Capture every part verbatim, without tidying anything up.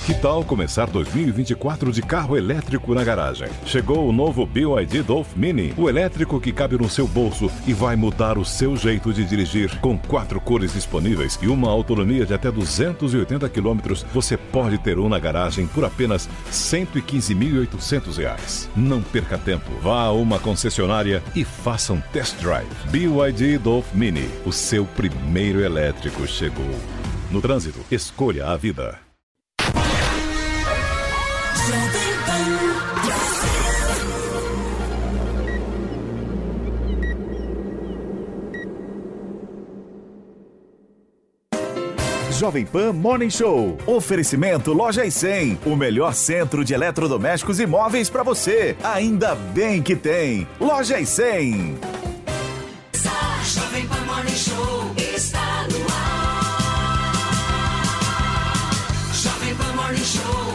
Que tal começar dois mil e vinte e quatro de carro elétrico na garagem? Chegou o novo B Y D Dolphin Mini, o elétrico que cabe no seu bolso e vai mudar o seu jeito de dirigir. Com quatro cores disponíveis e uma autonomia de até duzentos e oitenta quilômetros, você pode ter um na garagem por apenas cento e quinze mil e oitocentos reais. Não perca tempo, vá a uma concessionária e faça um test drive. B Y D Dolphin Mini, o seu primeiro elétrico chegou. No trânsito, escolha a vida. Jovem Pan Morning Show. Oferecimento Loja e cem. O melhor centro de eletrodomésticos e móveis para você. Ainda bem que tem. Loja e cem. Jovem Pan Morning Show está no ar. Jovem Pan Morning Show.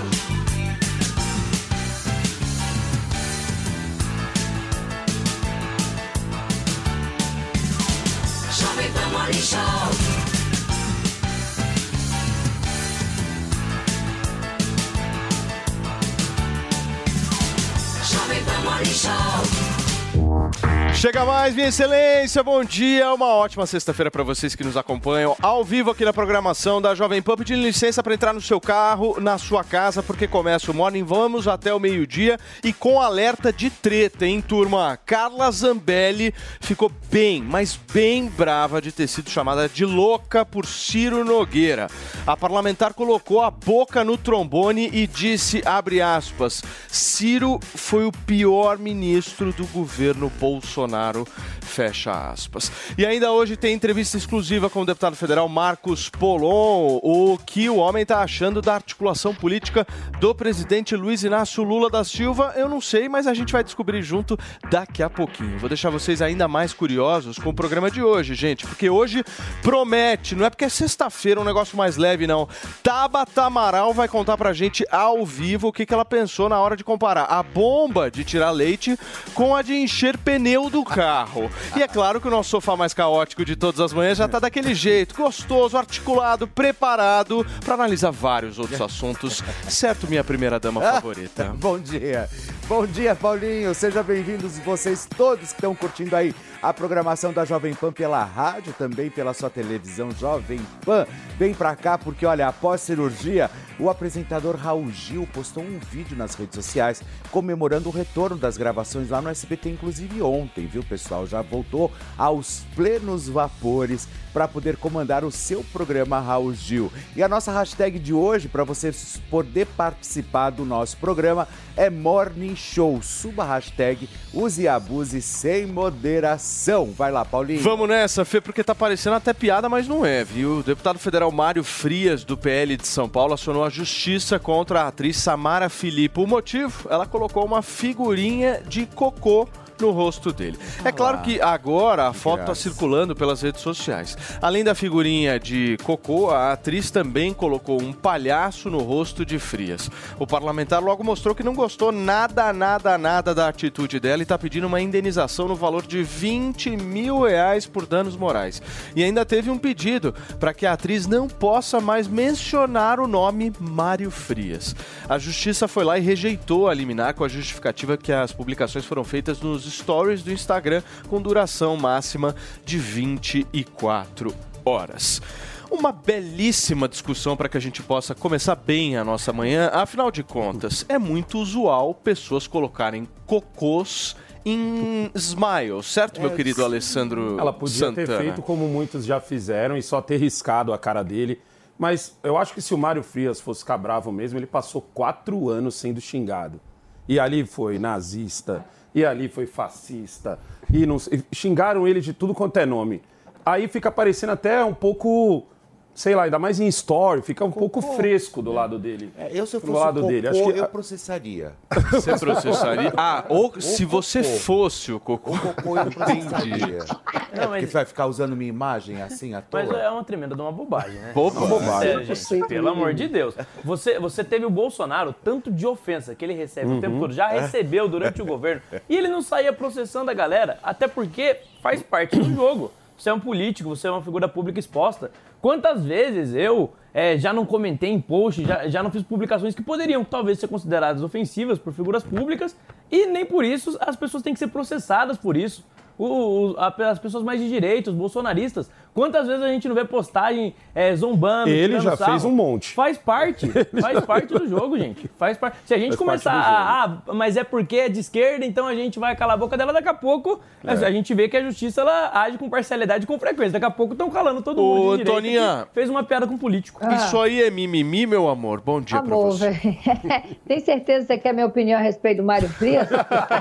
Jovem Pan Morning Show. Chega mais, minha excelência, bom dia, uma ótima sexta-feira para vocês que nos acompanham ao vivo aqui na programação da Jovem Pan, pedindo licença para entrar no seu carro, na sua casa, porque começa o Morning, vamos até o meio-dia e com alerta de treta, hein, turma? Carla Zambelli ficou bem, mas bem brava de ter sido chamada de louca por Ciro Nogueira. A parlamentar colocou a boca no trombone e disse, abre aspas, Ciro foi o pior ministro do governo Bolsonaro. Fecha aspas. E ainda hoje tem entrevista exclusiva com o deputado federal Marcos Polon, o que o homem está achando da articulação política do presidente Luiz Inácio Lula da Silva, eu não sei, mas a gente vai descobrir junto daqui a pouquinho. Vou deixar vocês ainda mais curiosos com o programa de hoje, gente, porque hoje promete, não é porque é sexta-feira um negócio mais leve, não. Tabata Amaral vai contar pra gente ao vivo o que, que ela pensou na hora de comparar a bomba de tirar leite com a de encher pneu do carro. E é claro que o nosso sofá mais caótico de todas as manhãs já tá daquele jeito, gostoso, articulado, preparado para analisar vários outros assuntos. Certo, minha primeira dama favorita? Bom dia. Bom dia, Paulinho. Sejam bem-vindos vocês todos que estão curtindo aí a programação da Jovem Pan pela rádio, também pela sua televisão Jovem Pan. Vem pra cá porque, olha, após cirurgia, o apresentador Raul Gil postou um vídeo nas redes sociais comemorando o retorno das gravações lá no S B T, inclusive ontem, viu, pessoal? Já voltou aos plenos vapores para poder comandar o seu programa Raul Gil. E a nossa hashtag de hoje, para você poder participar do nosso programa, é Morning Show. Suba a hashtag, use e abuse sem moderação. Vai lá, Paulinho. Vamos nessa, Fê, porque tá parecendo até piada, mas não é, viu? O deputado federal Mário Frias, do P L de São Paulo, acionou a justiça contra a atriz Samara Filippo. O motivo? Ela colocou uma figurinha de cocô no rosto dele. É claro que agora a foto está circulando pelas redes sociais. Além da figurinha de cocô, a atriz também colocou um palhaço no rosto de Frias. O parlamentar logo mostrou que não gostou nada, nada, nada da atitude dela e está pedindo uma indenização no valor de vinte mil reais por danos morais. E ainda teve um pedido para que a atriz não possa mais mencionar o nome Mário Frias. A justiça foi lá e rejeitou a liminar com a justificativa que as publicações foram feitas nos stories do Instagram com duração máxima de vinte e quatro horas. Uma belíssima discussão para que a gente possa começar bem a nossa manhã. Afinal de contas, é muito usual pessoas colocarem cocôs em smile, certo, meu é, querido Alessandro Santana? Ela podia Santana. ter feito como muitos já fizeram e só ter riscado a cara dele. Mas eu acho que se o Mário Frias fosse ficar bravo mesmo, ele passou quatro anos sendo xingado. E ali foi nazista, e ali foi fascista, e, não, e xingaram ele de tudo quanto é nome. Aí fica parecendo até um pouco, sei lá, ainda mais em story, fica um cocô, pouco fresco do lado dele. É, eu se eu fosse do lado cocô, dele. Acho que... eu processaria. Você processaria? Ah, ou o se cocô. você fosse o cocô. O cocô eu processaria. É não, porque mas... vai ficar usando minha imagem assim à toa? Mas é uma tremenda de uma bobagem, né? Boba. Uma bobagem. Sério, gente, pelo amor de Deus. Você, você teve o Bolsonaro, tanto de ofensa que ele recebe uhum. o tempo todo, já recebeu durante o governo, e ele não saía processando a galera, até porque faz parte do jogo. Você é um político, você é uma figura pública exposta. Quantas vezes eu é, já não comentei em post, já, já não fiz publicações que poderiam talvez ser consideradas ofensivas por figuras públicas e nem por isso as pessoas têm que ser processadas por isso. O, o, a, as pessoas mais de direita, os bolsonaristas. Quantas vezes a gente não vê postagem é, zombando, Ele já sarro? fez um monte. Faz parte, faz parte do jogo, gente. Faz parte. Se a gente Faz começar a, ah, mas é porque é de esquerda, então a gente vai calar a boca dela, daqui a pouco é. a gente vê que a justiça ela age com parcialidade e com frequência. Daqui a pouco estão calando todo mundo Ô, de direita Toninha, que fez uma piada com político. Ah. Isso aí é mimimi, meu amor. Bom dia pra Amor, você. velho. Tem certeza que você quer minha opinião a respeito do Mário Frias?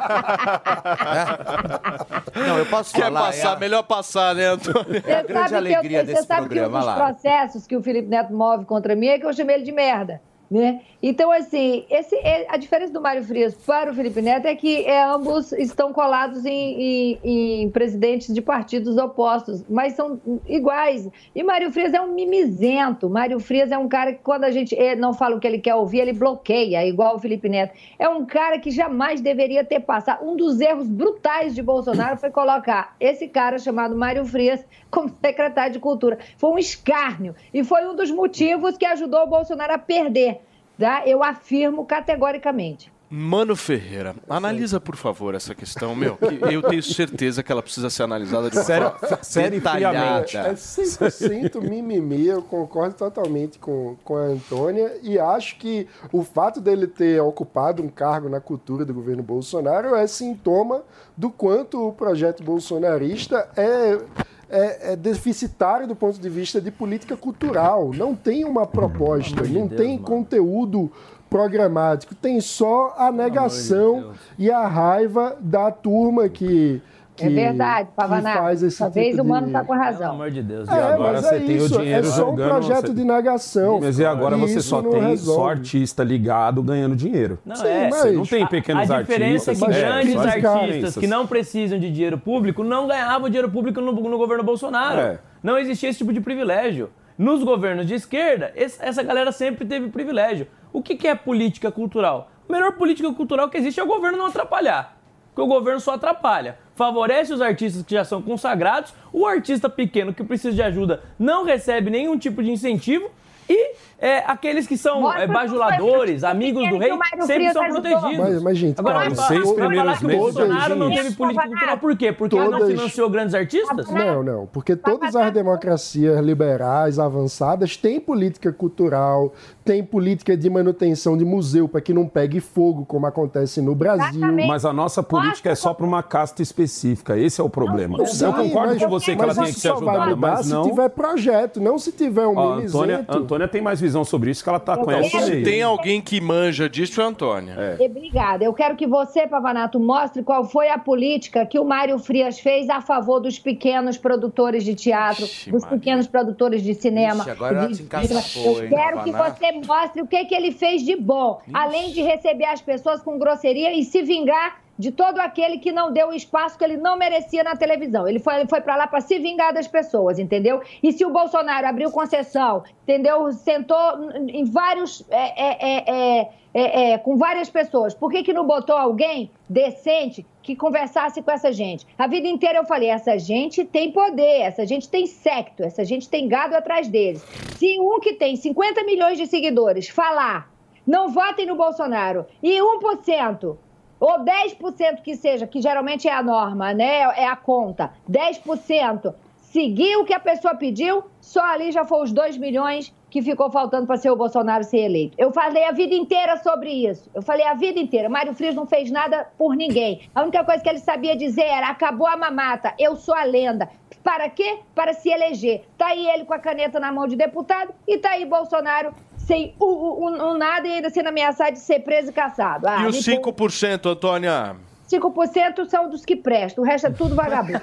Não, eu posso Quer falar. passar, é a- melhor passar, né, Antônio? Você grande sabe que eu, alegria você desse sabe que um programa dos lá. processos que o Felipe Neto move contra mim é que eu chamei ele de merda. Né? Então, assim, esse, é- a diferença do Mário Frias para o Felipe Neto é que é, ambos estão colados em, em- em presidentes de partidos opostos, mas são iguais. E Mário Frias é um mimizento. Mário Frias é um cara que, quando a gente eh, não fala o que ele quer ouvir, ele bloqueia, igual o Felipe Neto. É um cara que jamais deveria ter passado. Um dos erros brutais de Bolsonaro foi colocar esse cara chamado Mário Frias como secretário de Cultura. Foi um escárnio. E foi um dos motivos que ajudou o Bolsonaro a perder. Tá? Eu afirmo categoricamente. Mano Ferreira, analisa, por favor, essa questão, meu. Que eu tenho certeza que ela precisa ser analisada de uma Sério- forma sério e detalhada. friamente. É cem por cento mimimi, eu concordo totalmente com, com a Antônia e acho que o fato dele ter ocupado um cargo na cultura do governo Bolsonaro é sintoma do quanto o projeto bolsonarista é, é, é deficitário do ponto de vista de política cultural. Não tem uma proposta, de não Deus, tem mano. conteúdo programático, tem só a negação Deus. e a raiva da turma que, que, É verdade, que Pavanato. faz esse Talvez tipo o de... Mano está com Pelo razão. amor de Deus. E É, agora mas você é tem o isso, dinheiro é só um jogando, projeto você- de negação. Mas e agora E você isso só não tem resolve. só artista ligado ganhando dinheiro. Não, Sim, é. mas- Você não tem pequenos A diferença artistas. é que mas grandes só as artistas diferenças. que não precisam de dinheiro público não ganhavam dinheiro público no, no governo Bolsonaro. É. Não existia esse tipo de privilégio. Nos governos de esquerda, esse- essa galera sempre teve privilégio. O que, que é política cultural? A melhor política cultural que existe é o governo não atrapalhar. Porque o governo só atrapalha. Favorece os artistas que já são consagrados, o artista pequeno que precisa de ajuda não recebe nenhum tipo de incentivo e é, aqueles que são Mostra é, bajuladores, como é amigos do que rei, o Mário sempre Frias são ajudou. protegidos. Mas, mas, gente, Agora, calma, os vai, seis vai primeiros falar que o meses Bolsonaro não gente. teve política cultural. Por quê? Porque Todas- ele não financiou grandes artistas? Não, não, porque todas as democracias liberais avançadas têm política cultural, tem política de manutenção de museu para que não pegue fogo, como acontece no Brasil. Exatamente. Mas a nossa política é só para uma casta específica. Esse é o problema. Sim, Eu concordo mas- com você que ela mas tem que isso ser só vai ajudada, mudar mas se não... tiver projeto, não se tiver um Ó, a Antônia, mimizento. a Antônia tem mais visão sobre isso, que ela tá com Eu essa quero- aí. Tem alguém que manja disso, é a Antônia. É. Obrigada. Eu quero que você, Pavanato, mostre qual foi a política que o Mário Frias fez a favor dos pequenos produtores de teatro, Ixi, dos Maria. pequenos produtores de cinema. Ixi, agora ela de te encaçapou, cinema. Eu hein, quero que Pavanato? você mostre o que, que ele fez de bom, além de receber as pessoas com grosseria e se vingar de todo aquele que não deu o espaço que ele não merecia na televisão. Ele foi, ele foi para lá para se vingar das pessoas, entendeu? E se o Bolsonaro abriu concessão, entendeu? Sentou em vários... é, é, é, é, é, é, com várias pessoas. Por que que não botou alguém decente que conversasse com essa gente? A vida inteira eu falei, essa gente tem poder, essa gente tem secto, essa gente tem gado atrás deles. Se um que tem cinquenta milhões de seguidores falar, não votem no Bolsonaro, e um por cento ou dez por cento que seja, que geralmente é a norma, né? É a conta, dez por cento seguir o que a pessoa pediu, só ali já foi os dois milhões que ficou faltando para ser o Bolsonaro ser eleito. Eu falei a vida inteira sobre isso. Eu falei a vida inteira. Mário Frias não fez nada por ninguém. A única coisa que ele sabia dizer era: acabou a mamata, eu sou a lenda. Para quê? Para se eleger. Tá aí ele com a caneta na mão de deputado e tá aí Bolsonaro sem o, o, o, o nada e ainda sendo ameaçado de ser preso e caçado. Ah, E os me cinco por cento, Antônia? cinco por cento são dos que prestam, o resto é tudo vagabundo.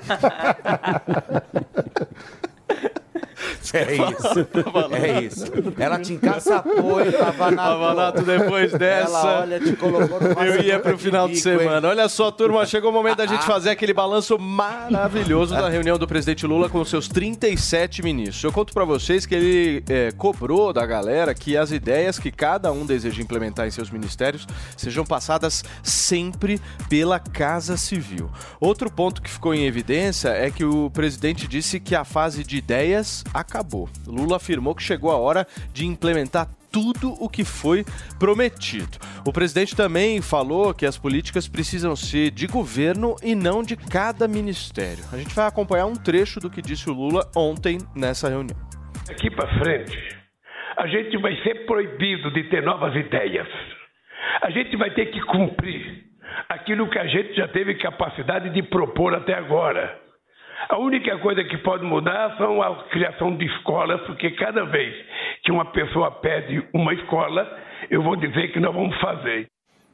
É isso. É isso. Ela te encaçapou, hein, Pavanato? Pavanato, depois dessa, Ela, olha, te colocou numa eu ia sinuca pro final de bico, hein? semana. Olha só, turma, chegou o momento da gente fazer aquele balanço maravilhoso da reunião do presidente Lula com os seus trinta e sete ministros. Eu conto pra vocês que ele é, cobrou da galera que as ideias que cada um deseja implementar em seus ministérios sejam passadas sempre pela Casa Civil. Outro ponto que ficou em evidência é que o presidente disse que a fase de ideias acabou. acabou. Lula afirmou que chegou a hora de implementar tudo o que foi prometido. O presidente também falou que as políticas precisam ser de governo e não de cada ministério. A gente vai acompanhar um trecho do que disse o Lula ontem nessa reunião. Daqui para frente, a gente vai ser proibido de ter novas ideias. A gente vai ter que cumprir aquilo que a gente já teve capacidade de propor até agora. A única coisa que pode mudar são a criação de escolas, porque cada vez que uma pessoa pede uma escola, eu vou dizer que nós vamos fazer.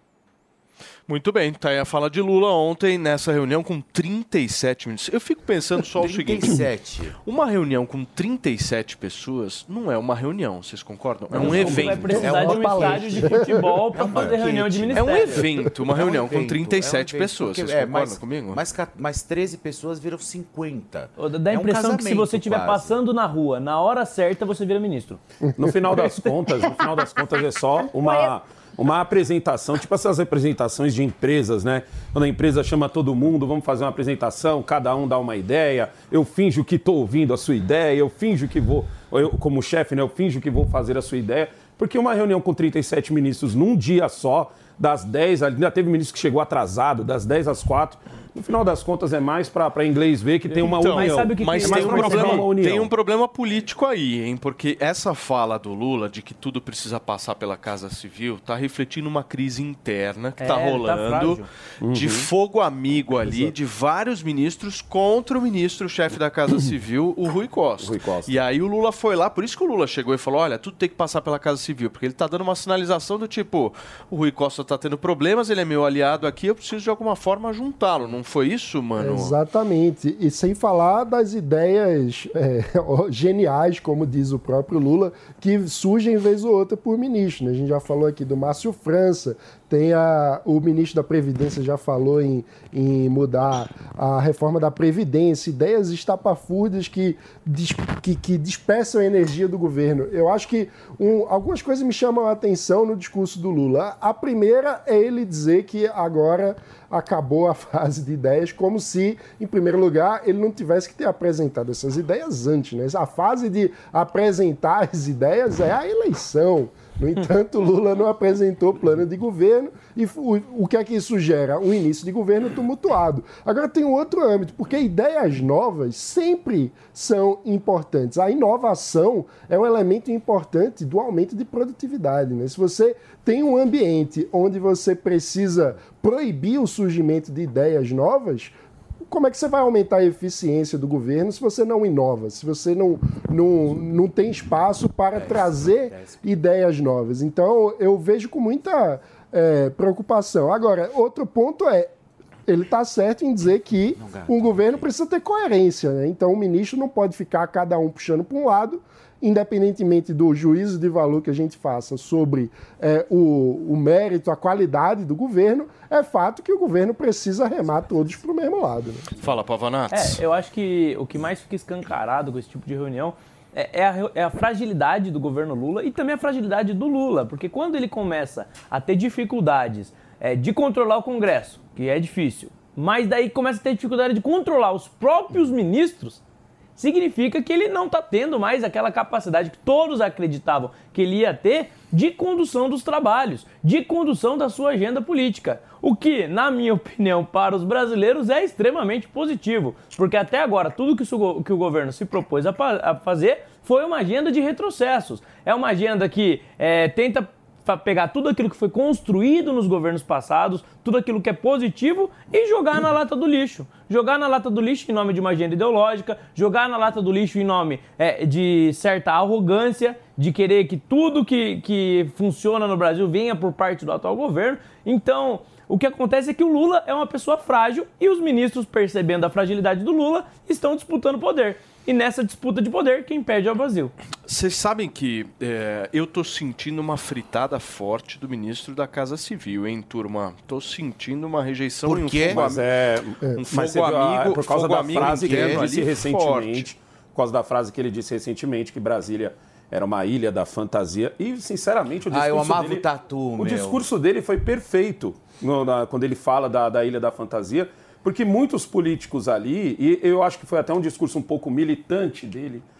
Muito bem, tá aí a fala de Lula ontem nessa reunião com trinta e sete minutos. Eu fico pensando só o seguinte. trinta e sete. Uma reunião com trinta e sete pessoas não é uma reunião, vocês concordam? É um evento. Vai precisar de um estádio de futebol para fazer reunião de É ministério. um evento, uma reunião com trinta e sete é um evento, pessoas. porque, Vocês é, concordam mais, comigo? Mais, mais treze pessoas viram cinquenta. Dá a É um impressão que se casamento, você estiver quase. passando na rua, na hora certa, você vira ministro. No final das contas, no final das contas é só uma, uma apresentação, tipo essas apresentações de empresas, né? Quando a empresa chama todo mundo, vamos fazer uma apresentação, cada um dá uma ideia, eu finjo que estou ouvindo a sua ideia, eu finjo que vou, eu como chefe, né, eu finjo que vou fazer a sua ideia, porque uma reunião com trinta e sete ministros num dia só, das dez, ainda teve ministro que chegou atrasado, das dez às quatro, no final das contas é mais para inglês ver que tem uma Então, união. mas sabe o que Mas que- tem, mas um pra você problema, uma união. tem um problema político aí, hein? Porque essa fala do Lula de que tudo precisa passar pela Casa Civil tá refletindo uma crise interna que É, tá tá rolando frágil. de fogo amigo ali, de vários ministros contra o ministro-chefe da Casa Civil, o Rui Costa. Rui Costa. E aí o Lula foi lá, por isso que o Lula chegou e falou, olha, tudo tem que passar pela Casa Civil, porque ele tá dando uma sinalização do tipo, o Rui Costa tá tendo problemas, ele é meu aliado aqui, eu preciso de alguma forma juntá-lo. Não foi isso, mano? Exatamente. E sem falar das ideias é, geniais, como diz o próprio Lula, que surgem vez ou outra por ministro, né? A gente já falou aqui do Márcio França, tem a, o ministro da Previdência já falou em, em mudar a reforma da Previdência, ideias estapafúrdias que, dis, que, que dispersam a energia do governo. Eu acho que um, algumas coisas me chamam a atenção no discurso do Lula. A primeira é ele dizer que agora acabou a fase de ideias, como se, em primeiro lugar, ele não tivesse que ter apresentado essas ideias antes, né? A fase de apresentar as ideias é a eleição. No entanto, Lula não apresentou plano de governo e o, o que é que isso gera? Um início de governo tumultuado. Agora tem um outro âmbito, porque ideias novas sempre são importantes. A inovação é um elemento importante do aumento de produtividade, né? Se você tem um ambiente onde você precisa proibir o surgimento de ideias novas, como é que você vai aumentar a eficiência do governo se você não inova, se você não, não, não tem espaço para trazer ideias novas? Então, eu vejo com muita é, preocupação. Agora, outro ponto é, ele está certo em dizer que um governo precisa ter coerência, né? Então, o ministro não pode ficar cada um puxando para um lado, independentemente do juízo de valor que a gente faça sobre é, o, o mérito, a qualidade do governo, é fato que o governo precisa remar todos para o mesmo lado. Né? Fala, Pavanatos. É, eu acho que o que mais fica escancarado com esse tipo de reunião é, é, a, é a fragilidade do governo Lula e também a fragilidade do Lula, porque quando ele começa a ter dificuldades é, de controlar o Congresso, que é difícil, mas daí começa a ter dificuldade de controlar os próprios ministros, significa que ele não está tendo mais aquela capacidade que todos acreditavam que ele ia ter de condução dos trabalhos, de condução da sua agenda política. O que, na minha opinião, para os brasileiros é extremamente positivo, porque até agora tudo que o, que o governo se propôs a, a fazer foi uma agenda de retrocessos. É uma agenda que é, tenta pegar tudo aquilo que foi construído nos governos passados, tudo aquilo que é positivo e jogar na lata do lixo. Jogar na lata do lixo em nome de uma agenda ideológica, jogar na lata do lixo em nome é, de certa arrogância, de querer que tudo que, que funciona no Brasil venha por parte do atual governo. Então, o que acontece é que o Lula é uma pessoa frágil e os ministros, percebendo a fragilidade do Lula, estão disputando poder. E nessa disputa de poder, quem perde é o Brasil. Vocês sabem que é, eu tô sentindo uma fritada forte do ministro da Casa Civil, hein, turma? Tô sentindo uma rejeição Por e um quê? fogo, Mas é, um mas fogo você viu, amigo, é por causa fogo da amigo frase que ele interno disse ali recentemente, forte. por causa da frase que ele disse recentemente que Brasília era uma ilha da fantasia e, sinceramente, o discurso Ah, eu amava dele, o tatu, o meu. discurso dele foi perfeito no, na, quando ele fala da, da ilha da fantasia, porque muitos políticos ali, e eu acho que foi até um discurso um pouco militante dele,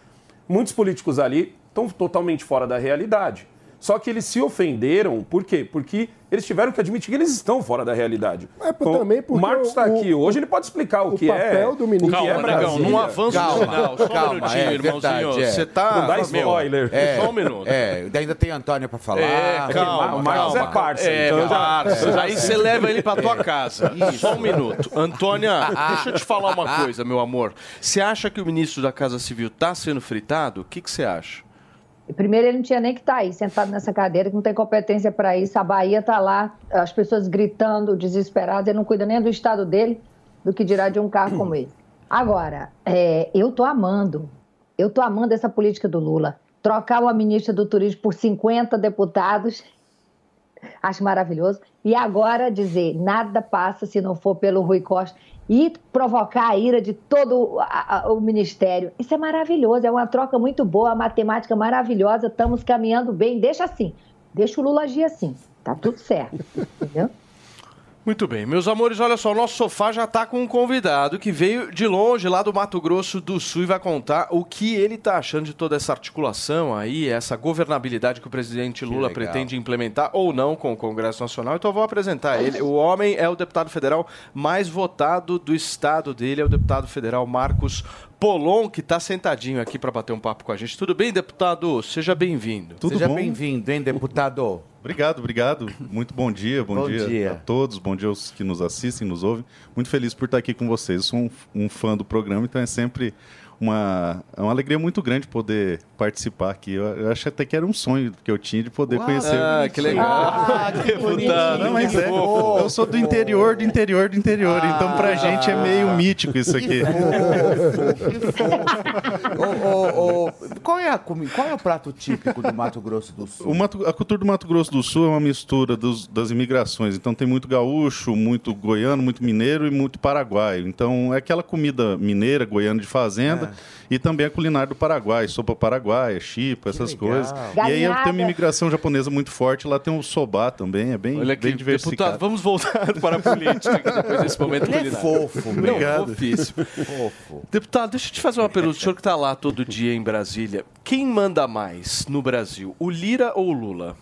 muitos políticos ali estão totalmente fora da realidade. Só que eles se ofenderam, por quê? Porque eles tiveram que admitir que eles estão fora da realidade. É, por, também porque o Marcos está aqui hoje, ele pode explicar o, o que papel é do ministro. o que Calma, é Negão, num avanço Calma, no final. Só um calma, minutinho, é irmãozinho. verdade, é. Você tá... Não dá meu, spoiler. É, Só um minuto. É, ainda tem Antônia pra falar. É, calma, o Marcos calma. é parça, É, então já- parça. Aí você leva ele pra tua casa. Só um minuto. Antônia, deixa eu te falar uma coisa, meu amor. Você acha que o ministro da Casa Civil tá sendo fritado? O que que você acha? Primeiro, ele não tinha nem que estar aí, sentado nessa cadeira, que não tem competência para isso. A Bahia está lá, as pessoas gritando, desesperadas. Ele não cuida nem do estado dele, do que dirá de um carro como esse. Agora, é, eu estou amando, eu estou amando essa política do Lula. Trocar uma ministra do Turismo por cinquenta deputados, acho maravilhoso. E agora dizer, nada passa se não for pelo Rui Costa. E provocar a ira de todo a, a, o Ministério. Isso é maravilhoso, é uma troca muito boa, a matemática maravilhosa, estamos caminhando bem. Deixa assim, deixa o Lula agir assim, tá tudo certo, entendeu? Muito bem. Meus amores, olha só, o nosso sofá já está com um convidado que veio de longe, lá do Mato Grosso do Sul, e vai contar o que ele está achando de toda essa articulação aí, essa governabilidade que o presidente Lula pretende implementar ou não com o Congresso Nacional. Então eu vou apresentar ele. O homem é o deputado federal mais votado do estado dele, é o deputado federal Marcos Polon, que está sentadinho aqui para bater um papo com a gente. Tudo bem, deputado? Seja bem-vindo. Tudo Seja bem-vindo, hein, deputado? Obrigado, obrigado. Muito bom dia, bom, Bom dia, dia. a todos, bom dia aos que nos assistem, nos ouvem. Muito feliz por estar aqui com vocês. Eu sou um, um fã do programa, então é sempre uma, é uma alegria muito grande poder participar aqui. Eu, eu acho até que era um sonho que eu tinha de poder Uau, conhecer. Ah, que legal. Ah, que Não, mas é, eu sou do interior, do interior, do interior. Ah, então pra gente é meio mítico isso aqui. Ô, ô, ô, qual, é a comi- qual é o prato típico do Mato Grosso do Sul? O Mato- a cultura do Mato Grosso do Sul é uma mistura dos- das imigrações. Então tem muito gaúcho, muito goiano, muito mineiro e muito paraguaio. Então é aquela comida mineira, goiana de fazenda e também a culinária do Paraguai, sopa paraguaia, chipa, essas legal. coisas. E aí Galinhada. tem uma imigração japonesa muito forte. Lá tem o sobá também, é bem, Olha aqui, bem diversificado. deputado, vamos voltar para a política aqui depois desse momento Ele é culinário. fofo, Não, obrigado. fofíssimo. Fofo. Deputado, deixa eu te fazer uma pergunta. O senhor que está lá todo dia em Brasília, quem manda mais no Brasil, o Lira ou o Lula?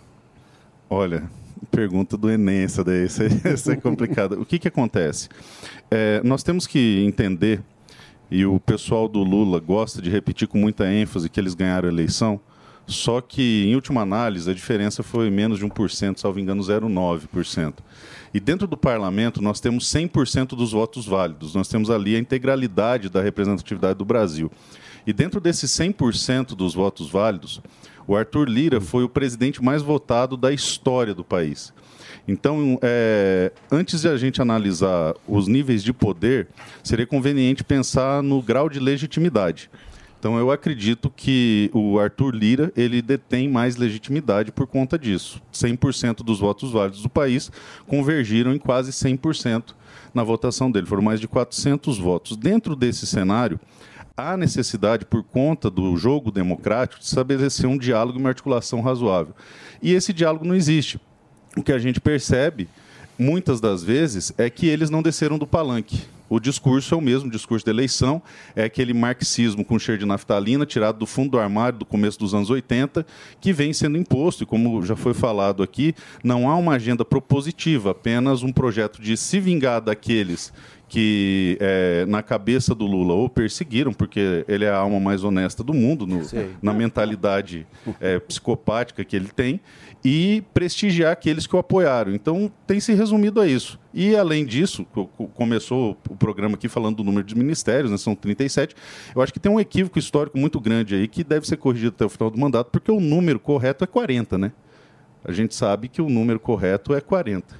Olha, pergunta do Enem, essa daí, essa, essa é complicada. O que, que acontece? É, nós temos que entender, e o pessoal do Lula gosta de repetir com muita ênfase que eles ganharam a eleição, só que, em última análise, a diferença foi menos de um por cento, salvo engano, zero vírgula nove por cento. E dentro do parlamento, nós temos cem por cento dos votos válidos. Nós temos ali a integralidade da representatividade do Brasil. E dentro desses cem por cento dos votos válidos, o Arthur Lira foi o presidente mais votado da história do país. Então, é, antes de a gente analisar os níveis de poder, seria conveniente pensar no grau de legitimidade. Então, eu acredito que o Arthur Lira ele detém mais legitimidade por conta disso. cem por cento dos votos válidos do país convergiram em quase cem por cento na votação dele. Foram mais de quatrocentos votos. Dentro desse cenário, há necessidade, por conta do jogo democrático, de estabelecer um diálogo e uma articulação razoável. E esse diálogo não existe. O que a gente percebe, muitas das vezes, é que eles não desceram do palanque. O discurso é o mesmo, o discurso da eleição, é aquele marxismo com cheiro de naftalina, tirado do fundo do armário do começo dos anos oitenta, que vem sendo imposto, e como já foi falado aqui, não há uma agenda propositiva, apenas um projeto de se vingar daqueles que, é, na cabeça do Lula, o perseguiram, porque ele é a alma mais honesta do mundo, no, na mentalidade é, psicopática que ele tem, e prestigiar aqueles que o apoiaram. Então, tem se resumido a isso. E, além disso, começou o programa aqui falando do número de ministérios, né, são trinta e sete. Eu acho que tem um equívoco histórico muito grande aí que deve ser corrigido até o final do mandato, porque o número correto é quarenta, né? A gente sabe que o número correto é quarenta.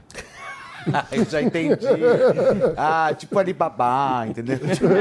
Ah, eu já entendi. Ah, tipo Alibaba, entendeu?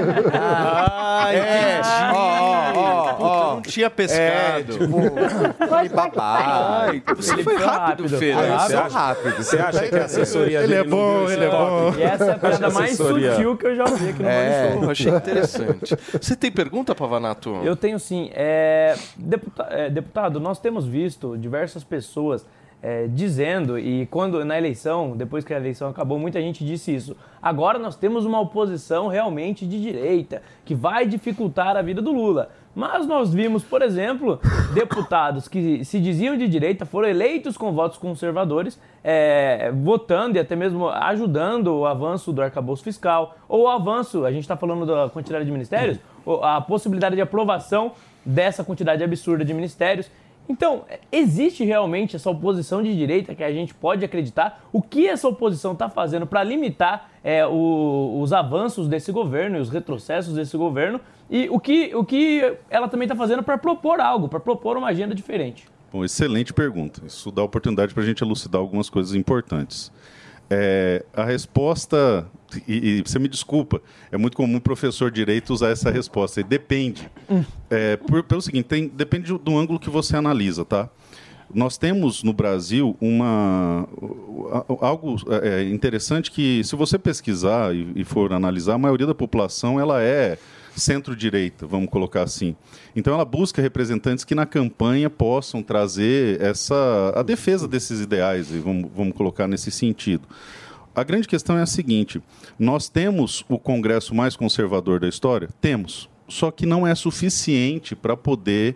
Ah, é. entendi. Ó, ó, ó, Puta, ó. não tinha pescado. É, tipo, Alibaba. Ai, você foi rápido, Feira. Ah, eu Você sou acha- rápido. Você acha que a assessoria Ele dele é não bom, deu ele é esse toque? bom. E essa é a piada mais assessoria. sutil que eu já vi aqui no É. Morning Show. Porra, achei interessante. Você tem pergunta, Pavanato? Eu tenho sim. É, deputa- é, deputado, nós temos visto diversas pessoas é, dizendo, e quando na eleição, depois que a eleição acabou, muita gente disse isso. Agora nós temos uma oposição realmente de direita, que vai dificultar a vida do Lula. Mas nós vimos, por exemplo, deputados que se diziam de direita, foram eleitos com votos conservadores, é, votando e até mesmo ajudando o avanço do arcabouço fiscal, ou o avanço, a gente está falando da quantidade de ministérios, a possibilidade de aprovação dessa quantidade absurda de ministérios. Então, existe realmente essa oposição de direita que a gente pode acreditar? O que essa oposição está fazendo para limitar é, o, os avanços desse governo e os retrocessos desse governo? E o que, o que ela também está fazendo para propor algo, para propor uma agenda diferente? Bom, excelente pergunta. Isso dá oportunidade para a gente elucidar algumas coisas importantes. É, a resposta, e, e você me desculpa, é muito comum o professor de direito usar essa resposta, e depende. É, por, pelo seguinte, tem, depende do, do ângulo que você analisa, tá? Nós temos no Brasil uma, algo é, interessante que, se você pesquisar e, e for analisar, a maioria da população ela é centro-direita, vamos colocar assim. Então ela busca representantes que na campanha possam trazer essa, a defesa desses ideais, e vamos, vamos colocar nesse sentido. A grande questão é a seguinte, nós temos o Congresso mais conservador da história? Temos, só que não é suficiente para poder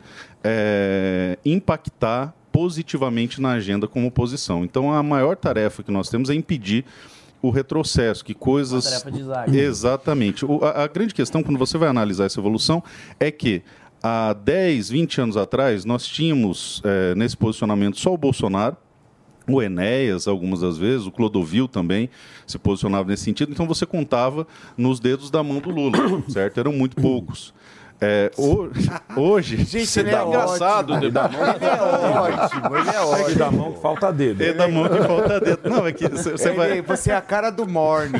é, impactar positivamente na agenda como oposição. Então a maior tarefa que nós temos é impedir o retrocesso, que coisas... Uma tarefa de zaga. Exatamente. O, a, a grande questão, quando você vai analisar essa evolução, é que há dez, vinte anos atrás, nós tínhamos é, nesse posicionamento só o Bolsonaro, o Enéas, algumas das vezes, o Clodovil também se posicionava nesse sentido, então você contava nos dedos da mão do Lula, certo? Eram muito poucos. É, hoje, hoje... Gente, você é engraçado, ótimo. Ele é ótimo, ele é ótimo. É da mão que falta dedo. É da mão que falta dedo. Não, é que você, você ele, vai... Você é a cara do morning.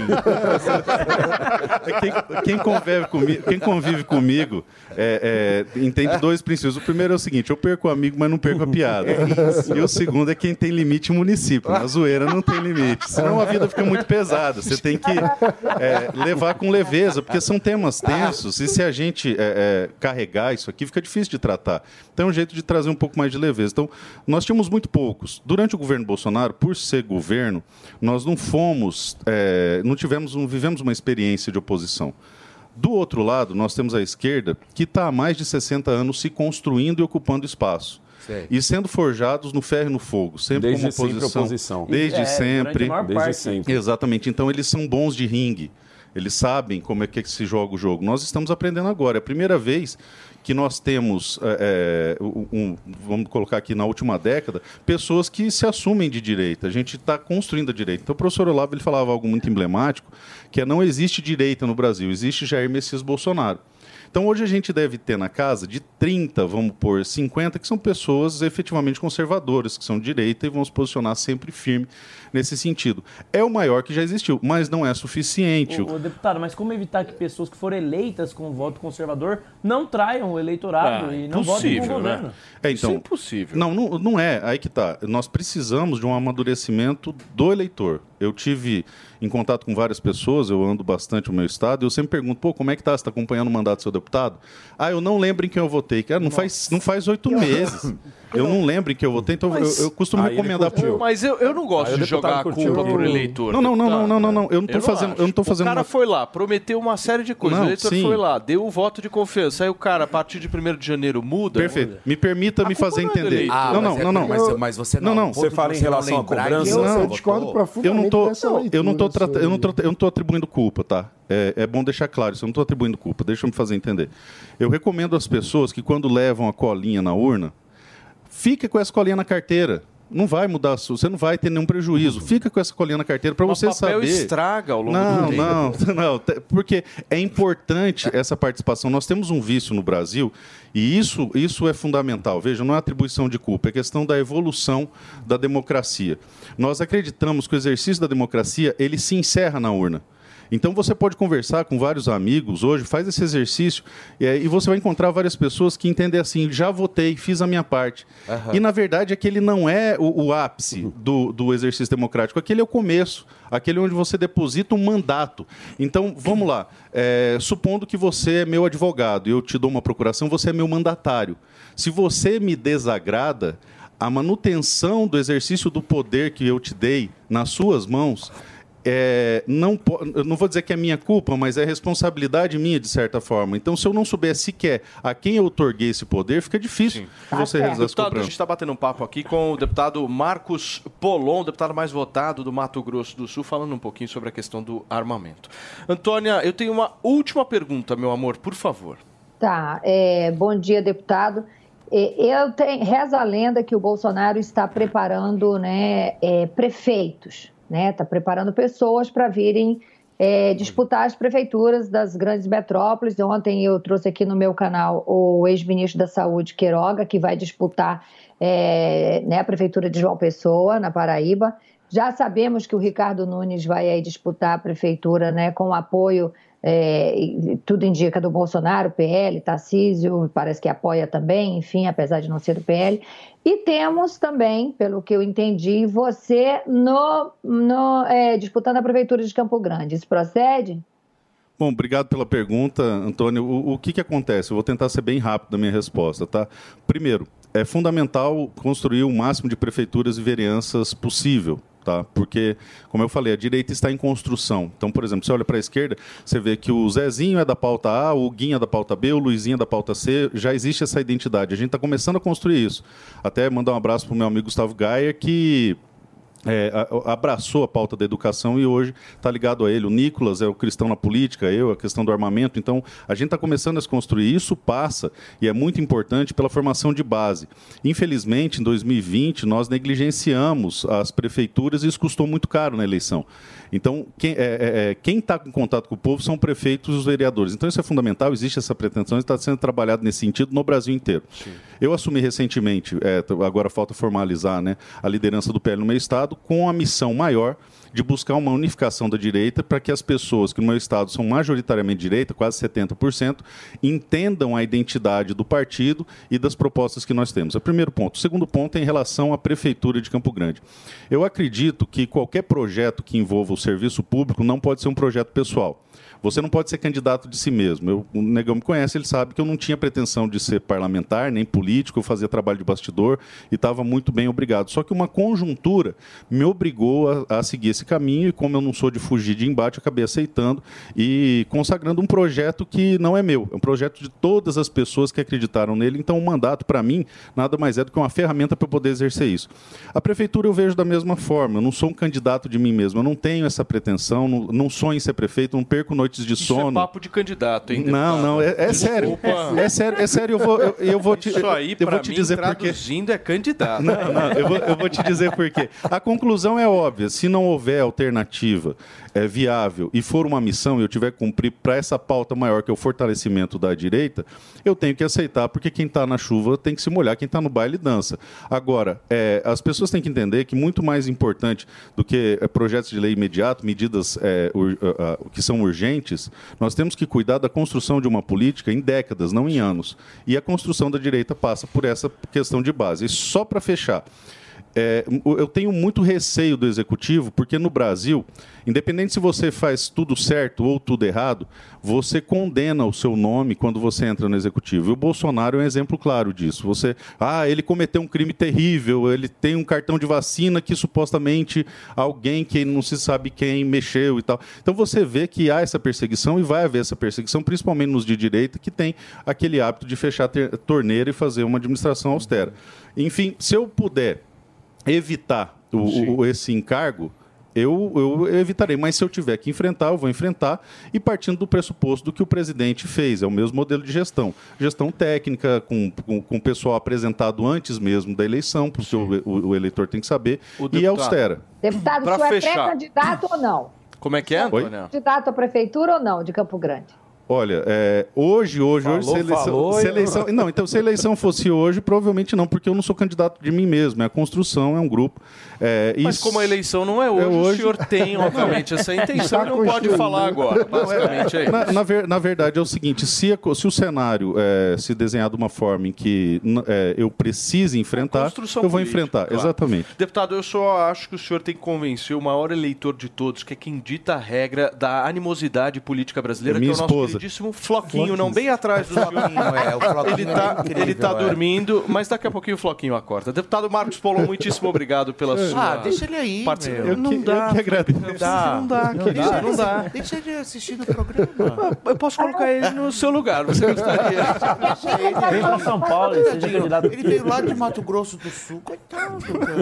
Quem, quem, convive comigo, quem convive comigo é, é, entende dois princípios. O primeiro é o seguinte, eu perco o amigo, mas não perco a piada. E o segundo é quem tem limite o município. A zoeira não tem limite. Senão a vida fica muito pesada. Você tem que é, levar com leveza, porque são temas tensos. E se a gente... É, É, carregar isso aqui, fica difícil de tratar. Então é um jeito de trazer um pouco mais de leveza. Então, nós tínhamos muito poucos. Durante o governo Bolsonaro, por ser governo, nós não fomos, é, não tivemos, não vivemos uma experiência de oposição. Do outro lado, nós temos a esquerda, que está há mais de sessenta anos se construindo e ocupando espaço. Sei. E sendo forjados no ferro e no fogo, sempre desde como oposição. Sempre oposição. Desde é, sempre. Desde sempre. Exatamente. Então, eles são bons de ringue. Eles sabem como é que se joga o jogo. Nós estamos aprendendo agora. É a primeira vez que nós temos, é, um, um, vamos colocar aqui na última década, pessoas que se assumem de direita. A gente está construindo a direita. Então o professor Olavo ele falava algo muito emblemático, que é não existe direita no Brasil, existe Jair Messias Bolsonaro. Então, hoje a gente deve ter na casa de trinta, vamos pôr cinquenta, que são pessoas efetivamente conservadoras, que são de direita e vão se posicionar sempre firme nesse sentido. É o maior que já existiu, mas não é suficiente. O, o deputado, mas como evitar que pessoas que foram eleitas com voto conservador não traiam o eleitorado ah, e não votem com o governo? Né? É, então, Isso é impossível. Não, não, não é. Aí que tá. Nós precisamos de um amadurecimento do eleitor. Eu tive em contato com várias pessoas, eu ando bastante no meu estado, e eu sempre pergunto, pô, como é que tá? Você está acompanhando o mandato do seu deputado? Ah, eu não lembro em quem eu votei. Cara, não faz, não faz oito meses. Eu não lembro em quem eu votei, então mas, eu, eu costumo recomendar. Pro... Mas eu, eu não gosto de jogar a culpa pro eleitor. Não, não, não, não, não, não, não. Eu não tô eu fazendo, eu não tô fazendo. O cara uma... foi lá, prometeu uma série de coisas. Não, o eleitor sim. foi lá, deu o voto de confiança. Aí o cara, a partir de primeiro de janeiro, muda. Perfeito. Me permita a me fazer entender. Ah, não, não, é não, não. Mas, mas você não. Não, não. Você fala em relação à cobrança. Eu, não, eu discordo profundamente eu não tô, dessa leitura, eu não tô, tra... eu não tô, sobre- eu não tô atribuindo culpa, tá? É, é bom deixar claro isso. Eu não tô atribuindo culpa. Deixa eu me fazer entender. Eu recomendo às pessoas que quando levam a colinha na urna, fica com essa colinha na carteira. Não vai mudar a sua, você não vai ter nenhum prejuízo. Fica com essa colinha na carteira para você saber. O papel estraga ao longo não, do tempo. Não, não, porque é importante essa participação. Nós temos um vício no Brasil e isso, isso é fundamental. Veja, não é atribuição de culpa, é questão da evolução da democracia. Nós acreditamos que o exercício da democracia ele se encerra na urna. Então você pode conversar com vários amigos hoje, faz esse exercício é, e você vai encontrar várias pessoas que entendem assim, já votei, fiz a minha parte. Uhum. E na verdade aquele não é o, o ápice do, do exercício democrático, aquele é o começo, aquele onde você deposita um mandato. Então vamos lá, é, supondo que você é meu advogado e eu te dou uma procuração, você é meu mandatário. Se você me desagrada, a manutenção do exercício do poder que eu te dei nas suas mãos, é, não, eu não vou dizer que é minha culpa, mas é responsabilidade minha, de certa forma. Então, se eu não souber sequer a quem eu outorguei esse poder, fica difícil de você realizar esse Deputado, a gente está batendo um papo aqui com o deputado Marcos Polon, deputado mais votado do Mato Grosso do Sul, falando um pouquinho sobre a questão do armamento. Antônia, eu tenho uma última pergunta, meu amor, por favor. Tá, é, bom dia, deputado. Eu tenho, reza a lenda que o Bolsonaro está preparando, né, é, prefeitos, né, está preparando pessoas para virem é, disputar as prefeituras das grandes metrópoles. Ontem eu trouxe aqui no meu canal o ex-ministro da Saúde, Queiroga, que vai disputar é, né, a prefeitura de João Pessoa, na Paraíba. Já sabemos que o Ricardo Nunes vai aí disputar a prefeitura, né, com apoio, é, tudo indica, do Bolsonaro, P L, Tarcísio, parece que apoia também, enfim, apesar de não ser do P L. E temos também, pelo que eu entendi, você no, no, é, disputando a prefeitura de Campo Grande. Isso procede? Bom, obrigado pela pergunta, Antônio. O, o que, que acontece? Eu vou tentar ser bem rápido na minha resposta, tá? Primeiro, é fundamental construir o máximo de prefeituras e vereanças possível. Tá? Porque, como eu falei, a direita está em construção. Então, por exemplo, você olha para a esquerda, você vê que o Zezinho é da pauta A, o Guinho é da pauta B, o Luizinho é da pauta C, já existe essa identidade. A gente está começando a construir isso. Até mandar um abraço para o meu amigo Gustavo Gaia, que É, abraçou a pauta da educação e hoje está ligado a ele. O Nicolas é o cristão na política, eu, a questão do armamento. Então, a gente está começando a se construir. Isso passa, e é muito importante, pela formação de base. Infelizmente, em dois mil e vinte, nós negligenciamos as prefeituras e isso custou muito caro na eleição. Então, quem é, é, quem está com contato com o povo são prefeitos e os vereadores. Então, isso é fundamental, existe essa pretensão e está sendo trabalhado nesse sentido no Brasil inteiro. Sim. Eu assumi recentemente, é, agora falta formalizar, né, a liderança do P L no meu estado, com a missão maior de buscar uma unificação da direita para que as pessoas que no meu estado são majoritariamente de direita, quase setenta por cento, entendam a identidade do partido e das propostas que nós temos. É o primeiro ponto. O segundo ponto é em relação à Prefeitura de Campo Grande. Eu acredito que qualquer projeto que envolva o serviço público não pode ser um projeto pessoal. Você não pode ser candidato de si mesmo. Eu, o Negão me conhece, ele sabe que eu não tinha pretensão de ser parlamentar, nem político, eu fazia trabalho de bastidor e estava muito bem, obrigado. Só que uma conjuntura me obrigou a, a seguir esse caminho e, como eu não sou de fugir de embate, eu acabei aceitando e consagrando um projeto que não é meu, é um projeto de todas as pessoas que acreditaram nele. Então, o mandato, para mim, nada mais é do que uma ferramenta para eu poder exercer isso. A prefeitura eu vejo da mesma forma, eu não sou um candidato de mim mesmo, eu não tenho essa pretensão, não, não sonho em ser prefeito, não perco noites de Isso sono. é papo de candidato, hein? Não, não, é, é sério. É sério, é sério, eu vou, eu, eu vou te, Isso aí, eu pra vou te mim, dizer por quê. traduzindo, é candidato. Não, não, eu vou, eu vou te dizer por quê. A conclusão é óbvia. Se não houver alternativa é, viável e for uma missão e eu tiver que cumprir para essa pauta maior, que é o fortalecimento da direita, eu tenho que aceitar, porque quem está na chuva tem que se molhar, quem está no baile dança. Agora, é, as pessoas têm que entender que muito mais importante do que é, projetos de lei imediato, medidas é, ur, uh, uh, que são urgentes, nós temos que cuidar da construção de uma política em décadas, não em anos. E a construção da direita passa por essa questão de base. E só para fechar, É, eu tenho muito receio do executivo, porque no Brasil, independente se você faz tudo certo ou tudo errado, você condena o seu nome quando você entra no executivo. E o Bolsonaro é um exemplo claro disso. Você, ah, ele cometeu um crime terrível, ele tem um cartão de vacina que supostamente alguém que não se sabe quem mexeu e tal. Então você vê que há essa perseguição e vai haver essa perseguição, principalmente nos de direita, que tem aquele hábito de fechar a torneira e fazer uma administração austera. Enfim, se eu puder evitar o, o, esse encargo, eu, eu evitarei. Mas se eu tiver que enfrentar, eu vou enfrentar, e partindo do pressuposto do que o presidente fez. É o mesmo modelo de gestão. Gestão técnica, com, com, com o pessoal apresentado antes mesmo da eleição, porque o, o, o eleitor tem que saber, e austera. Deputado, o senhor é pré-candidato ou não? Como é que é, Antônia? Candidato à prefeitura ou não, de Campo Grande? Olha, é, hoje, hoje, falou, hoje, se a eleição, falou, se a eleição, não, então se a eleição fosse hoje, provavelmente não, porque eu não sou candidato de mim mesmo, é a construção, é um grupo. É, Mas isso, como a eleição não é hoje, é hoje... o senhor tem, obviamente, essa intenção e não pode falar agora, basicamente é isso. Na, na, ver, na verdade é o seguinte, se, a, se o cenário é, se desenhar de uma forma em que é, eu precise enfrentar, eu vou política, enfrentar, claro. Exatamente. Deputado, eu só acho que o senhor tem que convencer o maior eleitor de todos, que é quem dita a regra da animosidade política brasileira, minha que é o nosso esposa. queridíssimo Floquinho, não Floquinho. bem atrás do Floquinho, é, o Floquinho ele tá, é incrível, ele tá é. dormindo, mas daqui a pouquinho o Floquinho acorda. Deputado Marcos Polo, muitíssimo obrigado pela sua Ah, deixa ele aí, participação. meu. Não Eu que- dá, eu que agradeço. Não dá, não dá, Não querido, dá. não dá. Deixa ele assistir no programa. Eu posso colocar ele no seu lugar, você gostaria? Vem pra São Paulo e seja candidato. Ele veio lá de Mato Grosso do Sul, coitado,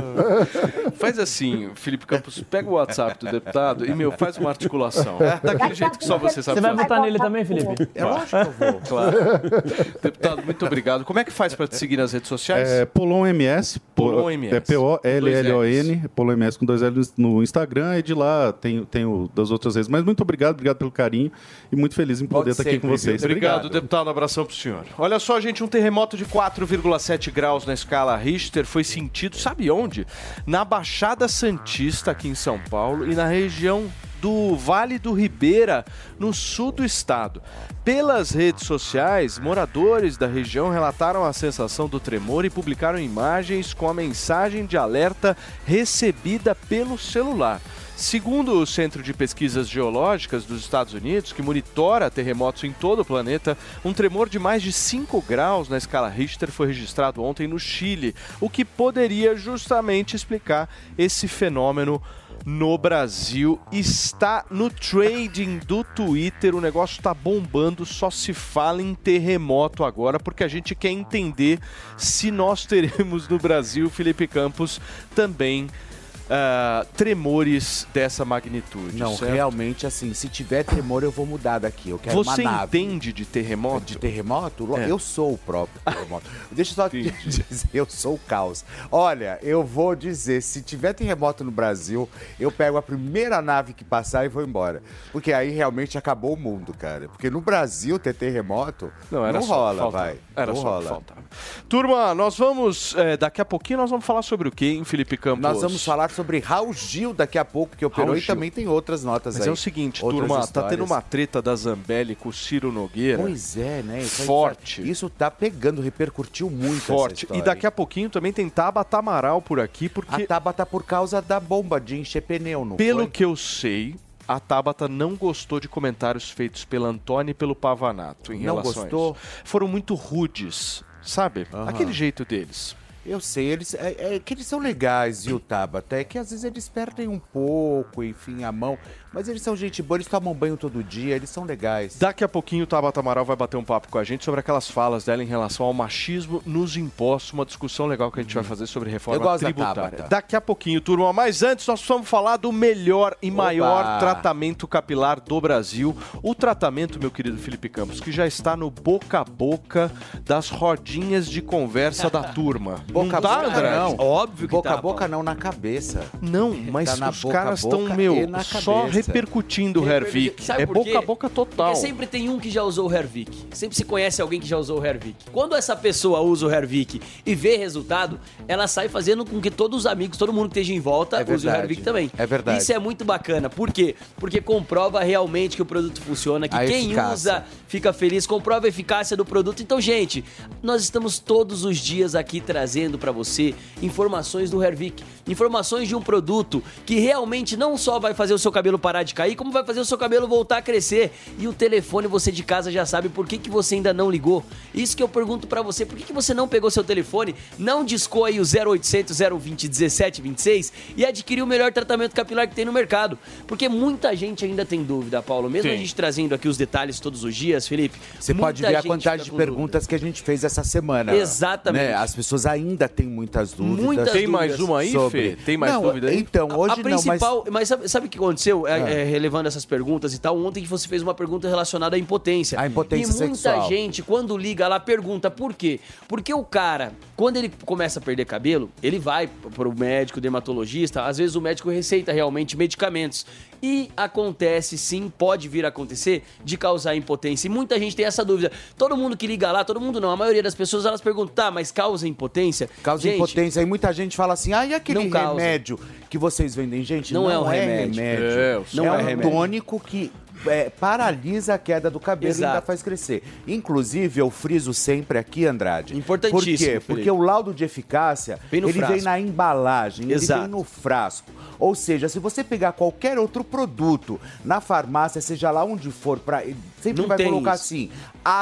cara. Faz assim, Felipe Campos, pega o WhatsApp do deputado e, meu, faz uma articulação. Daquele jeito que só você sabe Você vai fazer. votar nele também, Felipe? É lógico que eu vou. Claro. Deputado, muito obrigado. Como é que faz para te seguir nas redes sociais? É Polon M S. Polon M S. É P O L L O N. Polon M S com dois L's no Instagram. E de lá tem, tem o das outras redes. Mas muito obrigado, obrigado pelo carinho. E muito feliz em poder estar aqui com vocês. Obrigado, deputado. Um abração pro senhor. Olha só, gente, um terremoto de quatro vírgula sete graus na escala Richter foi sentido, sabe onde? Na Baixada Santista, aqui em São Paulo, e na região do Vale do Ribeira, no sul do estado. Pelas redes sociais, moradores da região relataram a sensação do tremor e publicaram imagens com a mensagem de alerta recebida pelo celular. Segundo o Centro de Pesquisas Geológicas dos Estados Unidos, que monitora terremotos em todo o planeta, um tremor de mais de cinco graus na escala Richter foi registrado ontem no Chile, o que poderia justamente explicar esse fenômeno no Brasil. Está no trading do Twitter, o negócio está bombando, só se fala em terremoto agora, porque a gente quer entender se nós teremos no Brasil, Felipe Campos, também Uh, tremores dessa magnitude. Não, certo? realmente, assim, se tiver tremor, eu vou mudar daqui. Eu quero Você uma nave. entende de terremoto? De terremoto? É. Eu sou o próprio terremoto. Deixa eu só te dizer, eu sou o caos. Olha, eu vou dizer, se tiver terremoto no Brasil, eu pego a primeira nave que passar e vou embora. Porque aí realmente acabou o mundo, cara. Porque no Brasil ter terremoto, não, era não só, rola, faltava. vai. Era não só rola. que faltava. Turma, nós vamos, é, daqui a pouquinho nós vamos falar sobre o quê, hein, Felipe Campos? Nós vamos falar sobre Raul Gil daqui a pouco, que operou, Raul e Gil. também tem outras notas Mas aí. é o seguinte, outras turma, tá histórias. tendo uma treta da Zambelli com o Ciro Nogueira. Pois é, né? Isso aí Forte. tá- Isso tá pegando, repercutiu muito Forte. essa E daqui a pouquinho também tem Tabata Amaral por aqui, porque... A Tabata por causa da bomba de encher pneu, não Pelo foi? que eu sei, a Tabata não gostou de comentários feitos pela Antônia e pelo Pavanato em Não relação gostou? a isso. Foram muito rudes, sabe? Aham. Aquele jeito deles. Eu sei, eles, é, é que eles são legais, viu, Tabata? É que às vezes eles perdem um pouco, enfim, a mão. Mas eles são gente boa, eles tomam banho todo dia, eles são legais. Daqui a pouquinho o Tabata Amaral vai bater um papo com a gente sobre aquelas falas dela em relação ao machismo nos impostos, uma discussão legal que a gente vai fazer sobre reforma Eu gosto da tributária. Tabata. Daqui a pouquinho, turma. Mas antes nós vamos falar do melhor e Oba! maior tratamento capilar do Brasil. O tratamento, meu querido Felipe Campos, que já está no boca a boca das rodinhas de conversa da turma. Boca a não tá, boca André? não. Óbvio que Boca tá, a boca não, na cabeça. Não, mas Tá na os boca a caras estão, boca meu, e na só cabeça. repercutindo o Hervik. Sabe É por boca quê? a boca total. Porque sempre tem um que já usou o Hervik. Sempre se conhece alguém que já usou o Hervik. Quando essa pessoa usa o Hervik e vê resultado, ela sai fazendo com que todos os amigos, todo mundo que esteja em volta, É use o verdade. Hervik também. É verdade. Isso é muito bacana. Por quê? Porque comprova realmente que o produto funciona, que A quem eficácia. usa fica feliz, comprova a eficácia do produto. Então, gente, nós estamos todos os dias aqui trazendo pra você informações do Hervik. Informações de um produto que realmente não só vai fazer o seu cabelo parar de cair, como vai fazer o seu cabelo voltar a crescer. E o telefone, você de casa já sabe por que, que você ainda não ligou. Isso que eu pergunto pra você, por que, que você não pegou seu telefone, não discou aí o zero oitocentos, zero vinte, dezessete vinte e seis e adquiriu o melhor tratamento capilar que tem no mercado? Porque muita gente ainda tem dúvida, Paulo. Mesmo Sim. a gente trazendo aqui os detalhes todos os dias, Felipe. Você muita pode ver a gente quantidade fica de com perguntas que a gente fez essa semana. Exatamente. Né? As pessoas ainda têm muitas dúvidas. Muitas Tem mais dúvidas uma aí, sobre- Fê? Tem mais Não, dúvida aí? Então, hoje a não, mas... principal, mas, sabe, sabe o que aconteceu? É, Ah. é, relevando essas perguntas e tal, ontem que você fez uma pergunta relacionada à impotência. A impotência E muita sexual. gente, quando liga lá, pergunta por quê? Porque o cara, quando ele começa a perder cabelo, ele vai pro médico, dermatologista, às vezes o médico receita realmente medicamentos. E acontece, sim, pode vir a acontecer, de causar impotência. E muita gente tem essa dúvida. Todo mundo que liga lá, todo mundo não, a maioria das pessoas, elas perguntam, tá, mas causa impotência? Causa Gente, impotência. Aí muita gente fala assim, ah, e aquele Não causa. remédio que vocês vendem? Gente, Não não, é um é remédio. remédio. É, eu Não é é um remédio. tônico que é, paralisa a queda do cabelo Exato. e ainda faz crescer. Inclusive, eu friso sempre aqui, Andrade. Importantíssimo, Por quê? Felipe. Porque o laudo de eficácia, Vem no ele frasco. vem na embalagem, Exato. ele vem no frasco. Ou seja, se você pegar qualquer outro produto na farmácia, seja lá onde for, pra, sempre Não vai tem colocar isso. assim,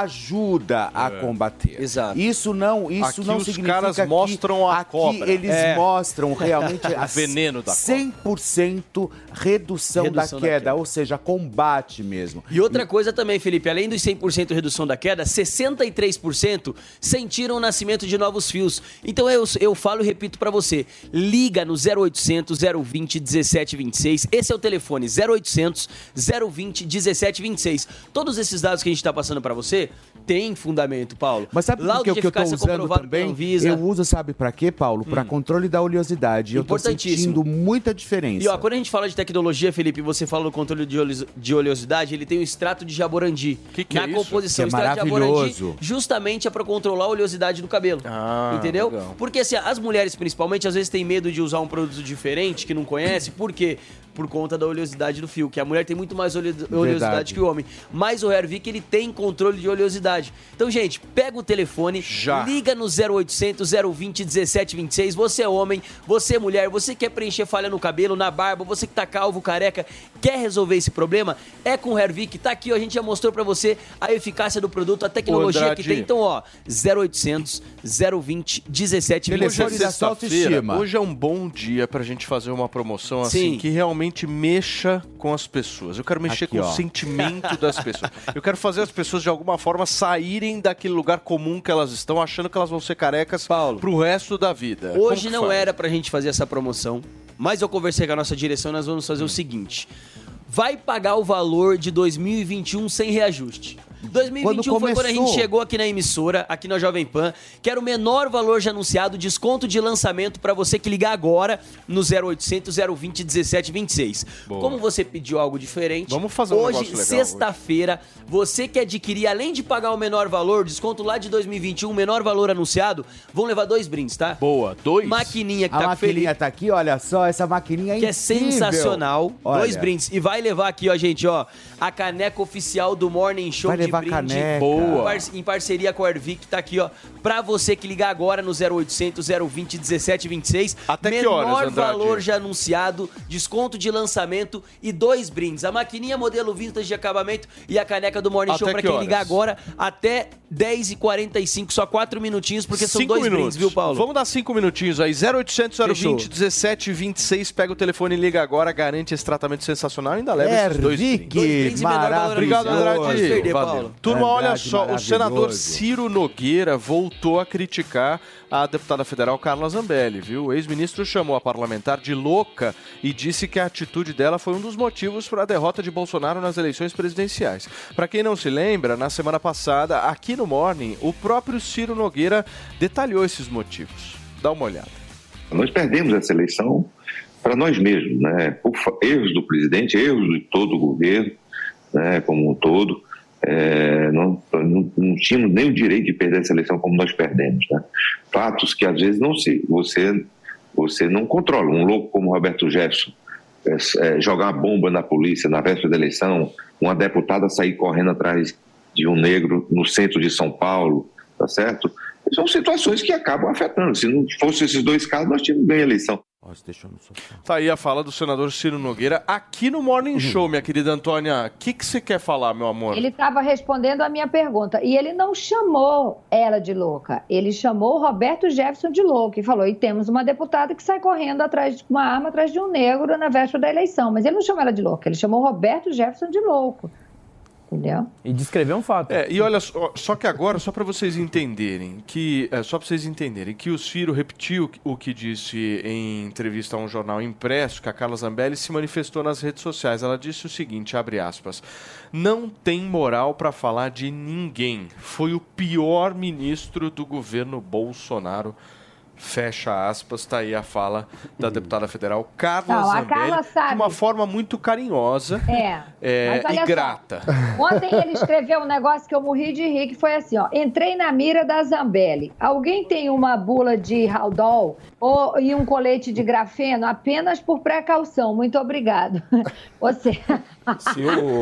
ajuda a combater. Exato. Isso não, isso Aqui não os significa caras que mostram a aqui cobra. eles É. mostram realmente O veneno da cobra. cem por cento redução, Redução da, da queda, queda. ou seja, combate mesmo. E outra coisa também, Felipe, além dos cem por cento redução da queda, sessenta e três por cento sentiram o nascimento de novos fios. Então eu, eu falo e repito pra você, liga no zero oitocentos, zero vinte, dezessete vinte e seis, esse é o telefone, zero oitocentos, zero vinte, dezessete vinte e seis. Todos esses dados que a gente tá passando pra você, tem fundamento, Paulo. Mas sabe Laudo o que, de que eu tô eficácia usando comprovado também? pela Anvisa. Eu uso, sabe pra quê, Paulo? Pra controle da oleosidade. Eu tô Importantíssimo. sentindo muita diferença. E ó, quando a gente fala de tecnologia, Felipe, você fala do controle de, oleos- de oleosidade, ele tem o extrato de jaborandi. Que que Na é isso? composição, Que o é extrato de maravilhoso. jaborandi justamente é para controlar a oleosidade do cabelo. Ah, entendeu? legal. Porque assim, as mulheres principalmente às vezes têm medo de usar um produto diferente que não conhece, por quê? Por conta da oleosidade do fio, que a mulher tem muito mais oleo- oleosidade Verdade. que o homem. Mas o Hervik, ele tem controle de oleosidade. Então, gente, pega o telefone, Já. liga no zero oitocentos, zero vinte, dezessete vinte e seis. Você é homem, você é mulher, você quer preencher falha no cabelo, na barba, você que tá calvo, careca, quer resolver esse problema? É com o Hervik. Tá aqui, ó, a gente já mostrou pra você a eficácia do produto, a tecnologia Andrade. que tem. Então, ó, zero oitocentos, zero vinte, dezessete vinte e seis. Telefone da sua Sexta-feira, autoestima. hoje é um bom dia pra gente fazer uma promoção assim Sim. que realmente mexa com as pessoas. Eu quero mexer Aqui, com ó. o sentimento das pessoas. Eu quero fazer as pessoas de alguma forma saírem daquele lugar comum que elas estão, achando que elas vão ser carecas Paulo, pro resto da vida. Hoje Como que não faz? era pra gente fazer essa promoção, mas eu conversei com a nossa direção e nós vamos fazer o seguinte. Vai pagar o valor de dois mil e vinte e um sem reajuste. dois mil e vinte e um Quando foi quando a gente começou. chegou aqui na emissora, aqui na Jovem Pan, que era o menor valor já anunciado, desconto de lançamento pra você que ligar agora no zero oitocentos, zero vinte, dezessete vinte e seis. Boa. Como você pediu algo diferente, Vamos fazer um hoje, negócio legal sexta-feira, você que adquirir, além de pagar o menor valor, desconto lá de dois mil e vinte e um, menor valor anunciado, vão levar dois brindes, tá? Boa, dois. Maquininha que A tá com o Felipe, maquininha tá aqui, olha só, essa maquininha é que é incrível. sensacional. Olha. Dois brindes. E vai levar aqui, ó, gente, ó, a caneca oficial do Morning Show Vai de levar brinde. caneca. Boa. Par- Em parceria com a Hervik, tá aqui, ó, pra você que ligar agora no zero oitocentos, zero vinte, dezessete vinte e seis. Até que Menor horas, Andrade? valor já anunciado, desconto de lançamento e dois brindes. A maquininha modelo vintage de acabamento e a caneca do Morning Até Show pra que quem horas? ligar agora até dez e quarenta e cinco, só quatro minutinhos, porque são Cinco dois minutos. brindes, viu, Paulo? Vamos dar cinco minutinhos aí. zero oitocentos, zero vinte, Fechou. dezessete vinte e seis. Pega o telefone e liga agora. Garante esse tratamento sensacional e ainda leva esses dois brindes. Hervik, Dois brindes e menor valor maravilhoso. Obrigado, Andrade. Pode perder, Valeu. Paulo. Turma, olha Andrade, só, o senador maravilhoso. Ciro Nogueira voltou a criticar a deputada federal Carla Zambelli, viu? O ex-ministro chamou a parlamentar de louca e disse que a atitude dela foi um dos motivos para a derrota de Bolsonaro nas eleições presidenciais. Para quem não se lembra, na semana passada, aqui no Morning, o próprio Ciro Nogueira detalhou esses motivos. Dá uma olhada. Nós perdemos essa eleição para nós mesmos, né? Por fa- erros do presidente, erros de todo o governo, né? Como um todo. É, não, não, não tínhamos nem o direito de perder essa eleição como nós perdemos, né? Fatos que às vezes não se, você, você não controla. Um louco como Roberto Jefferson é, é, jogar uma bomba na polícia na véspera da eleição, uma deputada sair correndo atrás de um negro no centro de São Paulo, tá certo? São situações que acabam afetando. Se não fossem esses dois casos, nós tínhamos ganho a eleição. Tá aí a fala do senador Ciro Nogueira aqui no Morning Show, minha querida Antônia. O que que você quer falar, meu amor? Ele estava respondendo a minha pergunta. E ele não chamou ela de louca. Ele chamou o Roberto Jefferson de louco e falou: e temos uma deputada que sai correndo atrás de uma arma atrás de um negro na véspera da eleição. Mas ele não chamou ela de louca, ele chamou o Roberto Jefferson de louco. Entendeu? E descrever um fato. É, e olha só, só que agora, só para vocês entenderem, que é, só para vocês entenderem que o Ciro repetiu o que disse em entrevista a um jornal impresso, que a Carla Zambelli se manifestou nas redes sociais. Ela disse o seguinte, abre aspas: não tem moral para falar de ninguém. Foi o pior ministro do governo Bolsonaro. Fecha aspas, tá aí a fala da deputada federal Carla Não, a Zambelli, Carla sabe. de uma forma muito carinhosa É, é, mas olha e só. grata. Ontem ele escreveu um negócio que eu morri de rir, que foi assim, ó. Entrei na mira da Zambelli. Alguém tem uma bula de Haldol ou, e um colete de grafeno apenas por precaução. Muito obrigado. Você... Se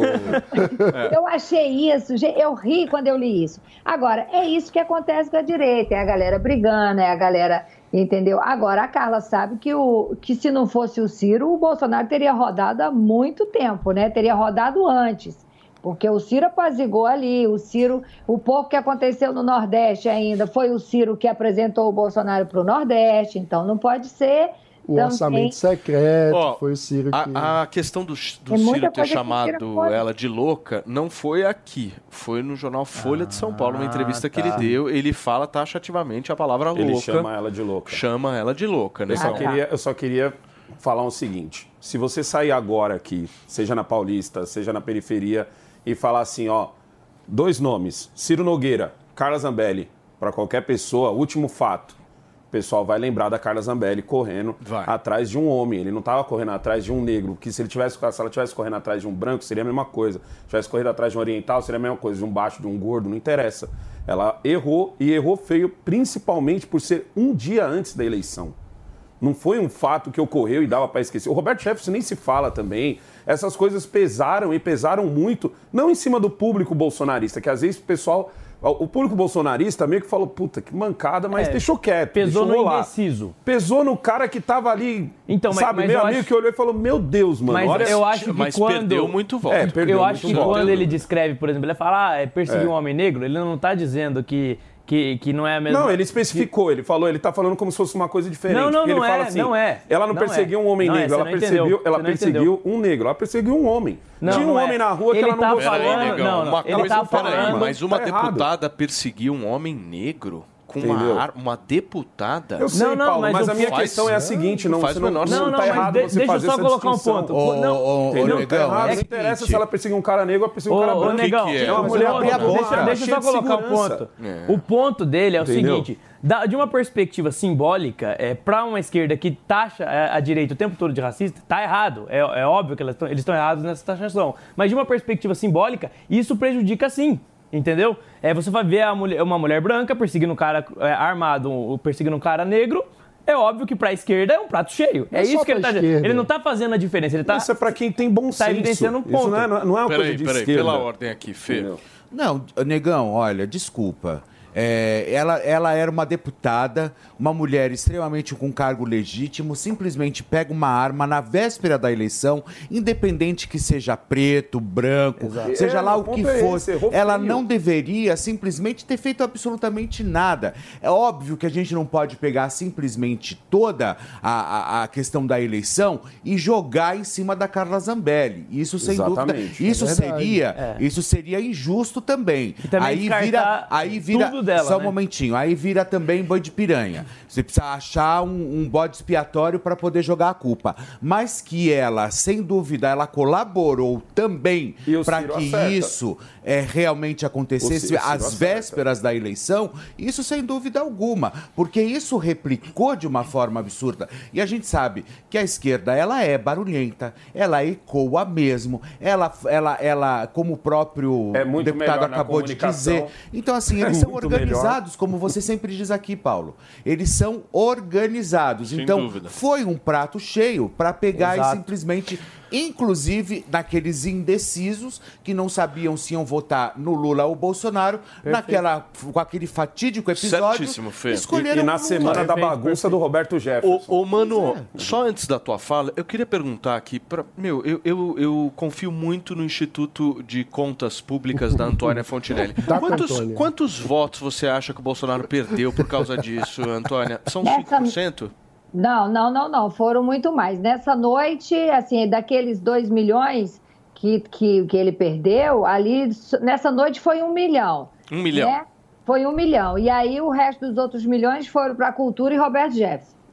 o- Eu achei isso, gente, eu ri quando eu li isso. Agora, é isso que acontece com a direita, é a galera brigando, é a galera, entendeu? Agora, a Carla sabe que, o, que se não fosse o Ciro, o Bolsonaro teria rodado há muito tempo, né? Teria rodado antes, porque o Ciro apazigou ali, o Ciro, o pouco que aconteceu no Nordeste ainda, foi o Ciro que apresentou o Bolsonaro para o Nordeste, então não pode ser... O também... orçamento secreto, Ó, foi o Ciro que... A, a questão do, do É muita Ciro ter coisa que chamado tira fora. ela de louca não foi aqui, foi no jornal Folha de São Paulo, uma entrevista que tá. ele deu. Ele fala taxativamente a palavra louca. Ele chama ela de louca. Chama ela de louca, né? Eu só, Ah, tá. queria, eu só queria falar o seguinte: se você sair agora aqui, seja na Paulista, seja na periferia, e falar assim, ó, dois nomes, Ciro Nogueira, Carla Zambelli, para qualquer pessoa, último fato, o pessoal vai lembrar da Carla Zambelli correndo Vai. atrás de um homem. Ele não estava correndo atrás de um negro, que se ele tivesse, se ela tivesse correndo atrás de um branco, seria a mesma coisa. Se tivesse correndo atrás de um oriental, seria a mesma coisa. De um baixo, de um gordo, não interessa. Ela errou, e errou feio, principalmente por ser um dia antes da eleição. Não foi um fato que ocorreu e dava para esquecer. O Roberto Jefferson nem se fala também. Essas coisas pesaram e pesaram muito, não em cima do público bolsonarista, que às vezes o pessoal... O público bolsonarista meio que falou, puta, que mancada, mas É, deixou quieto. pesou deixou no rolar. indeciso. Pesou no cara que tava ali, Então, mas- sabe, mas meu eu amigo acho- que olhou e falou, meu Deus, mano, Mas olha... eu acho que Mas quando... perdeu muito voto. É, perdeu eu acho muito que voto. quando ele descreve, por exemplo, ele fala, ah, é perseguir É. um homem negro, ele não tá dizendo que, que, que não é a mesma... Não, ele especificou, ele falou, ele tá falando como se fosse uma coisa diferente. Não, não, porque ele não fala é, assim, não é. Ela não, Não perseguiu é. um homem Não é, negro, você ela não perseguiu, entendeu, ela você não perseguiu um negro, ela perseguiu um homem. Não, Tinha um não é. homem na rua que Ele ela não tá gostou. falando- Negão, não, não, uma ele coisa, tá peraí, falando- mas uma Tá errado. deputada perseguiu um homem negro com Entendeu? uma arma, uma deputada? Eu sei, Não, não, Paulo, mas mas, o a minha faz- questão é a seguinte, não, não faz você o não, menor não, Não, não, tá mas errado de- você deixa eu fazer só essa colocar um distinção. ponto. Ô, Não, ô, ô, Entendeu? Negão, Tá errado, é não interessa seguinte, se ela perseguir um cara negro ou perseguir um Ô, cara ô, branco. Negão, que é? É uma ô, mulher ô, abrir a boca, deixa, deixa eu cheia só de colocar um segurança. ponto. É. O ponto dele é o Entendeu? seguinte, da- de uma perspectiva simbólica, é, para uma esquerda que taxa a, a direita o tempo todo de racista, tá errado. É, é óbvio que elas tão- eles estão errados nessa taxação. Mas de uma perspectiva simbólica, isso prejudica sim. Entendeu? É, você vai ver a mulher- uma mulher branca perseguindo um cara é, armado, um- perseguindo um cara negro. É óbvio que pra esquerda é um prato cheio. Não É é só isso que ele pra tá esquerda. Ele não tá fazendo a diferença. Ele tá. Isso é pra quem tem bom senso. Tá evidenciando um Isso ponto. não é, não é uma coisa Peraí, de peraí, esquerda. pela ordem aqui, Fê. Entendeu? Não, Negão, olha, desculpa. É, ela, ela era uma deputada, uma mulher extremamente com cargo legítimo, simplesmente pega uma arma na véspera da eleição, independente que seja preto, branco, seja É, lá meu o que ponto é fosse, esse, errou ela feio. não deveria simplesmente ter feito absolutamente nada. É óbvio que a gente não pode pegar simplesmente toda a, a, a questão da eleição e jogar em cima da Carla Zambelli. Isso, sem Exatamente, dúvida, é isso verdade. seria, É. isso seria injusto também. E também aí descartar vira, aí vira, tudo dela, só um né? momentinho, aí vira também boi de piranha. Você precisa achar um, um bode expiatório para poder jogar a culpa. Mas que ela, sem dúvida, ela colaborou também E o para Ciro que acerta. isso é, realmente acontecesse O Ciro às acerta. vésperas da eleição, isso sem dúvida alguma, porque isso replicou de uma forma absurda. E a gente sabe que a esquerda, ela é barulhenta, ela ecoa mesmo, ela, ela, ela como o próprio É muito deputado melhor na acabou de comunicação. dizer. Então, assim, eles É são muito organizados, como você sempre diz aqui, Paulo. Eles são organizados. Sem então, dúvida. foi um prato cheio para pegar Exato. e simplesmente, inclusive, naqueles indecisos que não sabiam se iam votar no Lula ou Bolsonaro, naquela, com aquele fatídico episódio, Certíssimo, Fê. escolheram E, e na o Lula. semana da Perfeito, bagunça do Roberto Jefferson. Ô, ô, mano, só antes da tua fala, eu queria perguntar aqui, pra, meu, eu, eu, eu confio muito no Instituto de Contas Públicas da Antônia Fontinelli. Da Quantos, Antônia. quantos votos você acha que o Bolsonaro perdeu por causa disso, Antônia? São cinco por cento? Não, não, não, não. Foram muito mais. Nessa noite, assim, daqueles dois milhões que, que, que ele perdeu, ali, nessa noite foi um milhão. Um milhão. Né? Foi um milhão. E aí o resto dos outros milhões foram para a cultura e Roberto Jefferson.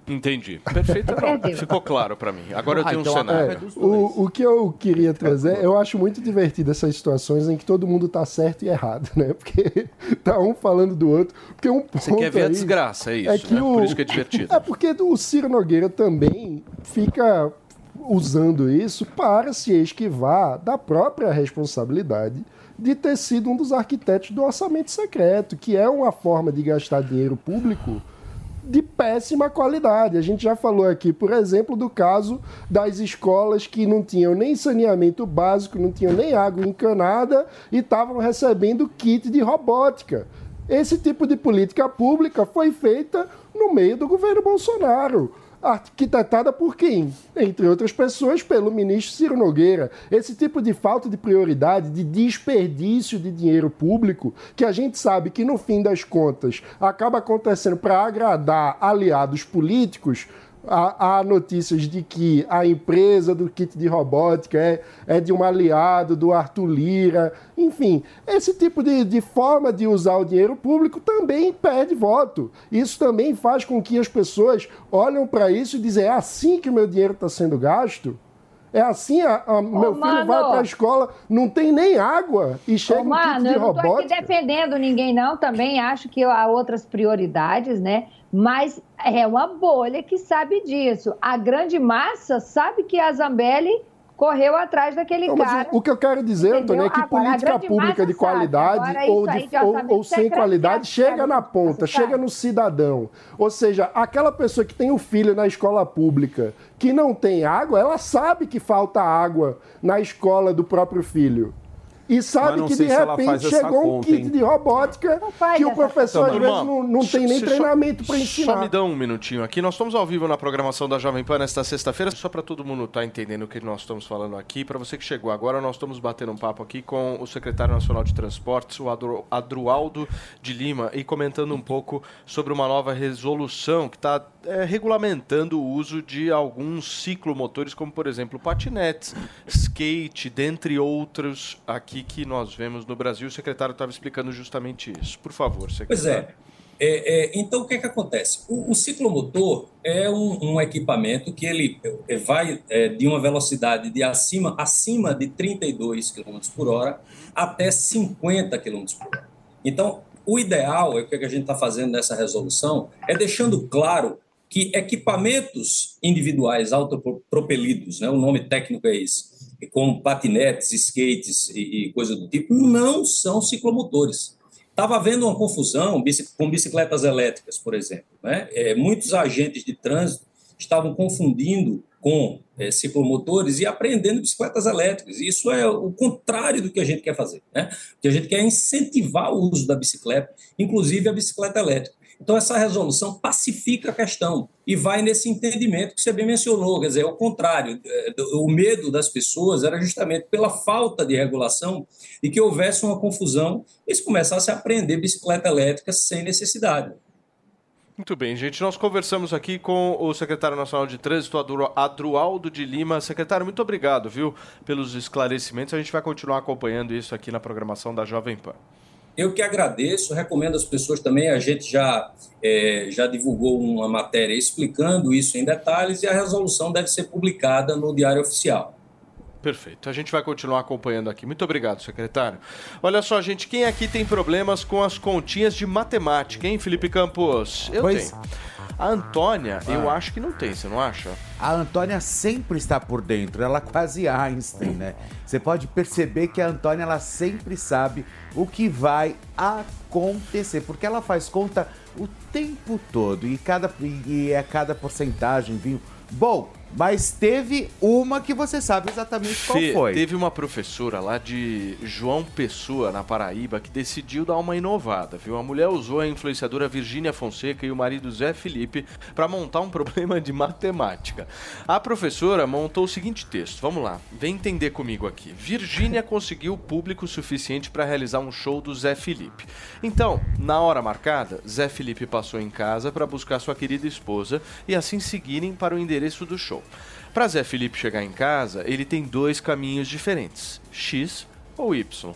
Entendi. Perfeito. Não, ficou claro para mim. Agora eu tenho ah, então, um cenário. É, o, o que eu queria trazer, eu acho muito divertido essas situações em que todo mundo tá certo e errado, né? Porque tá um falando do outro. Porque um ponto Você quer ver aí a desgraça, é isso, é que né? o, Por isso que é divertido. É porque o Ciro Nogueira também fica usando isso para se esquivar da própria responsabilidade de ter sido um dos arquitetos do orçamento secreto, que é uma forma de gastar dinheiro público de péssima qualidade. A gente já falou aqui, por exemplo, do caso das escolas que não tinham nem saneamento básico, não tinham nem água encanada e estavam recebendo kit de robótica. Esse tipo de política pública foi feita no meio do governo Bolsonaro, arquitetada por quem? Entre outras pessoas, pelo ministro Ciro Nogueira. Esse tipo de falta de prioridade, de desperdício de dinheiro público, que a gente sabe que, no fim das contas, acaba acontecendo para agradar aliados políticos. Há, há notícias de que a empresa do kit de robótica é, é de um aliado do Arthur Lira. Enfim, esse tipo de, de forma de usar o dinheiro público também perde voto. Isso também faz com que as pessoas olhem para isso e dizem: é assim que o meu dinheiro está sendo gasto? É assim, a, a, Ô, meu filho mano, vai para a escola, não tem nem água e chega Ô, um mano, kit de robótica. Eu não estou aqui defendendo ninguém, não. Também acho que há outras prioridades, né? Mas é uma bolha que sabe disso. A grande massa sabe que a Zambelli correu atrás daquele não, cara. O, o que eu quero dizer, Antônio, é que Agora, política pública de qualidade sabe. ou, de, ou, ou sem qualidade chega na ponta, chega no cidadão. Ou seja, aquela pessoa que tem o filho na escola pública, que não tem água, ela sabe que falta água na escola do próprio filho. E sabe que, de repente, chegou um conta, kit hein? de robótica que o professor, às vezes, não, não tem nem treinamento para ensinar. Só me dá um minutinho aqui. Nós estamos ao vivo na programação da Jovem Pan nesta sexta-feira. Só para todo mundo estar tá entendendo o que nós estamos falando aqui. Para você que chegou agora, nós estamos batendo um papo aqui com o secretário nacional de Transportes, o Adroaldo de Lima, e comentando um pouco sobre uma nova resolução que está é, regulamentando o uso de alguns ciclomotores, como, por exemplo, patinetes, skate, dentre outros aqui que nós vemos no Brasil. O secretário estava explicando justamente isso. Por favor, secretário. Pois é. é, é então, o que é que acontece? O, o ciclomotor é um, um equipamento que ele vai é, de uma velocidade de acima, acima de trinta e dois quilômetros por hora até cinquenta quilômetros por hora. Então, o ideal, é o que a gente está fazendo nessa resolução, é deixando claro que equipamentos individuais autopropelidos, né, o nome técnico é esse, como patinetes, skates e, e coisa do tipo, não são ciclomotores. Estava havendo uma confusão com bicicletas elétricas, por exemplo. Né? É, muitos agentes de trânsito estavam confundindo com é, ciclomotores e apreendendo bicicletas elétricas. Isso é o contrário do que a gente quer fazer. Né? O que a gente quer é incentivar o uso da bicicleta, inclusive a bicicleta elétrica. Então, essa resolução pacifica a questão e vai nesse entendimento que você bem mencionou, quer dizer, é o contrário. O medo das pessoas era justamente pela falta de regulação e que houvesse uma confusão e se começasse a apreender bicicleta elétrica sem necessidade. Muito bem, gente. Nós conversamos aqui com o secretário nacional de Trânsito, Adroaldo de Lima. Secretário, muito obrigado, viu, pelos esclarecimentos. A gente vai continuar acompanhando isso aqui na programação da Jovem Pan. Eu que agradeço, recomendo às pessoas também, a gente já, é, já divulgou uma matéria explicando isso em detalhes e a resolução deve ser publicada no Diário Oficial. Perfeito. A gente vai continuar acompanhando aqui. Muito obrigado, secretário. Olha só, gente, quem aqui tem problemas com as continhas de matemática, hein, Felipe Campos? Eu pois. tenho. A Antônia, ah. eu acho que não tem, você não acha? A Antônia sempre está por dentro, ela é quase Einstein, né? Você pode perceber que a Antônia, ela sempre sabe o que vai acontecer, porque ela faz conta o tempo todo, e, cada, e é cada porcentagem, viu? Bom, mas teve uma que você sabe exatamente qual Fê, foi. Teve uma professora lá de João Pessoa, na Paraíba, que decidiu dar uma inovada, viu? A mulher usou a influenciadora Virgínia Fonseca e o marido Zé Felipe para montar um problema de matemática. A professora montou o seguinte texto, vamos lá, vem entender comigo aqui. Virgínia conseguiu público suficiente para realizar um show do Zé Felipe. Então, na hora marcada, Zé Felipe passou em casa para buscar sua querida esposa e assim seguirem para o endereço do show. Para Zé Felipe chegar em casa, ele tem dois caminhos diferentes, X ou Y.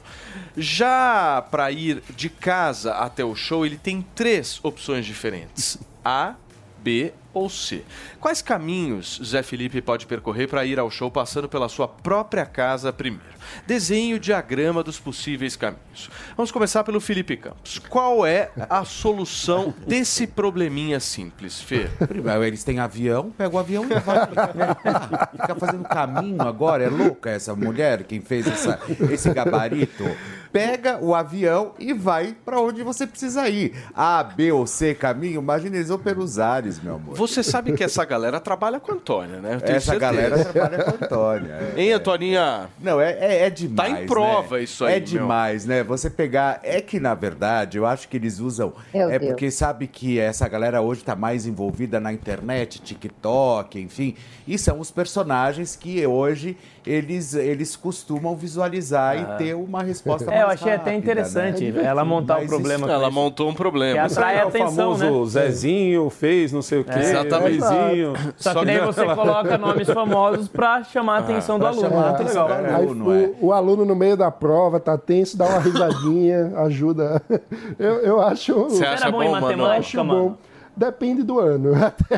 Já para ir de casa até o show, ele tem três opções diferentes, A, B Ou C. Quais caminhos Zé Felipe pode percorrer para ir ao show passando pela sua própria casa primeiro? Desenhe o diagrama dos possíveis caminhos. Vamos começar pelo Felipe Campos. Qual é a solução desse probleminha simples, Fê? Primeiro, eles têm avião, pega o avião e vai. Ah, fica fazendo caminho agora, é louca essa mulher, quem fez essa, esse gabarito. Pega o avião e vai pra onde você precisa ir. A, B ou C caminho, imagina, eles vão pelos ares, meu amor. Você sabe que essa galera trabalha com a Antônia, né? Eu tenho Essa certeza. galera trabalha com a Antônia. É, Hein, Antoninha? Não, é, é, é demais. Tá em prova né? isso aí, É meu. demais, né? Você pegar. É que, na verdade, eu acho que eles usam. Meu é Deus. porque sabe que essa galera hoje tá mais envolvida na internet, TikTok, enfim. E são os personagens que hoje eles, eles costumam visualizar Ah. e ter uma resposta É, mais eu achei até rápida, interessante né? ela montar o Mas problema. isso- com Ela isso. montou um problema. Que atrai É o atenção, famoso né? Zezinho fez não sei o quê. Exatamente. Zezinho. Só que daí você coloca nomes famosos pra chamar a atenção do pra aluno. chamar a Muito atenção legal. do Aí aluno, é. o, o aluno no meio da prova tá tenso, dá uma risadinha, ajuda. Eu, eu acho. Você Era acha bom em bom, mano? matemática, acho mano? bom. Depende do ano.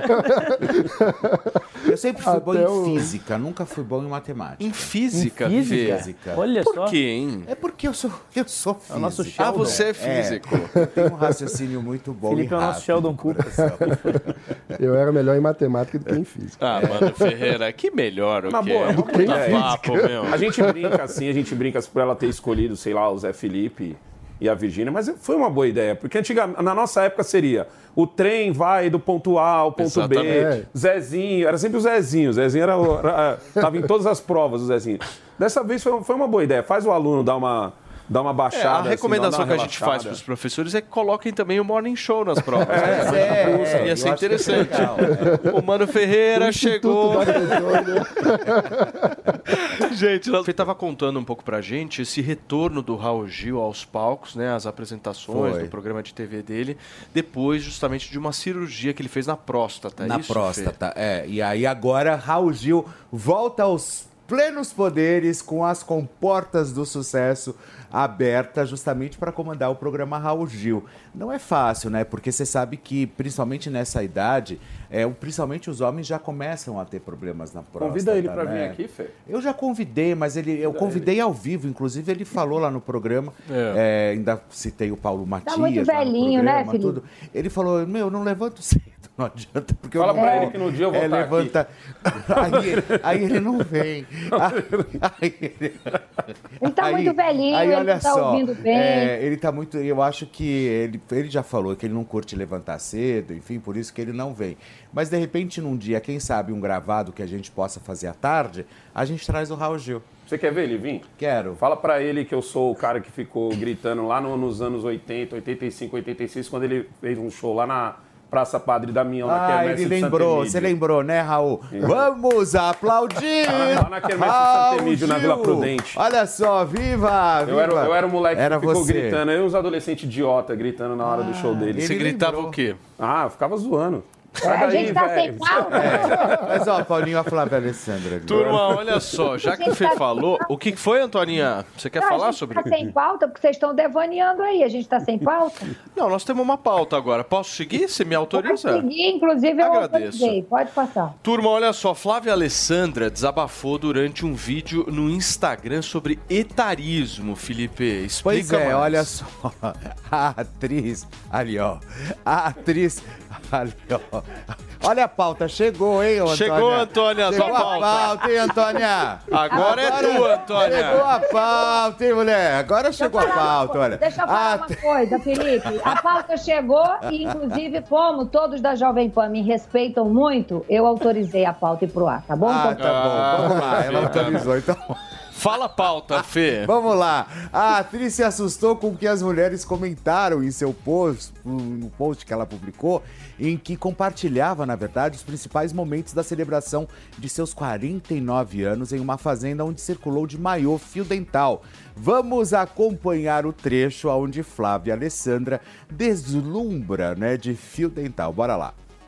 Eu sempre fui bom Até em o- física, nunca fui bom em matemática. Em física, Em física? Fê? Física. Olha Por só. quê, hein? É porque eu sou, eu sou físico. É o nosso Ah, Sheldon. você é físico. Eu tenho um raciocínio muito bom Felipe e é o nosso rápido. Sheldon Cooper. Eu era melhor em matemática do que em física. Ah, mano, Ferreira, que melhor o Na que boa, é. é uma Puta boa papo, meu. A gente brinca assim, a gente brinca por ela ter escolhido, sei lá, o Zé Felipe e a Virgínia, mas foi uma boa ideia, porque antigamente, na nossa época seria o trem vai do ponto A ao ponto B, Exatamente. Zezinho, era sempre o Zezinho, o Zezinho era, o- era, tava em todas as provas, o Zezinho. Dessa vez foi, foi uma boa ideia, faz o aluno dar uma, dar uma É, baixada. a assim, recomendação dar que uma a gente faz para relaxada. os professores é que coloquem também o Morning Show nas provas. É, é, Ia eu ser acho que é interessante. legal, é. O Mano Ferreira chegou. Tudo da Antônia. Gente, ele estava contando um pouco pra gente esse retorno do Raul Gil aos palcos, né, as apresentações Foi. do programa de T V dele, depois justamente de uma cirurgia que ele fez na próstata. é Na isso, Fê? próstata, é. E aí agora Raul Gil volta aos plenos poderes com as comportas do sucesso abertas justamente para comandar o programa Raul Gil. Não é fácil, né? Porque você sabe que, principalmente nessa idade, é, o- principalmente os homens já começam a ter problemas na próstata. Convida ele pra né? vir aqui, Fê. Eu já convidei, mas ele, eu convidei ao vivo, inclusive ele falou lá no programa, É. é, ainda citei o Paulo Matias. muito lá no velhinho, né, programa, Felipe? tudo. Ele falou, meu, não levanto cedo, não adianta, porque Fala eu não pra vou. ele que no dia eu vou é, estar levanta... aí, ele- aí ele não vem. Aí ele... Ele tá Aí- muito velhinho, aí, ele olha não tá só, ouvindo bem. é, ele tá muito. Eu acho que ele, ele já falou que ele não curte levantar cedo, enfim, por isso que ele não vem. Mas de repente, num dia, quem sabe um gravado que a gente possa fazer à tarde, a gente traz o Raul Gil. Você quer ver ele vir? Quero. Fala pra ele que eu sou o cara que ficou gritando lá no- nos anos oitenta, oitenta e cinco, oitenta e seis, quando ele fez um show lá na Praça Padre Damião, na Ah, Quermesse ele de Santo lembrou, Emílio. você lembrou, né, Raul? Vamos aplaudir! Lá na Quermesse de Raul Santo Emílio, na Gil. Vila Prudente. Olha só, viva! Eu era, viva. eu era o moleque Era que ficou você. gritando, eu e os adolescentes idiota gritando na hora do show dele. Você Ele gritava lembrou. o quê? Ah, eu ficava zoando. a Sai daí, gente tá velho. sem pauta. Mas ó, Paulinho, a Flávia Alessandra. ali. Turma, olha só, já que o Fê falou, o que que foi, Antoninha? Você quer Não, a falar gente sobre tá sem pauta porque vocês estão devaneando aí. A gente tá sem pauta. Não, nós temos uma pauta agora. Posso seguir? Você me Pode autoriza? seguir, inclusive eu Agradeço. autorizei. Pode passar. Turma, olha só, Flávia Alessandra desabafou durante um vídeo no Instagram sobre etarismo, Felipe. Explica Pois é, mais. olha só, a atriz, ali ó, a atriz, ali ó, olha a pauta, chegou, hein, Antônia? Chegou, Antônia, a Chegou tua a pauta. pauta, hein, Antônia? Agora é tua, Antônia. Chegou a pauta, hein, mulher? Agora chegou a Deixa eu falar uma pauta, coisa, olha. Deixa eu falar A uma coisa, Felipe. A pauta chegou e, inclusive, como todos da Jovem Pan me respeitam muito, eu autorizei a pauta ir pro ar, tá bom? Ah, Então, tá bom, vamos lá, ela Ah, autorizou, então... Fala a pauta, Fê. Vamos lá. A atriz se assustou com o que as mulheres comentaram em seu post, no post que ela publicou, em que compartilhava, na verdade, os principais momentos da celebração de seus quarenta e nove anos em uma fazenda onde circulou de maiô fio dental. Vamos acompanhar o trecho onde Flávia Alessandra deslumbra, né, de fio dental. Bora lá.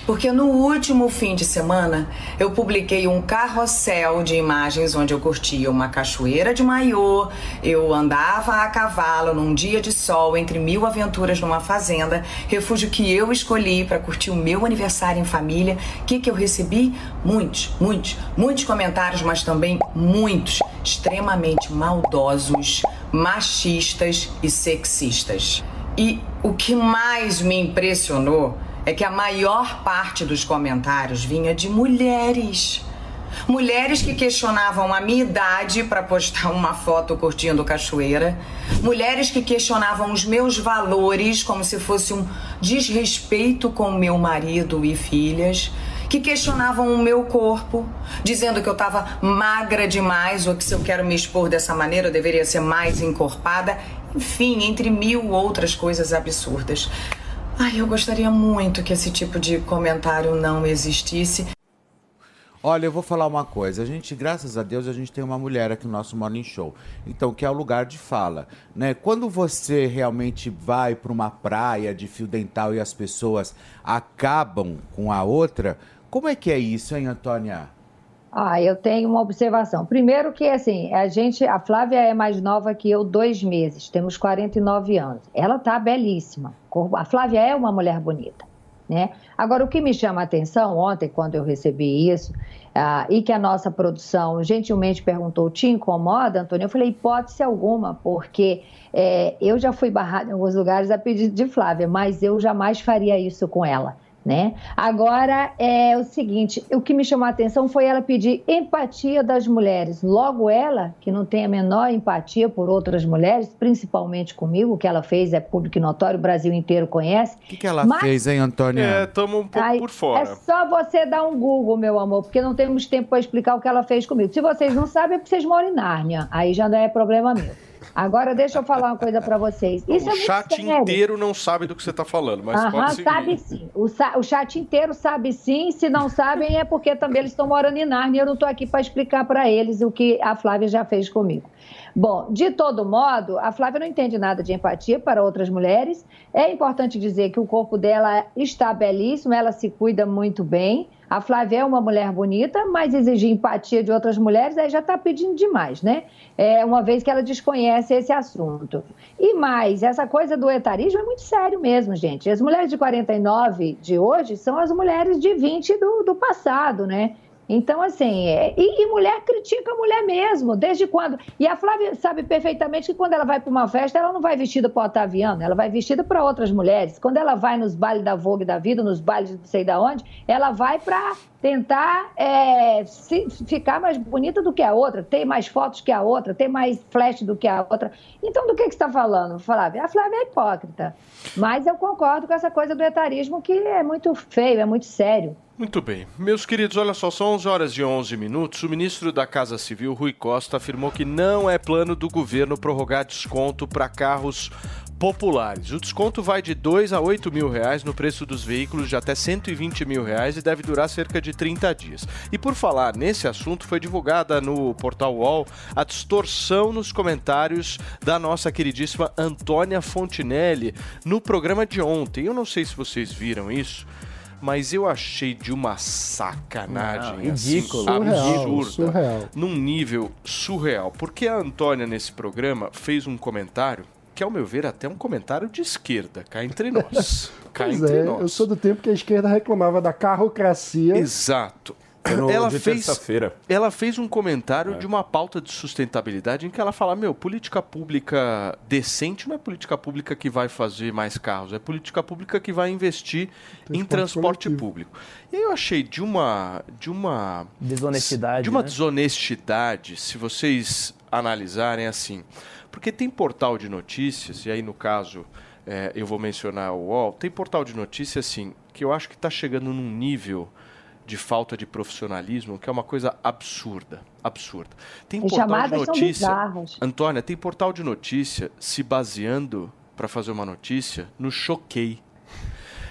Porque no último fim de semana eu publiquei um carrossel de imagens onde eu curtia uma cachoeira de maiô, eu andava a cavalo num dia de sol entre mil aventuras numa fazenda, refúgio que eu escolhi para curtir o meu aniversário em família. O que, que eu recebi? Muitos, muitos, muitos comentários, mas também muitos extremamente maldosos, machistas e sexistas. E o que mais me impressionou é que a maior parte dos comentários vinha de mulheres. Mulheres que questionavam a minha idade para postar uma foto curtindo cachoeira. Mulheres que questionavam os meus valores como se fosse um desrespeito com meu marido e filhas. Que questionavam o meu corpo, dizendo que eu estava magra demais ou que se eu quero me expor dessa maneira eu deveria ser mais encorpada. Enfim, entre mil outras coisas absurdas. Ai, eu gostaria muito que esse tipo de comentário não existisse. Olha, eu vou falar uma coisa. A gente, graças a Deus, a gente tem uma mulher aqui no nosso Morning Show. Então, que é o lugar de fala, né? Quando você realmente vai para uma praia de fio dental e as pessoas acabam com a outra, como é que é isso, hein, Antônia? Ah, eu tenho uma observação. Primeiro que, assim, a gente, a Flávia é mais nova que eu, dois meses. Temos quarenta e nove anos. Ela tá belíssima. A Flávia é uma mulher bonita, né? Agora, o que me chama a atenção ontem, quando eu recebi isso, ah, e que a nossa produção gentilmente perguntou, te incomoda, Antônio? Eu falei, hipótese alguma, porque é, eu já fui barrada em alguns lugares a pedido de Flávia, mas eu jamais faria isso com ela. Né? Agora, é o seguinte, o que me chamou a atenção foi ela pedir empatia das mulheres. Logo ela, que não tem a menor empatia por outras mulheres, principalmente comigo, o que ela fez é público e notório, o Brasil inteiro conhece. O que, que ela Mas... fez, hein, Antônia? É, estamos um pouco Ai, por fora. É só você dar um Google, meu amor, porque não temos tempo para explicar o que ela fez comigo. Se vocês não sabem, é porque vocês moram em Nárnia. Aí já não é problema meu. Agora, deixa eu falar uma coisa pra vocês. Isso o é muito chat sério. inteiro não sabe do que você está falando, mas Aham, pode seguir. sabe sim. O, o chat inteiro sabe sim. Se não sabem, é porque também eles estão morando em Nárnia. Eu não estou aqui para explicar para eles o que a Flávia já fez comigo. Bom, de todo modo, a Flávia não entende nada de empatia para outras mulheres. É importante dizer que o corpo dela está belíssimo, ela se cuida muito bem. A Flávia é uma mulher bonita, mas exigir empatia de outras mulheres aí já está pedindo demais, né? É, uma vez que ela desconhece esse assunto. E mais, essa coisa do etarismo é muito sério mesmo, gente. As mulheres de quarenta e nove de hoje são as mulheres de vinte do, do passado, né? Então, assim, é, e, e mulher critica a mulher mesmo, desde quando? E a Flávia sabe perfeitamente que quando ela vai para uma festa, ela não vai vestida para o Otaviano, ela vai vestida para outras mulheres. Quando ela vai nos bailes da Vogue da vida, nos bailes de não sei de onde, ela vai para tentar é, se, ficar mais bonita do que a outra, ter mais fotos que a outra, ter mais flash do que a outra. Então, do que, que você está falando, Flávia? A Flávia é hipócrita. Mas eu concordo com essa coisa do etarismo, que é muito feio, é muito sério. Muito bem. Meus queridos, olha só, são onze horas e onze minutos. O ministro da Casa Civil, Rui Costa, afirmou que não é plano do governo prorrogar desconto para carros populares. O desconto vai de dois a oito mil reais no preço dos veículos de até cento e vinte mil reais e deve durar cerca de trinta dias. E por falar nesse assunto, foi divulgada no portal U O L a distorção nos comentários da nossa queridíssima Antônia Fontinelli no programa de ontem. Eu não sei se vocês viram isso, mas eu achei de uma sacanagem, não, ridículo, assim, surreal, absurda, surreal. num nível surreal. Porque a Antônia, nesse programa, fez um comentário que, ao meu ver, até um comentário de esquerda, cá entre nós. cá Pois entre é, nós. eu sou do tempo que a esquerda reclamava da carrocracia. Exato. No, ela de fez, terça-feira. ela fez um comentário É. de uma pauta de sustentabilidade em que ela fala, meu, política pública decente não é política pública que vai fazer mais carros, é política pública que vai investir Transporte em transporte coletivo. público. E aí eu achei de uma... De uma Desonestidade, De uma né? desonestidade, se vocês analisarem assim. Porque tem portal de notícias, e aí no caso é, eu vou mencionar o U O L, tem portal de notícias assim, que eu acho que está chegando num nível de falta de profissionalismo, que é uma coisa absurda, absurda. Tem As portal de chamadas são notícia, bizarras. Antônia, tem portal de notícia se baseando para fazer uma notícia no Choquei.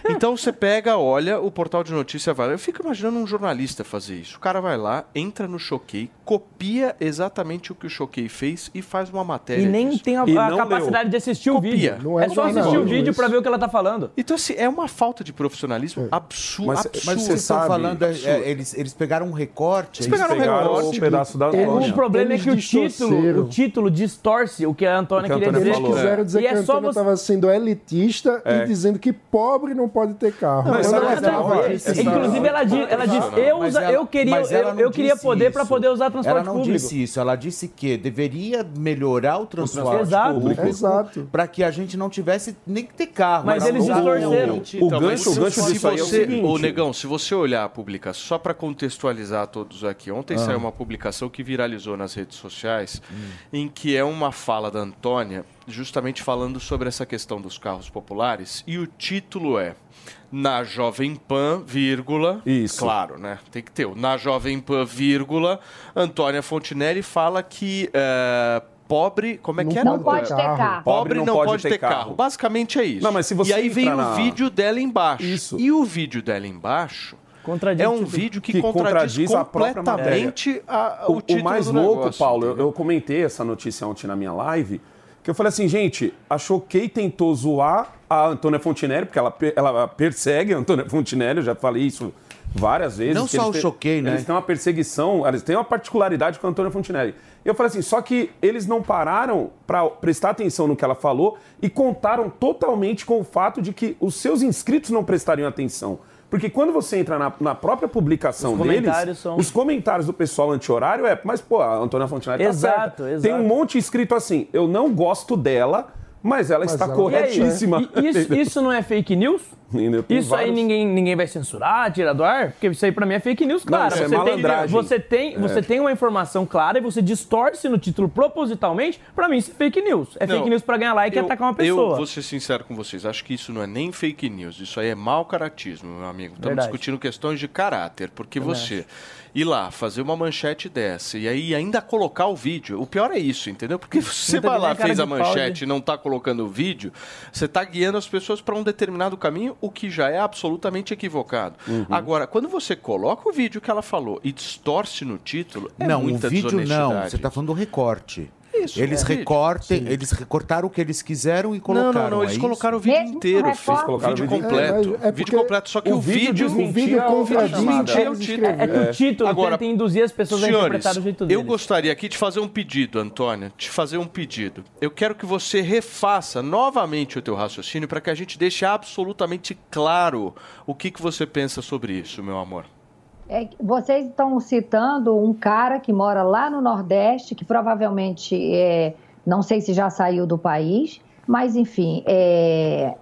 Então você pega, olha, o portal de notícia vai lá. Eu fico imaginando um jornalista fazer isso. O cara vai lá, entra no Choquei, copia exatamente o que o Choquei fez e faz uma matéria E nem disso. tem a, E a não capacidade leu. de assistir o Copia. vídeo. Não é, é só assistir jornalismo o vídeo isso. pra ver o que ela tá falando. Então, assim, é uma falta de profissionalismo absurdo. Mas, absurdo. mas vocês estão falando, é, absurdo. é, eles, eles pegaram um recorte. Eles pegaram um recorte. um pedaço da Antônia. O problema Eles é que o título, distorceram. o título distorce o que a Antônia O que a queria Antônia dizer. falou. Eles quiseram dizer E que é a só Antônia você... estava sendo elitista É. e dizendo que pobre não pode ter carro. Não, mas Quando nada ela a tava- ver. Inclusive, ela diz, ela diz eu, Mas usa, ela- eu queria, mas ela eu, não eu queria disse poder para isso. poder usar transporte Ela não público. disse isso, ela disse que deveria melhorar o transporte Exato. público Exato. para que a gente não tivesse nem que ter carro. Mas eles distorceram. Então, O gancho- mas o gancho se disso aí é o você, seguinte. ô, Negão, se você olhar a publicação, só para contextualizar todos aqui, ontem Ah. saiu uma publicação que viralizou nas redes sociais, em que é uma fala da Antônia, justamente falando sobre essa questão dos carros populares, e o título é Na Jovem Pan, vírgula, Isso. claro, né? Tem que ter o Na Jovem Pan, vírgula, Antônia Fontinelli fala que eh, pobre, como é que é? Não pode ter carro. Pobre não, pode, ter carro. Basicamente é isso. Não, mas se você e aí vem entra o na- vídeo dela embaixo. Isso. E o vídeo dela embaixo Contradiz é um tudo. vídeo que, Que contradiz, contradiz a própria completamente a, o, O, título o mais do louco, negócio, Paulo, eu, entendeu? eu comentei essa notícia ontem na minha live, que eu falei assim, gente, a Choquei tentou zoar a Antônia Fontinelli, porque ela, per- ela persegue a Antônia Fontinelli, eu já falei isso várias vezes. Não que só eles o têm- Choquei, né? Eles têm uma perseguição, eles têm uma particularidade com a Antônia Fontinelli. E eu falei assim, só que eles não pararam para prestar atenção no que ela falou e contaram totalmente com o fato de que os seus inscritos não prestariam atenção. Porque quando você entra na, na própria publicação Os deles, comentários são- os comentários do pessoal anti-horário é, mas pô, a Antônia Fontinelli tá Exato, certa. exato. Tem um monte escrito assim, eu não gosto dela, mas ela Mas está ela- corretíssima. E aí, isso, isso não é fake news? Entendeu? Tem Isso aí vários- ninguém, ninguém vai censurar, tirar do ar? Porque isso aí pra mim é fake news, claro. isso é você, tem, malandragem. você, tem, você É. tem uma informação clara e você distorce no título propositalmente, pra mim isso é fake news. É Não, fake news pra ganhar like eu, e atacar uma pessoa. Eu vou ser sincero com vocês, acho que isso não é nem fake news, isso aí é mau caratismo, meu amigo. Estamos Verdade. discutindo questões de caráter, porque Também você ir lá, fazer uma manchete dessa e aí ainda colocar o vídeo, o pior é isso, entendeu? Porque você Não tem vai lá, nem cara fez a de pau manchete de- e não tá colocando o vídeo, você tá guiando as pessoas para um determinado caminho, o que já é absolutamente equivocado. Uhum. Agora, quando você coloca o vídeo que ela falou e distorce no título, é não, o muita vídeo não, desonestidade. você está falando do recorte. Isso, eles é vídeo. recortem, eles recortaram o que eles quiseram e Não, colocaram. não, não, eles é colocaram isso? o vídeo Mesmo inteiro, com filho. recorte? Colocaram Vídeo o vídeo- completo. É, mas é vídeo porque completo, só que o o, vídeo vídeo... desmentia o vídeo a contradiz chamada. o que É o eles título. É, é que o título Agora, tenta induzir as pessoas a Senhores, interpretar do jeito eu deles. gostaria aqui de fazer um pedido, Antônia, de fazer um pedido. Eu quero que você refaça novamente o teu raciocínio para que a gente deixe absolutamente claro o que, que você pensa sobre isso, meu amor. É que vocês estão citando um cara que mora lá no Nordeste, que provavelmente, é, não sei se já saiu do país, mas enfim, é,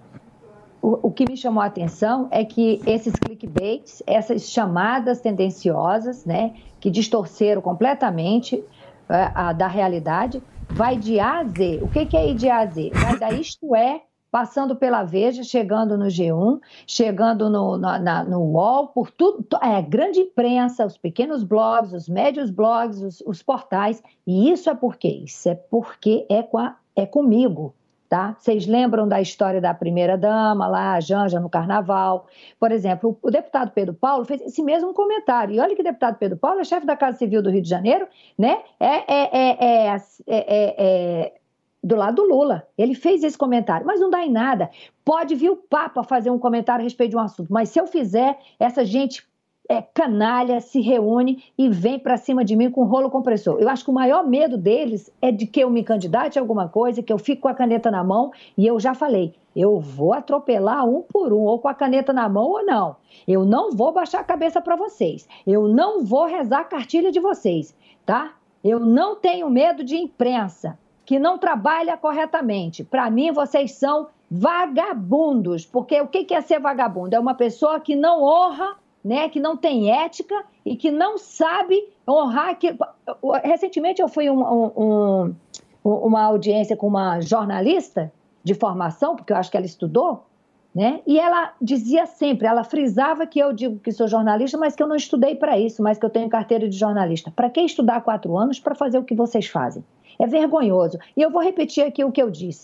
o, o que me chamou a atenção é que esses clickbaits, essas chamadas tendenciosas, né, que distorceram completamente é, a, da realidade, vai de A a Z. O que, que é ir de A a Z? Vai da Isto É, passando pela Veja, chegando no G um, chegando no, na, na, no U O L, por tudo, é, a grande imprensa, os pequenos blogs, os médios blogs, os, os portais, e isso é por quê? Isso é porque é, com a, é comigo, tá? Vocês lembram da história da primeira-dama lá, a Janja, no Carnaval? Por exemplo, o, o deputado Pedro Paulo fez esse mesmo comentário, e olha que o deputado Pedro Paulo é chefe da Casa Civil do Rio de Janeiro, né? É, é, é, é, é, é, é do lado do Lula. Ele fez esse comentário, mas não dá em nada. Pode vir o Papa fazer um comentário a respeito de um assunto, mas se eu fizer, essa gente é, canalha se reúne e vem para cima de mim com rolo compressor. Eu acho que o maior medo deles é de que eu me candidate a alguma coisa, que eu fique com a caneta na mão, e eu já falei, eu vou atropelar um por um, ou com a caneta na mão ou não. Eu não vou baixar a cabeça para vocês. Eu não vou rezar a cartilha de vocês, tá? Eu não tenho medo de imprensa que não trabalha corretamente. Para mim, vocês são vagabundos, porque o que é ser vagabundo? É uma pessoa que não honra, né, que não tem ética e que não sabe honrar. Que... Recentemente eu fui um, um, um, uma audiência com uma jornalista de formação, porque eu acho que ela estudou, né? E ela dizia sempre, ela frisava que eu digo que sou jornalista, mas que eu não estudei para isso, mas que eu tenho carteira de jornalista. Para que estudar quatro anos para fazer o que vocês fazem? É vergonhoso. E eu vou repetir aqui o que eu disse.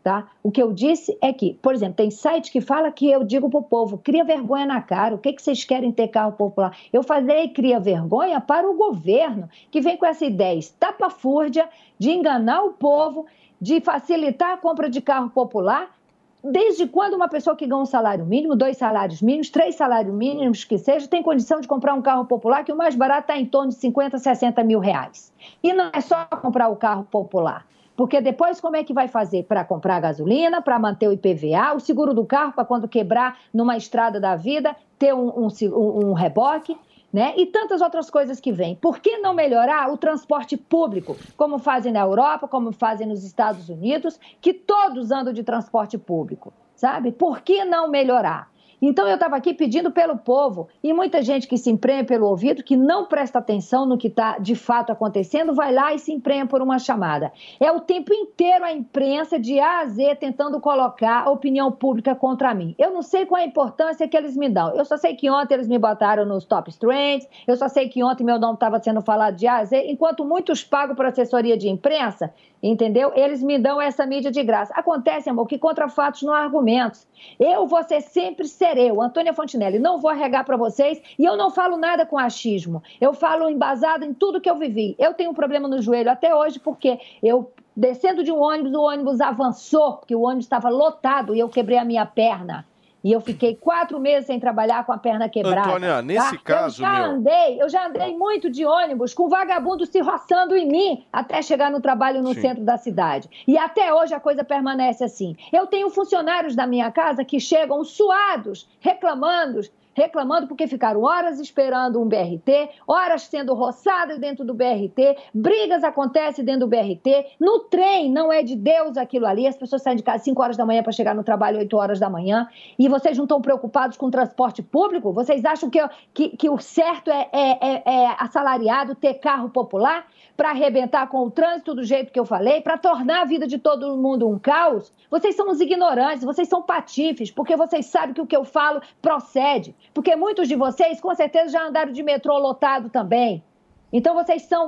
tá? O que eu disse é que, por exemplo, tem site que fala que eu digo pro povo, cria vergonha na cara, o que, que vocês querem ter carro popular? Eu falei, cria vergonha para o governo, que vem com essa ideia estapafúrdia de enganar o povo, de facilitar a compra de carro popular. Desde quando uma pessoa que ganha um salário mínimo, dois salários mínimos, três salários mínimos que seja, tem condição de comprar um carro popular que o mais barato está em torno de cinquenta, sessenta mil reais. E não é só comprar o carro popular. Porque depois como é que vai fazer para comprar gasolina, para manter o I P V A, o seguro do carro para quando quebrar numa estrada da vida, ter um, um, um reboque, né? E tantas outras coisas que vêm. Por que não melhorar o transporte público, como fazem na Europa, como fazem nos Estados Unidos, que todos andam de transporte público, sabe? Por que não melhorar? Então, eu estava aqui pedindo pelo povo, e muita gente que se emprenha pelo ouvido, que não presta atenção no que está de fato acontecendo, vai lá e se emprenha por uma chamada. É o tempo inteiro a imprensa, de A a Z, tentando colocar a opinião pública contra mim. Eu não sei qual a importância que eles me dão. Eu só sei que ontem eles me botaram nos top trends, eu só sei que ontem meu nome estava sendo falado de A a Z, enquanto muitos pagam por assessoria de imprensa, entendeu? Eles me dão essa mídia de graça. Acontece, amor, que contra fatos não há argumentos. Eu vou ser sempre ser eu, Antônia Fontinelli, não vou arregar para vocês e eu não falo nada com achismo. Eu falo embasado em tudo que eu vivi. Eu tenho um problema no joelho até hoje porque eu, descendo de um ônibus, o ônibus avançou, porque o ônibus estava lotado e eu quebrei a minha perna. E eu fiquei quatro meses sem trabalhar com a perna quebrada. Antônia, nesse tá? caso, eu já meu... andei, eu já andei muito de ônibus com vagabundo se roçando em mim até chegar no trabalho no Sim. centro da cidade. E até hoje a coisa permanece assim. Eu tenho funcionários da minha casa que chegam suados, reclamando, reclamando porque ficaram horas esperando um B R T, horas sendo roçadas dentro do B R T, brigas acontecem dentro do B R T, no trem não é de Deus aquilo ali, as pessoas saem de casa cinco horas da manhã para chegar no trabalho oito horas da manhã, e vocês não estão preocupados com o transporte público? Vocês acham que, que, que o certo é, é, é, é assalariado ter carro popular para arrebentar com o trânsito do jeito que eu falei, para tornar a vida de todo mundo um caos? Vocês são os ignorantes, vocês são patifes, porque vocês sabem que o que eu falo procede. Porque muitos de vocês, com certeza, já andaram de metrô lotado também. Então, vocês são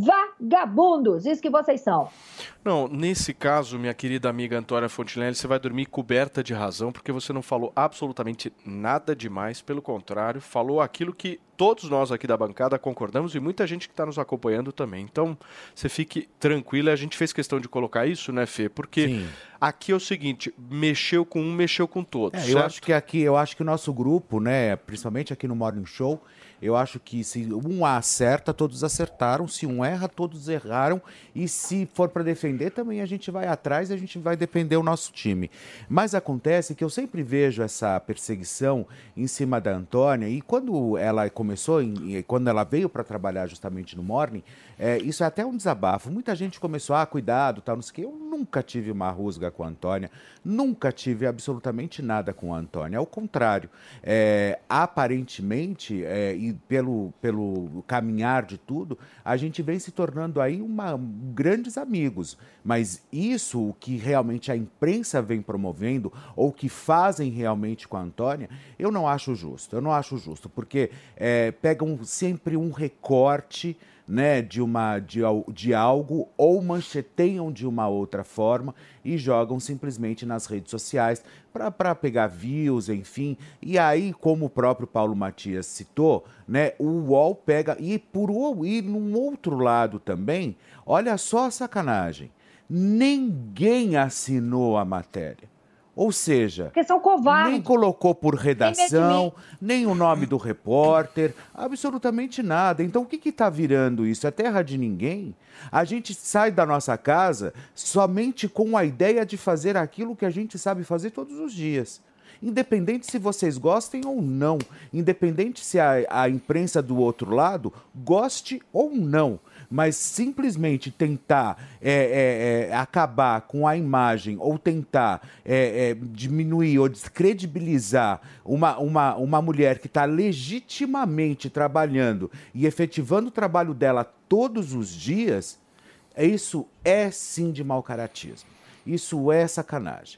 vagabundos, isso que vocês são. Não, nesse caso, minha querida amiga Antônia Fontinelli, você vai dormir coberta de razão, porque você não falou absolutamente nada demais, pelo contrário, falou aquilo que todos nós aqui da bancada concordamos e muita gente que está nos acompanhando também. Então, você fique tranquila, a gente fez questão de colocar isso, né, Fê? Porque Sim. aqui é o seguinte, mexeu com um, mexeu com todos, é, eu acho que aqui, eu acho que o nosso grupo, né, principalmente aqui no Morning Show, eu acho que se um acerta, todos acertaram, se um erra, todos erraram, e se for para defender, também a gente vai atrás e a gente vai defender o nosso time. Mas acontece que eu sempre vejo essa perseguição em cima da Antônia, e quando ela começou, em, quando ela veio para trabalhar justamente no Morning, é, isso é até um desabafo. Muita gente começou, ah, cuidado, tal, não sei o quê. Eu nunca tive uma rusga com a Antônia, nunca tive absolutamente nada com a Antônia. Ao contrário, é, aparentemente, é, e pelo, pelo caminhar de tudo, a gente vem se tornando aí uma, grandes amigos. Mas isso, o que realmente a imprensa vem promovendo, ou que fazem realmente com a Antônia, eu não acho justo. Eu não acho justo, porque é, pegam sempre um recorte, né, de, uma, de, de algo, ou mancheteiam de uma outra forma e jogam simplesmente nas redes sociais para pegar views, enfim. E aí, como o próprio Paulo Matias citou, né, o U O L pega... E por e num outro lado também, olha só a sacanagem, ninguém assinou a matéria. Ou seja, porque são covardes. Nem colocou por redação, nem o nome do repórter, absolutamente nada. Então, o que está virando isso? É terra de ninguém? A gente sai da nossa casa somente com a ideia de fazer aquilo que a gente sabe fazer todos os dias. Independente se vocês gostem ou não, independente se a, a imprensa do outro lado goste ou não, mas simplesmente tentar é, é, é, acabar com a imagem ou tentar é, é, diminuir ou descredibilizar uma, uma, uma mulher que está legitimamente trabalhando e efetivando o trabalho dela todos os dias, isso é sim de mau caratismo, isso é sacanagem.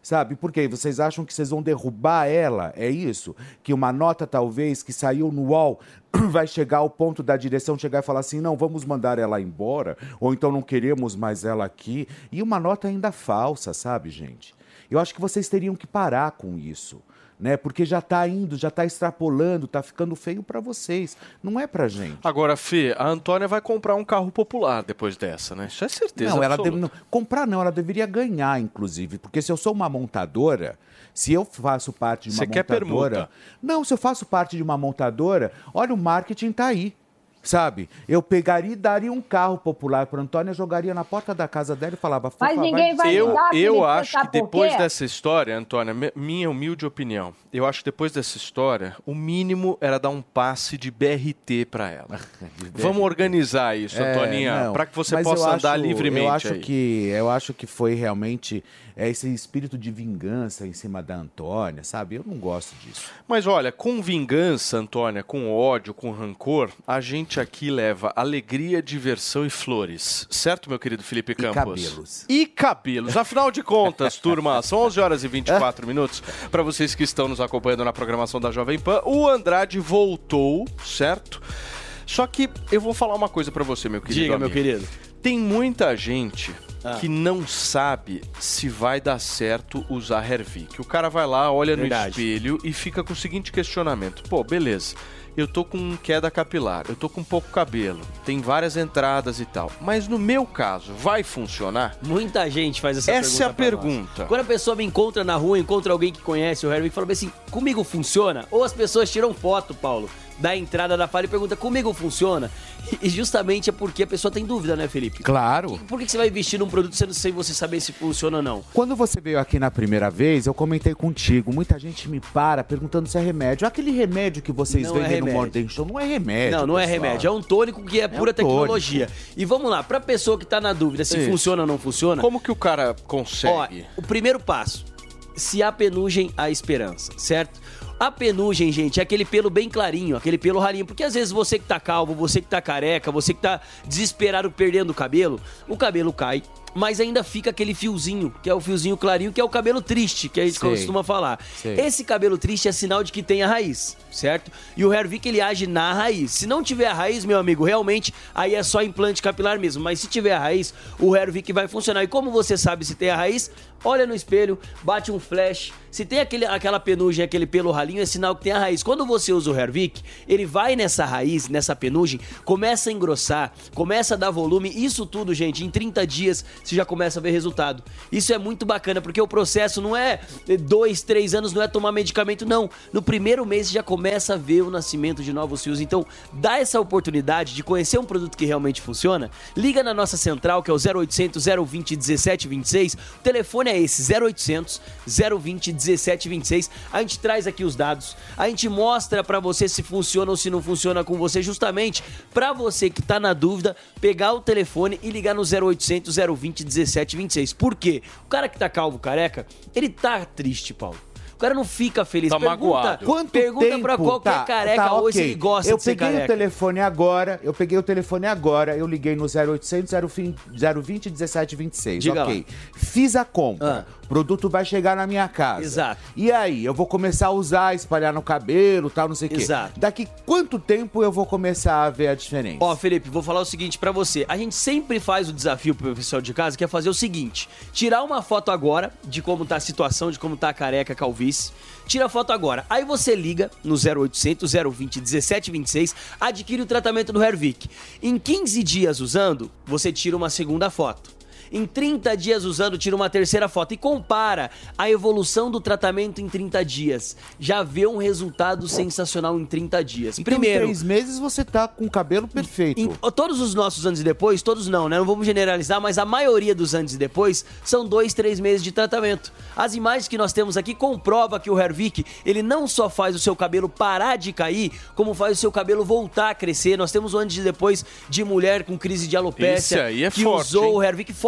sabe? Por quê? Vocês acham que vocês vão derrubar ela? É isso? Que uma nota, talvez, que saiu no U O L vai chegar ao ponto da direção chegar e falar assim, não, vamos mandar ela embora, ou então não queremos mais ela aqui. E uma nota ainda falsa, sabe, gente? Eu acho que vocês teriam que parar com isso. Né? Porque já está indo, já está extrapolando, está ficando feio para vocês, não é pra gente. Agora, Fê, a Antônia vai comprar um carro popular depois dessa, né? Isso é certeza Não, ela absoluta. deve, não, comprar não, ela deveria ganhar, inclusive, porque se eu sou uma montadora, se eu faço parte de uma Você quer montadora... permuta? Não, se eu faço parte de uma montadora, olha, o marketing está aí. Sabe? Eu pegaria e daria um carro popular para Antônia, jogaria na porta da casa dela e falava... Mas ninguém vai Eu, ligar, eu Felipe, acho sabe que por depois quê? dessa história, Antônia, mi- minha humilde opinião, eu acho que depois dessa história, o mínimo era dar um passe de B R T para ela. Vamos organizar isso, É, Antoninha, não, para que você mas possa eu andar acho- livremente eu acho aí. que Eu acho que foi realmente é, esse espírito de vingança em cima da Antônia, sabe? Eu não gosto disso. Mas olha, com vingança, Antônia, com ódio, com rancor, a gente aqui leva alegria, diversão e flores. Certo, meu querido Felipe Campos? cabelos. E cabelos. Afinal de contas, turma, são onze horas e vinte e quatro minutos. Para vocês que estão nos acompanhando na programação da Jovem Pan, o Andrade voltou, certo? Só que eu vou falar uma coisa para você, meu querido Diga, meu amigo. querido. Tem muita gente Ah. que não sabe se vai dar certo usar Hervik. O cara vai lá, olha Verdade. no espelho e fica com o seguinte questionamento. Pô, beleza, eu tô com queda capilar, eu tô com pouco cabelo, tem várias entradas e tal. Mas no meu caso, vai funcionar? Muita gente faz essa, Essa é a pergunta. pra nós. pergunta. Quando a pessoa me encontra na rua, encontra alguém que conhece o Hervik e fala assim, comigo funciona? Ou as pessoas tiram foto, Paulo, da entrada da falha e pergunta, comigo funciona? E justamente é porque a pessoa tem dúvida, né, Felipe? Claro. Por que você vai investir num produto sem você saber se funciona ou não? Quando você veio aqui na primeira vez, eu comentei contigo, muita gente me para perguntando se é remédio. Aquele remédio que vocês Não vendem é no remédio. Morning Show não é remédio. Não, não é pessoal. remédio. É um tônico que é pura um tônico. tecnologia. E vamos lá, pra pessoa que tá na dúvida se Isso. funciona ou não funciona... Como que o cara consegue? Ó, o primeiro passo, se há penugem, há esperança, certo? A penugem, gente, é aquele pelo bem clarinho, aquele pelo ralinho. Porque às vezes você que tá calvo, você que tá careca, você que tá desesperado perdendo o cabelo, o cabelo cai, mas ainda fica aquele fiozinho, que é o fiozinho clarinho, que é o cabelo triste, que a gente Sei. costuma falar. Sei. Esse cabelo triste é sinal de que tem a raiz, certo? E o Hervik, ele age na raiz. Se não tiver a raiz, meu amigo, realmente, aí é só implante capilar mesmo. Mas se tiver a raiz, o Hervik vai funcionar. E como você sabe se tem a raiz? Olha no espelho, bate um flash. Se tem aquele, aquela penugem, aquele pelo ralinho, é sinal que tem a raiz. Quando você usa o Hervik, ele vai nessa raiz, nessa penugem, começa a engrossar, começa a dar volume. Isso tudo, gente, em trinta dias você já começa a ver resultado. Isso é muito bacana, porque o processo não é dois, três anos, não é tomar medicamento, não. No primeiro mês você já começa a ver o nascimento de novos fios. Então, dá essa oportunidade de conhecer um produto que realmente funciona. Liga na nossa central, que é o zero oitocentos, zero vinte, dezessete vinte e seis. O telefone é esse, zero oitocentos, zero vinte, dezessete vinte e seis. A gente traz aqui os dados, a gente mostra pra você se funciona ou se não funciona com você, justamente pra você que tá na dúvida, pegar o telefone e ligar no zero oitocentos, zero vinte, dezessete vinte e seis. Por quê? O cara que tá calvo, careca, ele tá triste, Paulo. O cara não fica feliz. Tá pergunta, magoado. Quanto pergunta tempo? pra qualquer Tá, careca tá, hoje se ok. ele gosta eu de ser peguei careca. o telefone agora, eu peguei o telefone agora, eu liguei no zero oitocentos, zero vinte, dezessete vinte e seis. Diga Ok. Fiz a compra. Ah. O produto vai chegar na minha casa. Exato. E aí, eu vou começar a usar, espalhar no cabelo, tal, não sei o quê. Exato. Daqui quanto tempo eu vou começar a ver a diferença? Ó, Felipe, vou falar o seguinte pra você. A gente sempre faz o desafio pro pessoal de casa, que é fazer o seguinte: tirar uma foto agora de como tá a situação, de como tá a careca, a calvície. Tira a foto agora. Aí você liga no zero oitocentos, zero vinte, dezessete vinte e seis, adquire o tratamento do Hervik. Em quinze dias usando, você tira uma segunda foto. Em trinta dias usando, tira uma terceira foto e compara a evolução do tratamento em trinta dias. Já vê um resultado sensacional em trinta dias. Então, Primeiro, em três meses você tá com o cabelo perfeito. em todos os nossos antes e depois, todos não, né? Não vamos generalizar, mas a maioria dos antes e depois são dois, três meses de tratamento. As imagens que nós temos aqui comprova que o Hervik, ele não só faz o seu cabelo parar de cair, como faz o seu cabelo voltar a crescer. Nós temos o antes e depois de mulher com crise de Esse alopécia aí é que forte, usou hein? o Hervik forte.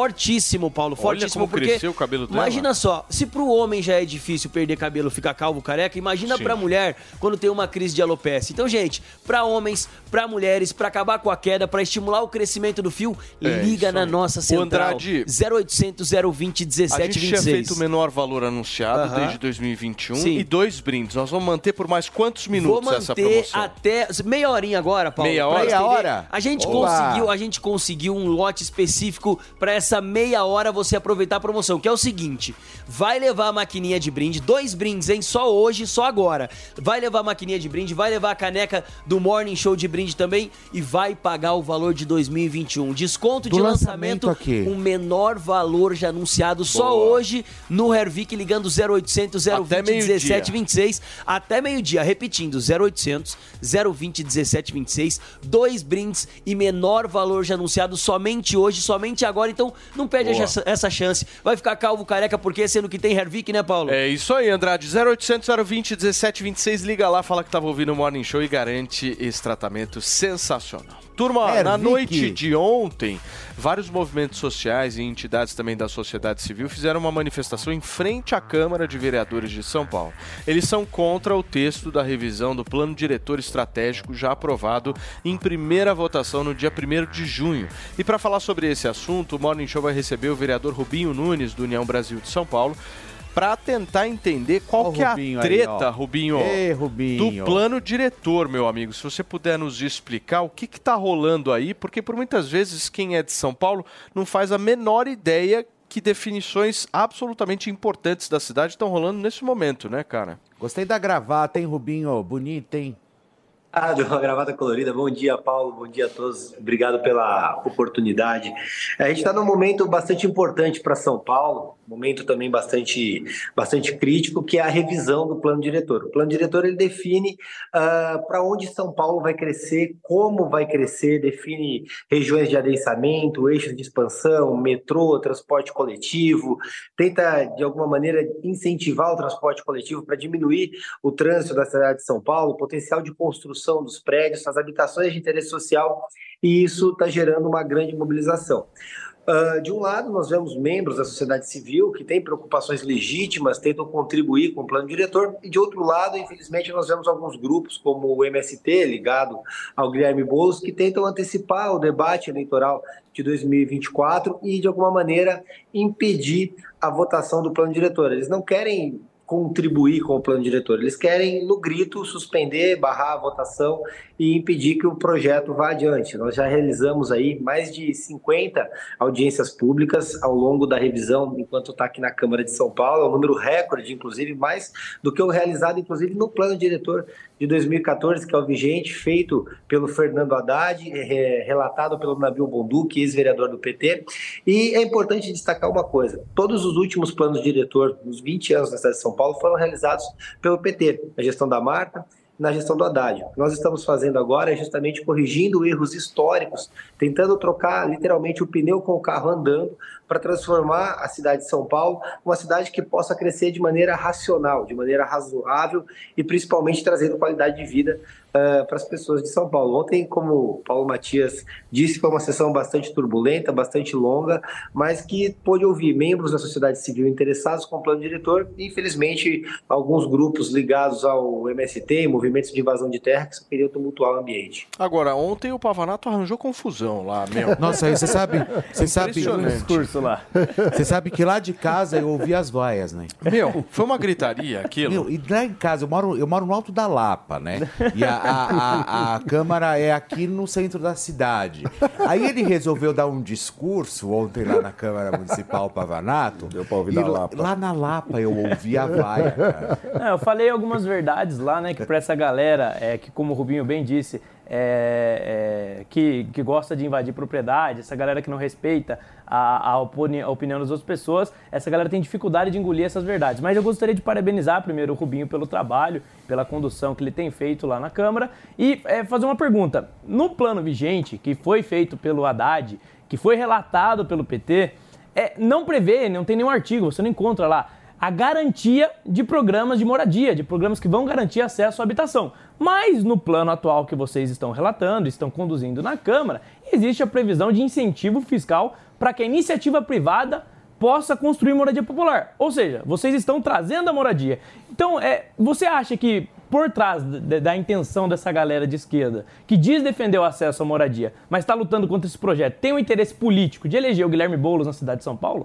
fortíssimo, Paulo, fortíssimo. Olha como porque cresceu o cabelo dela. imagina só, se pro homem já é difícil perder cabelo, ficar calvo, careca, imagina Sim. pra mulher quando tem uma crise de alopecia. Então, gente, pra homens, pra mulheres, pra acabar com a queda, pra estimular o crescimento do fio, É, liga isso na aí. nossa O central. Andrade, zero oitocentos, zero vinte, A dezessete, gente vinte e tinha seis. feito o menor valor anunciado Aham. desde dois mil e vinte e um Sim. e dois brindes. Nós vamos manter por mais quantos Vou minutos essa manter promoção? até meia horinha agora, Paulo. Meia pra hora? estender. Meia hora? A gente Oba! conseguiu, a gente conseguiu um lote específico para essa meia hora você aproveitar a promoção, que é o seguinte: vai levar a maquininha de brinde, dois brindes, hein? Só hoje, só agora. Vai levar a maquininha de brinde, vai levar a caneca do Morning Show de brinde também e vai pagar o valor de dois mil e vinte e um. Desconto Do de lançamento lançamento, aqui. o menor valor já anunciado só Boa. hoje no Hervik, ligando zero oitocentos, zero vinte, dezessete, vinte e seis até meio-dia. Repetindo, zero oitocentos, zero vinte, dezessete, vinte e seis. Dois brindes e menor valor já anunciado somente hoje, somente agora. Então não perde Boa. essa, essa chance. Vai ficar calvo, careca, porque sendo que tem Hervik, né, Paulo? É isso aí, Andrade. zero oitocentos, zero vinte, dezessete, vinte e seis. Liga lá, fala que tava ouvindo o Morning Show e garante esse tratamento sensacional. Turma, Hervik. na noite de ontem, vários movimentos sociais e entidades também da sociedade civil fizeram uma manifestação em frente à Câmara de Vereadores de São Paulo. Eles são contra o texto da revisão do Plano Diretor Estratégico já aprovado em primeira votação no dia primeiro de junho. E para falar sobre esse assunto, o Morning Show vai receber o vereador Rubinho Nunes, do União Brasil de São Paulo, para tentar entender qual Ó o que é a Rubinho aí, treta, ó. Rubinho, Ei, Rubinho. do plano diretor, meu amigo. Se você puder nos explicar o que está rolando aí, porque por muitas vezes quem é de São Paulo não faz a menor ideia que definições absolutamente importantes da cidade estão rolando nesse momento, né, cara? Gostei da gravata, hein, Rubinho? Bonita, hein? Ah, de uma gravata colorida. Bom dia, Paulo. Bom dia a todos. Obrigado pela oportunidade. A gente está num momento bastante importante para São Paulo, momento também bastante, bastante crítico, que é a revisão do plano diretor. O plano diretor ele define uh, para onde São Paulo vai crescer, como vai crescer, define regiões de adensamento, eixos de expansão, metrô, transporte coletivo, tenta de alguma maneira incentivar o transporte coletivo para diminuir o trânsito da cidade de São Paulo, o potencial de construção dos prédios, as habitações de interesse social, e isso está gerando uma grande mobilização. Uh, de um lado, nós vemos membros da sociedade civil que têm preocupações legítimas, tentam contribuir com o plano diretor, e de outro lado, infelizmente, nós vemos alguns grupos, como o M S T, ligado ao Guilherme Boulos, que tentam antecipar o debate eleitoral de dois mil e vinte e quatro e, de alguma maneira, impedir a votação do plano diretor. Eles não querem contribuir com o plano diretor. Eles querem, no grito, suspender, barrar a votação e impedir que o projeto vá adiante. Nós já realizamos aí mais de cinquenta audiências públicas ao longo da revisão, enquanto está aqui na Câmara de São Paulo, é um número recorde, inclusive, mais do que o realizado, inclusive, no plano diretor de dois mil e quatorze, que é o vigente, feito pelo Fernando Haddad, é, relatado pelo Nabil Bonduque, ex-vereador do P T. E é importante destacar uma coisa: todos os últimos planos diretor, nos vinte anos da cidade de São Paulo, foram realizados pelo P T, a gestão da Marta, na gestão do Haddad. O que nós estamos fazendo agora é justamente corrigindo erros históricos, tentando trocar literalmente o pneu com o carro andando para transformar a cidade de São Paulo uma cidade que possa crescer de maneira racional, de maneira razoável e principalmente trazendo qualidade de vida uh, para as pessoas de São Paulo. Ontem, como o Paulo Matias disse, foi uma sessão bastante turbulenta, bastante longa, mas que pôde ouvir membros da sociedade civil interessados com o plano diretor e, infelizmente, alguns grupos ligados ao M S T, movimentos de invasão de terra, que só queriam tumultuar o ambiente. Agora, ontem o Pavanato arranjou confusão lá, meu. Nossa, você sabe, você sabe, discurso lá. Você sabe que lá de casa eu ouvi as vaias, né? Meu, foi uma gritaria aquilo. Meu, e lá em casa, eu moro, eu moro no Alto da Lapa, né? E a, a, a, a Câmara é aqui no centro da cidade. Aí ele resolveu dar um discurso ontem lá na Câmara Municipal Pavanato. Deu pra ouvir e da lá, Lapa. lá na Lapa eu ouvi a vaia, cara. Não, eu falei algumas verdades lá, né, que para essa galera, é, que como o Rubinho bem disse, é, é, que, que gosta de invadir propriedade, essa galera que não respeita a, a, opini- a opinião das outras pessoas, essa galera tem dificuldade de engolir essas verdades. Mas eu gostaria de parabenizar primeiro o Rubinho pelo trabalho, pela condução que ele tem feito lá na Câmara e é, fazer uma pergunta. No plano vigente, que foi feito pelo Haddad, que foi relatado pelo P T, é, não prevê, não tem nenhum artigo, você não encontra lá, a garantia de programas de moradia, de programas que vão garantir acesso à habitação. Mas no plano atual que vocês estão relatando, estão conduzindo na Câmara, existe a previsão de incentivo fiscal para que a iniciativa privada possa construir moradia popular. Ou seja, vocês estão trazendo a moradia. Então, é, você acha que por trás da, da intenção dessa galera de esquerda, que diz defender o acesso à moradia, mas está lutando contra esse projeto, tem um interesse político de eleger o Guilherme Boulos na cidade de São Paulo?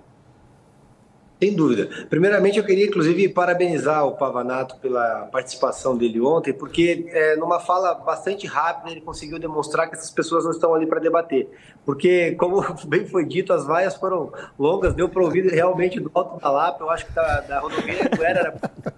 Sem dúvida. Primeiramente, eu queria, inclusive, parabenizar o Pavanato pela participação dele ontem, porque é, numa fala bastante rápida ele conseguiu demonstrar que essas pessoas não estão ali para debater. Porque, como bem foi dito, as vaias foram longas, deu para ouvir realmente do alto da Lapa, eu acho que da, da rodovia não era...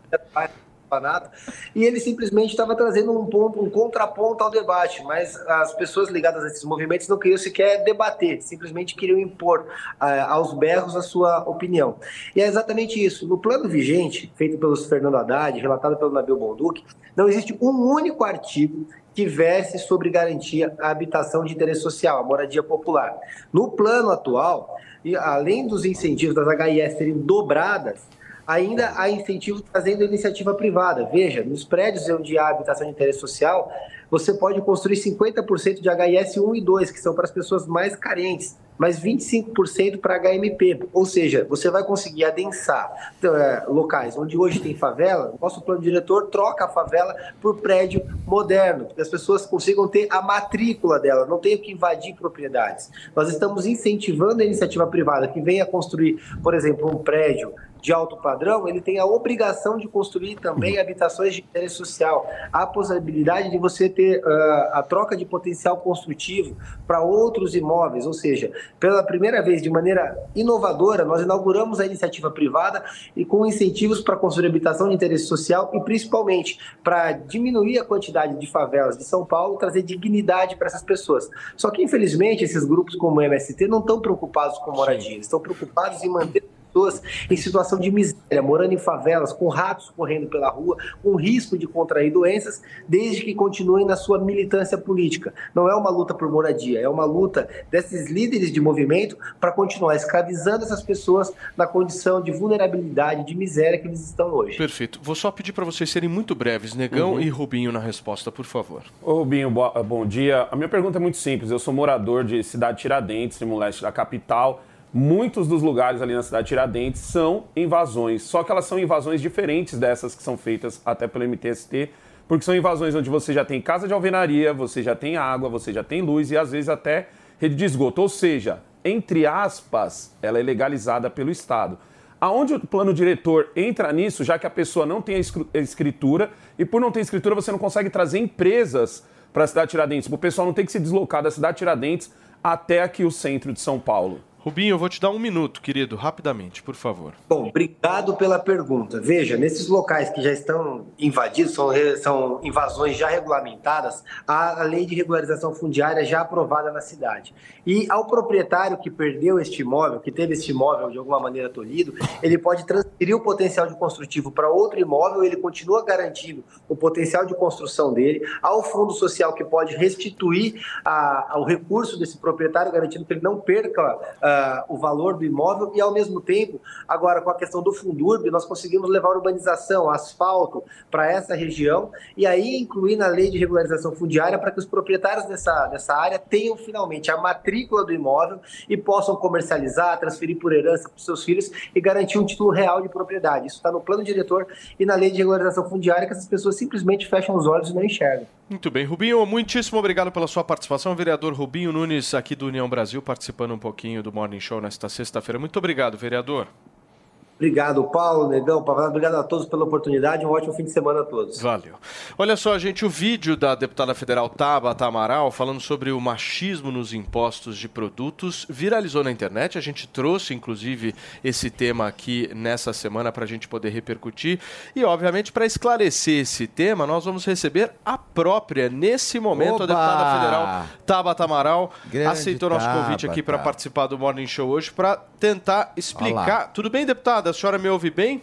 Pavanato, e ele simplesmente estava trazendo um, ponto, um contraponto ao debate, mas as pessoas ligadas a esses movimentos não queriam sequer debater, simplesmente queriam impor uh, aos berros a sua opinião. E é exatamente isso. No plano vigente, feito pelo Fernando Haddad, relatado pelo Nabil Bonduque, não existe um único artigo que verse sobre garantia à habitação de interesse social, a moradia popular. No plano atual, e além dos incentivos das H I S serem dobradas, ainda há incentivo trazendo a iniciativa privada. Veja, nos prédios onde há habitação de interesse social, você pode construir cinquenta por cento de H I S um e dois, que são para as pessoas mais carentes, mas vinte e cinco por cento para H M P. Ou seja, você vai conseguir adensar então, é, locais onde hoje tem favela. O nosso plano diretor troca a favela por prédio moderno, para que as pessoas consigam ter a matrícula dela, não tenham que invadir propriedades. Nós estamos incentivando a iniciativa privada que venha construir, por exemplo, um prédio de alto padrão, ele tem a obrigação de construir também habitações de interesse social. Há a possibilidade de você ter uh, a troca de potencial construtivo para outros imóveis, ou seja, pela primeira vez, de maneira inovadora, nós inauguramos a iniciativa privada e com incentivos para construir habitação de interesse social e principalmente para diminuir a quantidade de favelas de São Paulo, trazer dignidade para essas pessoas. Só que, infelizmente, esses grupos como o M S T não estão preocupados com moradia, eles estão preocupados em manter pessoas em situação de miséria, morando em favelas, com ratos correndo pela rua, com risco de contrair doenças, desde que continuem na sua militância política. Não é uma luta por moradia, é uma luta desses líderes de movimento para continuar escravizando essas pessoas na condição de vulnerabilidade, de miséria que eles estão hoje. Perfeito. Vou só pedir para vocês serem muito breves, Negão uhum. e Rubinho na resposta, por favor. Ô Rubinho, bo- bom dia. A minha pergunta é muito simples. Eu sou morador de Cidade Tiradentes, no leste da capital. Muitos dos lugares ali na cidade de Tiradentes são invasões, só que elas são invasões diferentes dessas que são feitas até pelo M T S T, porque são invasões onde você já tem casa de alvenaria, você já tem água, você já tem luz e às vezes até rede de esgoto, ou seja, entre aspas, ela é legalizada pelo Estado. Aonde o plano diretor entra nisso, já que a pessoa não tem a escritura e por não ter escritura você não consegue trazer empresas para a cidade de Tiradentes, o pessoal não tem que se deslocar da cidade de Tiradentes até aqui o centro de São Paulo. Rubinho, eu vou te dar um minuto, querido, rapidamente, por favor. Bom, obrigado pela pergunta. Veja, nesses locais que já estão invadidos, são, são invasões já regulamentadas, há a lei de regularização fundiária já aprovada na cidade. E ao proprietário que perdeu este imóvel, que teve este imóvel de alguma maneira tolhido, ele pode transferir o potencial de construtivo para outro imóvel, ele continua garantindo o potencial de construção dele, ao fundo social que pode restituir a, ao recurso desse proprietário, garantindo que ele não perca uh, o valor do imóvel e, ao mesmo tempo, agora com a questão do Fundurb, nós conseguimos levar urbanização, asfalto para essa região e aí incluir na lei de regularização fundiária para que os proprietários dessa, dessa área tenham finalmente a matrícula do imóvel e possam comercializar, transferir por herança para os seus filhos e garantir um título real de propriedade. Isso está no plano diretor e na lei de regularização fundiária, que essas pessoas simplesmente fecham os olhos e não enxergam. Muito bem, Rubinho, muitíssimo obrigado pela sua participação. O vereador Rubinho Nunes, aqui do União Brasil, participando um pouquinho do Morning Show nesta sexta-feira. Muito obrigado, vereador. Obrigado, Paulo, Negão, Pavanato, obrigado a todos pela oportunidade, um ótimo fim de semana a todos. Valeu. Olha só, gente, o vídeo da deputada federal Tabata Amaral falando sobre o machismo nos impostos de produtos viralizou na internet. A gente trouxe, inclusive, esse tema aqui nessa semana para a gente poder repercutir. E, obviamente, para esclarecer esse tema, nós vamos receber a própria, nesse momento, Oba! a deputada federal Tabata Amaral. Grande aceitou nosso convite Tabata. aqui para participar do Morning Show hoje para tentar explicar. Olá. Tudo bem, deputada? A senhora me ouve bem?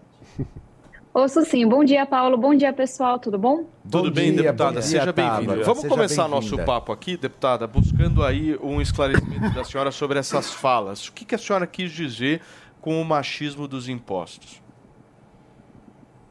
Ouço sim. Bom dia, Paulo. Bom dia, pessoal. Tudo bom? Tudo bom bem, dia, deputada? Seja bem-vinda. Vamos Seja começar nosso papo aqui, deputada, buscando aí um esclarecimento da senhora sobre essas falas. O que, que a senhora quis dizer com o machismo dos impostos?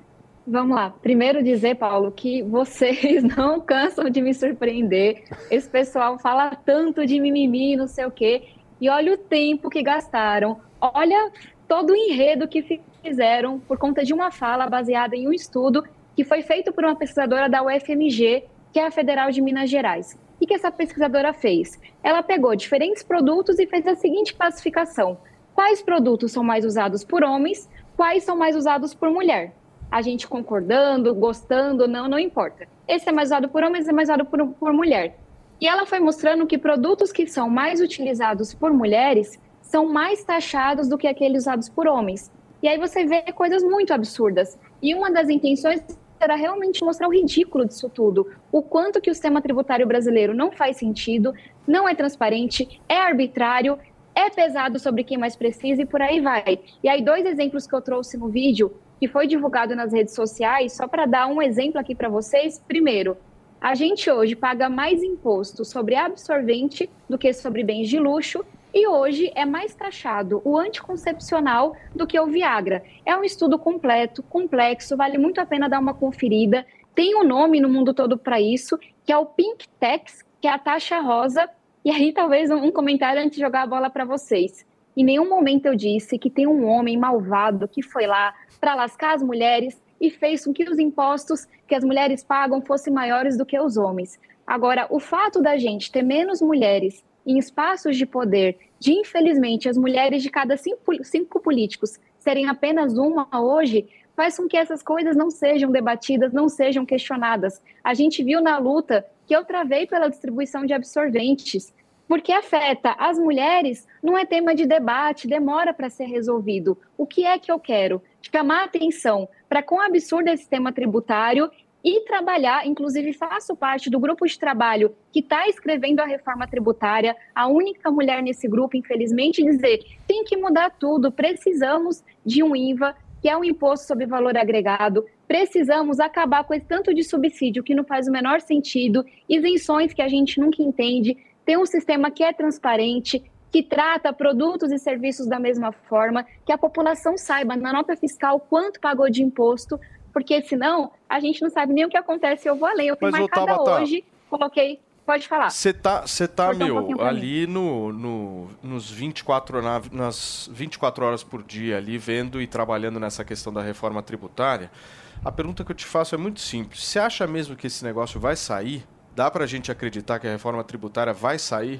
Vamos lá. Primeiro dizer, Paulo, que vocês não cansam de me surpreender. Esse pessoal fala tanto de mimimi, não sei o quê. E olha o tempo que gastaram. Olha todo o enredo que fizeram por conta de uma fala baseada em um estudo que foi feito por uma pesquisadora da U F M G, que é a Federal de Minas Gerais. O que essa pesquisadora fez? Ela pegou diferentes produtos e fez a seguinte classificação. Quais produtos são mais usados por homens? Quais são mais usados por mulher? A gente concordando, gostando, não, não importa. Esse é mais usado por homens, esse é mais usado por, por mulher. E ela foi mostrando que produtos que são mais utilizados por mulheres são mais taxados do que aqueles usados por homens. E aí você vê coisas muito absurdas. E uma das intenções era realmente mostrar o ridículo disso tudo. O quanto que o sistema tributário brasileiro não faz sentido, não é transparente, é arbitrário, é pesado sobre quem mais precisa e por aí vai. E aí dois exemplos que eu trouxe no vídeo, que foi divulgado nas redes sociais, só para dar um exemplo aqui para vocês. Primeiro, a gente hoje paga mais imposto sobre absorvente do que sobre bens de luxo e hoje é mais taxado o anticoncepcional do que o Viagra. É um estudo completo, complexo, vale muito a pena dar uma conferida. Tem um nome no mundo todo para isso, que é o Pink Tax, que é a taxa rosa. E aí talvez um comentário antes de jogar a bola para vocês. Em nenhum momento eu disse que tem um homem malvado que foi lá para lascar as mulheres e fez com que os impostos que as mulheres pagam fossem maiores do que os homens. Agora, o fato da gente ter menos mulheres em espaços de poder, de infelizmente as mulheres de cada cinco, cinco políticos serem apenas uma hoje, faz com que essas coisas não sejam debatidas, não sejam questionadas. A gente viu na luta que eu travei pela distribuição de absorventes, porque afeta as mulheres, não é tema de debate, demora para ser resolvido. O que é que eu quero? Chamar atenção para com o absurdo desse sistema tributário e trabalhar, inclusive faço parte do grupo de trabalho que está escrevendo a reforma tributária, a única mulher nesse grupo, infelizmente, dizer tem que mudar tudo, precisamos de um I V A, que é um imposto sobre valor agregado, precisamos acabar com esse tanto de subsídio que não faz o menor sentido, isenções que a gente nunca entende, ter um sistema que é transparente, que trata produtos e serviços da mesma forma, que a população saiba na nota fiscal quanto pagou de imposto, porque senão a gente não sabe nem o que acontece. Eu vou além, eu fui Mas, marcada Tabata, hoje, coloquei... Pode falar. Você tá, você tá Cortou um meu, pouquinho pra ali no, no, nos vinte e quatro, na- nas vinte e quatro horas por dia, ali vendo e trabalhando nessa questão da reforma tributária. A pergunta que eu te faço é muito simples. Você acha mesmo que esse negócio vai sair? Dá pra gente acreditar que a reforma tributária vai sair?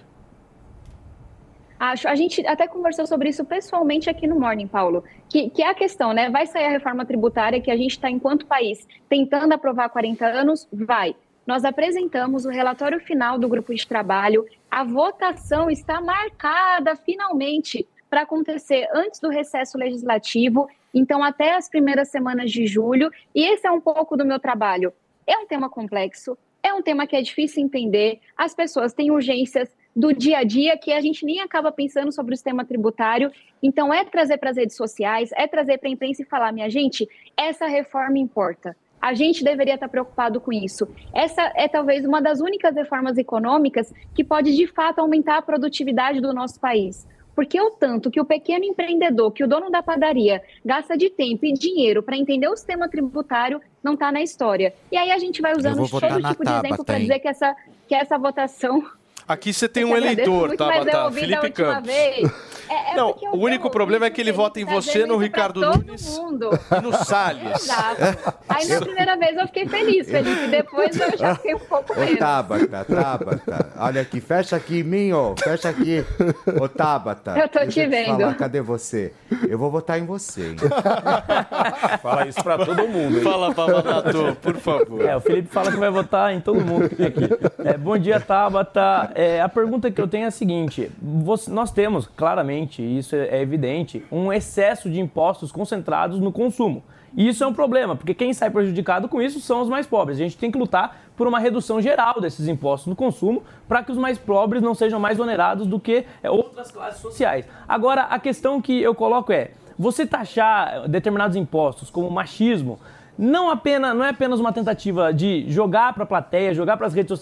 Acho, a gente até conversou sobre isso pessoalmente aqui no Morning, Paulo, que, que é a questão, né? Vai sair a reforma tributária que a gente está, enquanto país, tentando aprovar há quarenta anos? Vai. Nós apresentamos o relatório final do grupo de trabalho, a votação está marcada finalmente para acontecer antes do recesso legislativo, então até as primeiras semanas de julho, e esse é um pouco do meu trabalho. É um tema complexo, é um tema que é difícil entender, as pessoas têm urgências do dia a dia que a gente nem acaba pensando sobre o sistema tributário, então é trazer para as redes sociais, é trazer para a imprensa e falar, minha gente, essa reforma importa. A gente deveria estar preocupado com isso. Essa é talvez uma das únicas reformas econômicas que pode, de fato, aumentar a produtividade do nosso país. Porque o tanto que o pequeno empreendedor, que o dono da padaria, gasta de tempo e dinheiro para entender o sistema tributário, não está na história. E aí a gente vai usando todo tipo de exemplo para dizer que essa, que essa votação... Aqui você tem Eu um te agradeço eleitor, muito, tá, mas eu tá? ouvi da Felipe última Campos. vez. É- é Não, porque eu o único tenho problema é que ele ouvido vota em Felipe você, no trazendo isso Ricardo pra todo Nunes mundo. e no Salles. Exato. Aí na primeira vez eu fiquei feliz, Felipe. Depois eu já fiquei um pouco Ô, menos. Tabata, Tabata, olha aqui, fecha aqui em mim, ó, fecha aqui. Ô, Tabata. Eu tô deixa te vendo. Falar, cadê você? Eu vou votar em você, hein? Fala isso pra todo mundo. hein? Fala, Pavanato, por favor. É, o Felipe fala que vai votar em todo mundo que tem aqui. É, bom dia, Tabata. É, a pergunta que eu tenho é a seguinte. Você- nós temos, claramente, isso é, é evidente, um excesso de impostos concentrados no consumo. E isso é um problema, porque quem sai prejudicado com isso são os mais pobres. A gente tem que lutar por uma redução geral desses impostos no consumo para que os mais pobres não sejam mais onerados do que é, outras classes sociais. Agora, a questão que eu coloco é, você taxar determinados impostos como machismo, não, apenas, não é apenas uma tentativa de jogar para a plateia, jogar para as redes sociais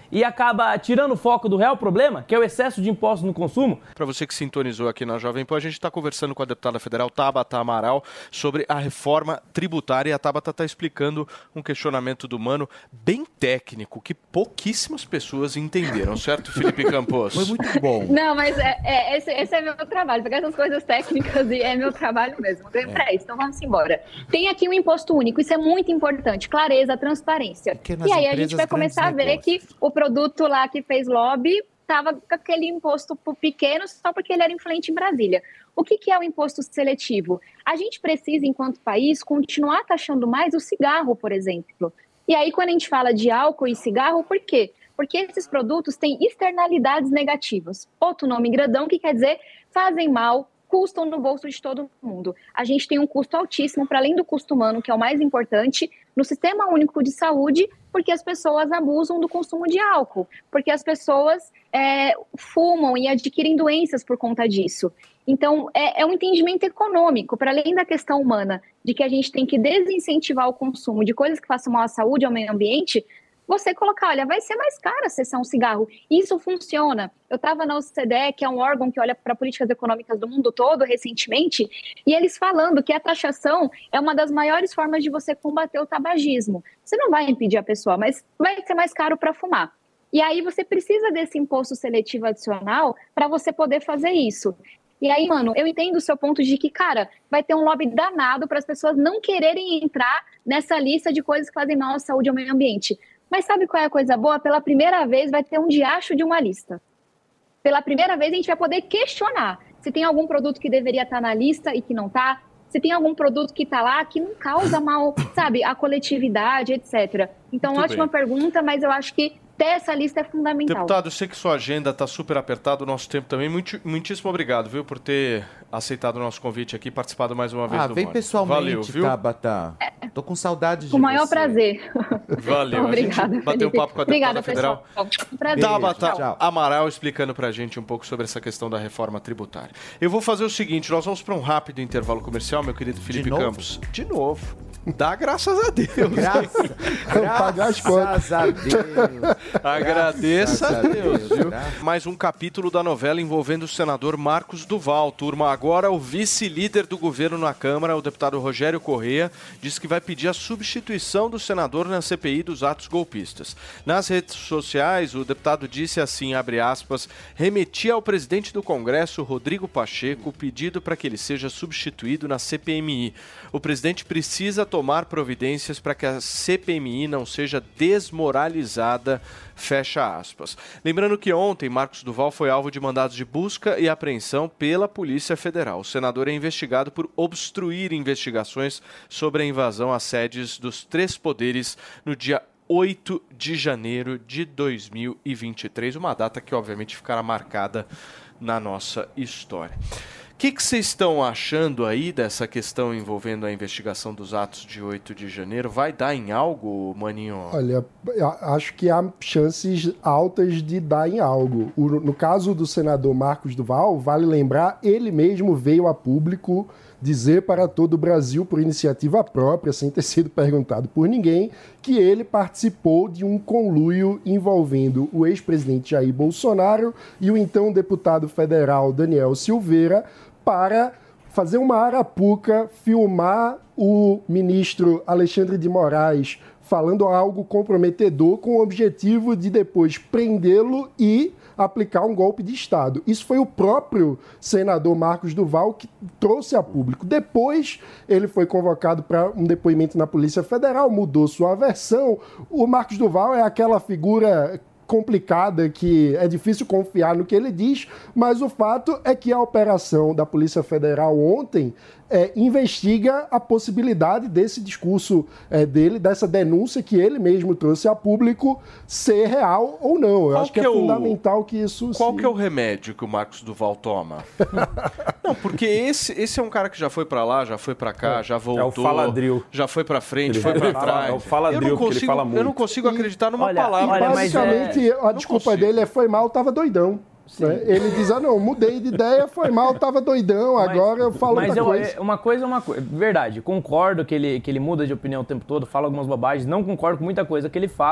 e acaba tirando o foco do real problema, que é o excesso de impostos no consumo. Para você que sintonizou aqui na Jovem Pan, a gente está conversando com a deputada federal Tabata Amaral sobre a reforma tributária, e a Tabata está explicando um questionamento do Mano bem técnico, que pouquíssimas pessoas entenderam, certo, Felipe Campos? Foi muito bom. Não, mas é, é, esse, esse é meu trabalho, pegar essas coisas técnicas e é meu trabalho mesmo. Ganho pra isso, então vamos embora. Tem aqui um imposto único, isso é muito importante, clareza, transparência. Pequenas E aí a empresas, gente vai começar a ver negócios. que o produto lá que fez lobby estava com aquele imposto pro pequeno só porque ele era influente em Brasília. O que, que é o imposto seletivo? A gente precisa, enquanto país, continuar taxando mais o cigarro, por exemplo. E aí, quando a gente fala de álcool e cigarro, por quê? Porque esses produtos têm externalidades negativas. Outro nome grandão, que quer dizer fazem mal, custam no bolso de todo mundo. A gente tem um custo altíssimo, para além do custo humano, que é o mais importante, no Sistema Único de Saúde, porque as pessoas abusam do consumo de álcool, porque as pessoas é, fumam e adquirem doenças por conta disso. Então, é, é um entendimento econômico, para além da questão humana, de que a gente tem que desincentivar o consumo de coisas que façam mal à saúde, ao meio ambiente. Você colocar, olha, vai ser mais caro acessar um cigarro. Isso funciona. Eu estava na O C D E, que é um órgão que olha para políticas econômicas do mundo todo, recentemente, e eles falando que a taxação é uma das maiores formas de você combater o tabagismo. Você não vai impedir a pessoa, mas vai ser mais caro para fumar. E aí você precisa desse imposto seletivo adicional para você poder fazer isso. E aí, mano, eu entendo o seu ponto de que, cara, vai ter um lobby danado para as pessoas não quererem entrar nessa lista de coisas que fazem mal à saúde e ao meio ambiente. Mas sabe qual é a coisa boa? Pela primeira vez vai ter um diacho de uma lista. Pela primeira vez a gente vai poder questionar se tem algum produto que deveria estar na lista e que não está, se tem algum produto que está lá que não causa mal, sabe, a coletividade, etcétera. Então, Muito ótima bem. pergunta, mas eu acho que ter essa lista é fundamental. Deputado, eu sei que sua agenda está super apertada, o nosso tempo também. Muito, muitíssimo obrigado, viu, por ter aceitado o nosso convite aqui, participado mais uma vez Ah, do vem Mano. pessoalmente, Valeu, viu? Tabata. Tô com saudade de Com o maior você. prazer. Valeu. Obrigada, a gente bateu um Felipe. papo com a deputada Obrigada, federal. pessoal. Um prazer. Tabata Tchau. Amaral explicando pra gente um pouco sobre essa questão da reforma tributária. Eu vou fazer o seguinte, nós vamos para um rápido intervalo comercial, meu querido Felipe novo? Campos. De novo. Dá graças a Deus. Graças, pagar as contas. graças a Deus. Agradeça a Graças a Deus, Deus, viu? graças. Mais um capítulo da novela envolvendo o senador Marcos Duval. Turma, agora o vice-líder do governo na Câmara, o deputado Rogério Corrêa, disse que vai pedir a substituição do senador na C P I dos atos golpistas. Nas redes sociais, o deputado disse assim, abre aspas, remetia ao presidente do Congresso, Rodrigo Pacheco, o pedido para que ele seja substituído na C P M I. O presidente precisa tomar providências para que a C P M I não seja desmoralizada, fecha aspas. Lembrando que ontem Marcos Duval foi alvo de mandados de busca e apreensão pela Polícia Federal. O senador é investigado por obstruir investigações sobre a invasão às sedes dos três poderes no dia oito de janeiro de dois mil e vinte e três, uma data que obviamente ficará marcada na nossa história. O que vocês estão achando aí dessa questão envolvendo a investigação dos atos de oito de janeiro? Vai dar em algo, Maninho? Olha, acho que há chances altas de dar em algo. O- no caso do senador Marcos Duval, vale lembrar, ele mesmo veio a público dizer para todo o Brasil, por iniciativa própria, sem ter sido perguntado por ninguém, que ele participou de um conluio envolvendo o ex-presidente Jair Bolsonaro e o então deputado federal Daniel Silveira para fazer uma arapuca, filmar o ministro Alexandre de Moraes falando algo comprometedor com o objetivo de depois prendê-lo e aplicar um golpe de Estado. Isso foi o próprio senador Marcos Duval que trouxe a público. Depois, ele foi convocado para um depoimento na Polícia Federal, mudou sua versão. O Marcos Duval é aquela figura complicada que é difícil confiar no que ele diz, mas o fato é que a operação da Polícia Federal ontem é, investiga a possibilidade desse discurso é, dele, dessa denúncia que ele mesmo trouxe a público, ser real ou não. Eu Qual acho que, que é, é o- fundamental que isso... Qual se- que é o remédio que o Marcos Duval toma? Não, porque esse, esse é um cara que já foi pra lá, já foi pra cá, já voltou. faladril. Já foi pra frente, Ele foi pra fala- trás. é o faladril, eu não porque ele consigo, fala Eu muito. não consigo acreditar numa olha, palavra. olha, E mas basicamente, é- a desculpa consigo. dele é foi mal, tava doidão. né? Ele diz, ah não, mudei de ideia, foi mal, tava doidão, agora eu falo Mas outra eu, coisa. é, uma coisa é uma coisa. Verdade, concordo que ele, que ele muda de opinião o tempo todo, fala algumas bobagens, não concordo com muita coisa que ele fala,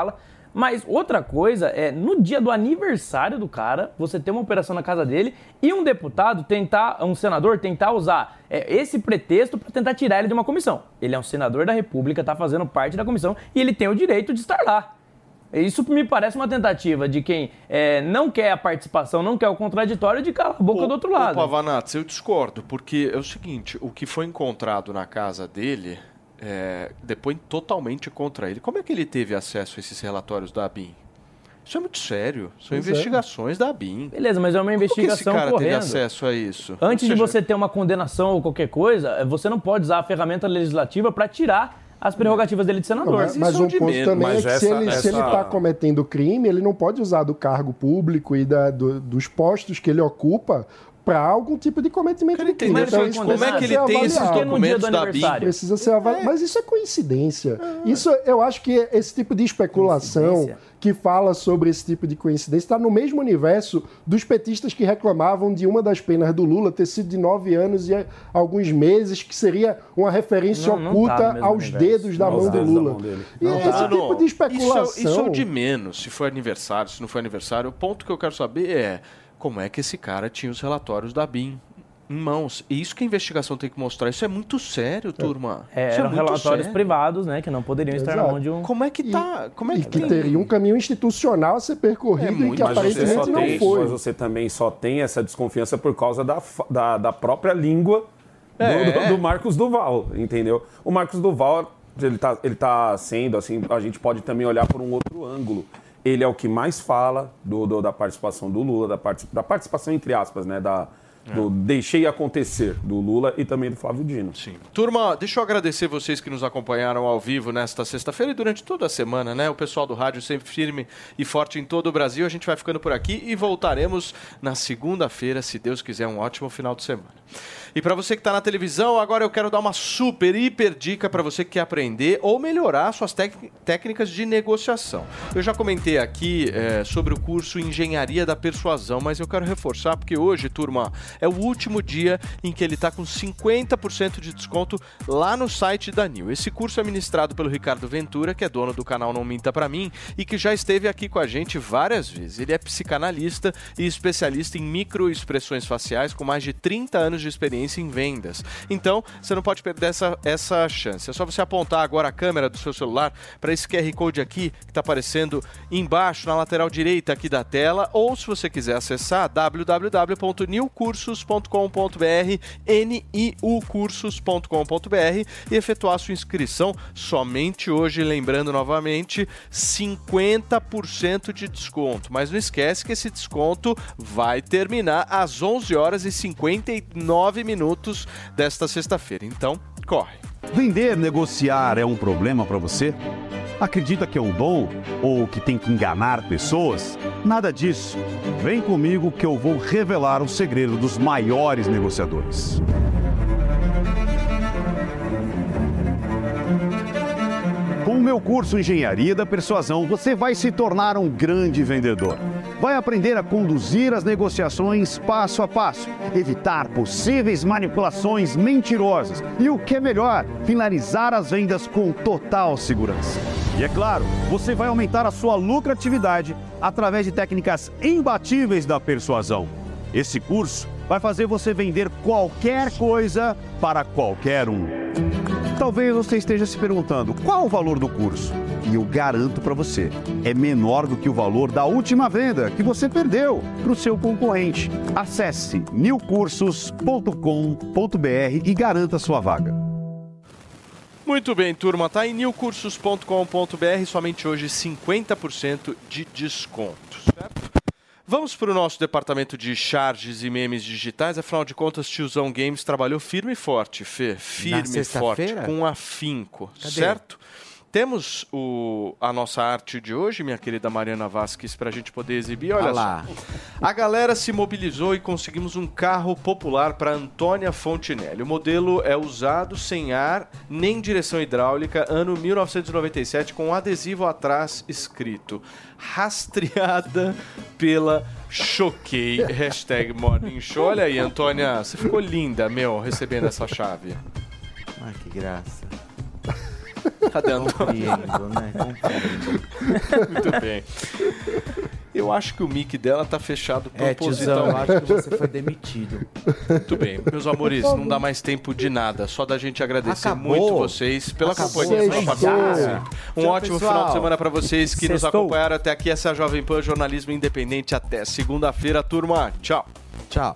Mas outra coisa é, no dia do aniversário do cara, você ter uma operação na casa dele e um deputado tentar, um senador tentar usar é, esse pretexto para tentar tirar ele de uma comissão. Ele é um senador da República, está fazendo parte da comissão e ele tem o direito de estar lá. Isso me parece uma tentativa de quem é, não quer a participação, não quer o contraditório, de calar a boca o, do outro lado. O Pavanatos, eu discordo, porque é o seguinte, o que foi encontrado na casa dele é, depõe totalmente contra ele. Como é que ele teve acesso a esses relatórios da ABIN? Isso é muito sério. São Pois investigações é. da ABIN. Beleza, mas é uma investigação Como que esse cara correndo. teve acesso a isso? Antes Ou seja, de você ter uma condenação ou qualquer coisa, você não pode usar a ferramenta legislativa para tirar as prerrogativas dele de senador. Não, mas mas um ponto medo. também Mas é que essa, se ele essa... se ele está cometendo crime, ele não pode usar do cargo público e da, do, dos postos que ele ocupa para algum tipo de cometimento de crime. Mas Então, isso como é que ele tem esses documentos da ABIN? Precisa ser avaliado. Mas isso é coincidência. Isso, eu acho que esse tipo de especulação que fala sobre esse tipo de coincidência está no mesmo universo dos petistas que reclamavam de uma das penas do Lula ter sido de nove anos e alguns meses, que seria uma referência Não, não oculta tá no mesmo aos universo. dedos da Não, mão os do dedos da Lula. mão dele. E Não, esse tá. tipo de especulação... Isso é, isso é o de menos, se foi aniversário, se não foi aniversário. O ponto que eu quero saber é como é que esse cara tinha os relatórios da ABIN em mãos. E isso que a investigação tem que mostrar. Isso é muito sério, turma. É, Isso eram é muito relatórios sério. privados, né, que não poderiam estar na Exato. mão de um... Como é que tá? Como é E que, que tem? teria um caminho institucional a ser percorrido e que Mas você, aparentemente só não tem, foi. mas você também só tem essa desconfiança por causa da, fa- da, da própria língua do, É. do- do Marcos Duval, entendeu? O Marcos Duval, ele tá, ele tá sendo, assim, a gente pode também olhar por um outro ângulo. Ele é o que mais fala do, do- da participação do Lula, da, parti- da participação, entre aspas, né, da... Do deixei acontecer, do Lula e também do Flávio Dino. Sim. Turma, deixa eu agradecer vocês que nos acompanharam ao vivo nesta sexta-feira e durante toda a semana, né? O pessoal do rádio sempre firme e forte em todo o Brasil. A gente vai ficando por aqui e voltaremos na segunda-feira, se Deus quiser, um ótimo final de semana. E para você que está na televisão, agora eu quero dar uma super, hiper dica para você que quer aprender ou melhorar suas tec- técnicas de negociação. Eu já comentei aqui é, sobre o curso Engenharia da Persuasão, mas eu quero reforçar porque hoje, turma, é o último dia em que ele está com cinquenta por cento de desconto lá no site da Nil. Esse curso é ministrado pelo Ricardo Ventura, que é dono do canal Não Minta Pra Mim e que já esteve aqui com a gente várias vezes. Ele é psicanalista e especialista em microexpressões faciais com mais de trinta anos de experiência em vendas. Então, você não pode perder essa, essa chance. É só você apontar agora a câmera do seu celular para esse Q R Code aqui, que está aparecendo embaixo, na lateral direita aqui da tela, ou se você quiser acessar w w w ponto new cursos ponto com ponto b r, n i u cursos ponto com ponto b r, e efetuar a sua inscrição somente hoje, lembrando novamente, cinquenta por cento de desconto. Mas não esquece que esse desconto vai terminar às onze horas e cinquenta e nove minutos desta sexta-feira. Então, corre. Vender, negociar é um problema para você? Acredita que é um dom ou que tem que enganar pessoas? Nada disso. Vem comigo que eu vou revelar o segredo dos maiores negociadores. Com o meu curso Engenharia da Persuasão, você vai se tornar um grande vendedor. Vai aprender a conduzir as negociações passo a passo, evitar possíveis manipulações mentirosas e, o que é melhor, finalizar as vendas com total segurança. E é claro, você vai aumentar a sua lucratividade através de técnicas imbatíveis da persuasão. Esse curso vai fazer você vender qualquer coisa para qualquer um. Talvez você esteja se perguntando qual o valor do curso. E eu garanto para você, é menor do que o valor da última venda que você perdeu para o seu concorrente. Acesse new cursos ponto com ponto b r e garanta sua vaga. Muito bem, turma, tá em new cursos ponto com ponto b r, somente hoje cinquenta por cento de desconto, certo? Vamos para o nosso departamento de charges e memes digitais. Afinal de contas, Tiozão Games trabalhou firme e forte, Fê. Firme e forte, com afinco, Cadê? certo? Temos o, a nossa arte de hoje, minha querida Mariana Vasquez, para a gente poder exibir. Olha Ah lá. só. A galera se mobilizou e conseguimos um carro popular para Antônia Fontinelli. O modelo é usado sem ar nem direção hidráulica, ano mil novecentos e noventa e sete, com um adesivo atrás escrito rastreada pela Choquei, hashtag Morning Show. Olha aí, Antônia, você ficou linda, meu, recebendo essa chave. Ai, que graça. Cadê a Antônia? Compreendo, né? Compreendo. Muito bem. Eu acho que o mic dela tá fechado É, tiozão, eu acho que você foi demitido. Muito bem. Meus amores, não dá mais tempo de nada. Só da gente agradecer Acabou. muito vocês pela Acabou. companhia. Pela Sextou. participação. Um Tchau, ótimo pessoal. final de semana para vocês que nos Sextou. acompanharam até aqui. Essa é a Jovem Pan Jornalismo Independente. Até segunda-feira, turma. Tchau. Tchau.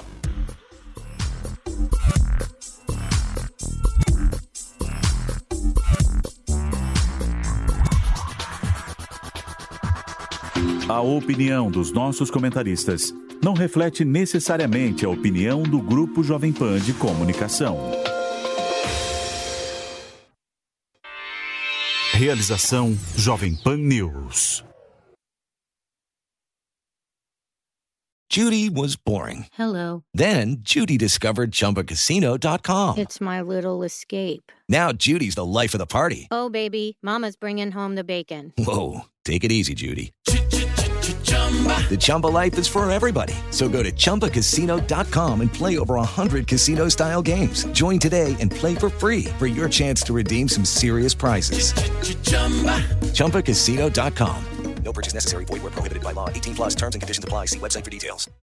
A opinião dos nossos comentaristas não reflete necessariamente a opinião do Grupo Jovem Pan de Comunicação. Realização Jovem Pan News. Judy was boring. Hello. Then Judy discovered Chumba Casino dot com. It's my little escape. Now Judy's the life of the party. Oh, baby, mama's bringing home the bacon. Whoa, take it easy, Judy. The Chumba life is for everybody. So go to Chumba Casino dot com and play over one hundred casino-style games. Join today and play for free for your chance to redeem some serious prizes. Chumba Casino dot com. No purchase necessary. Void where prohibited by law. eighteen plus terms and conditions apply. See website for details.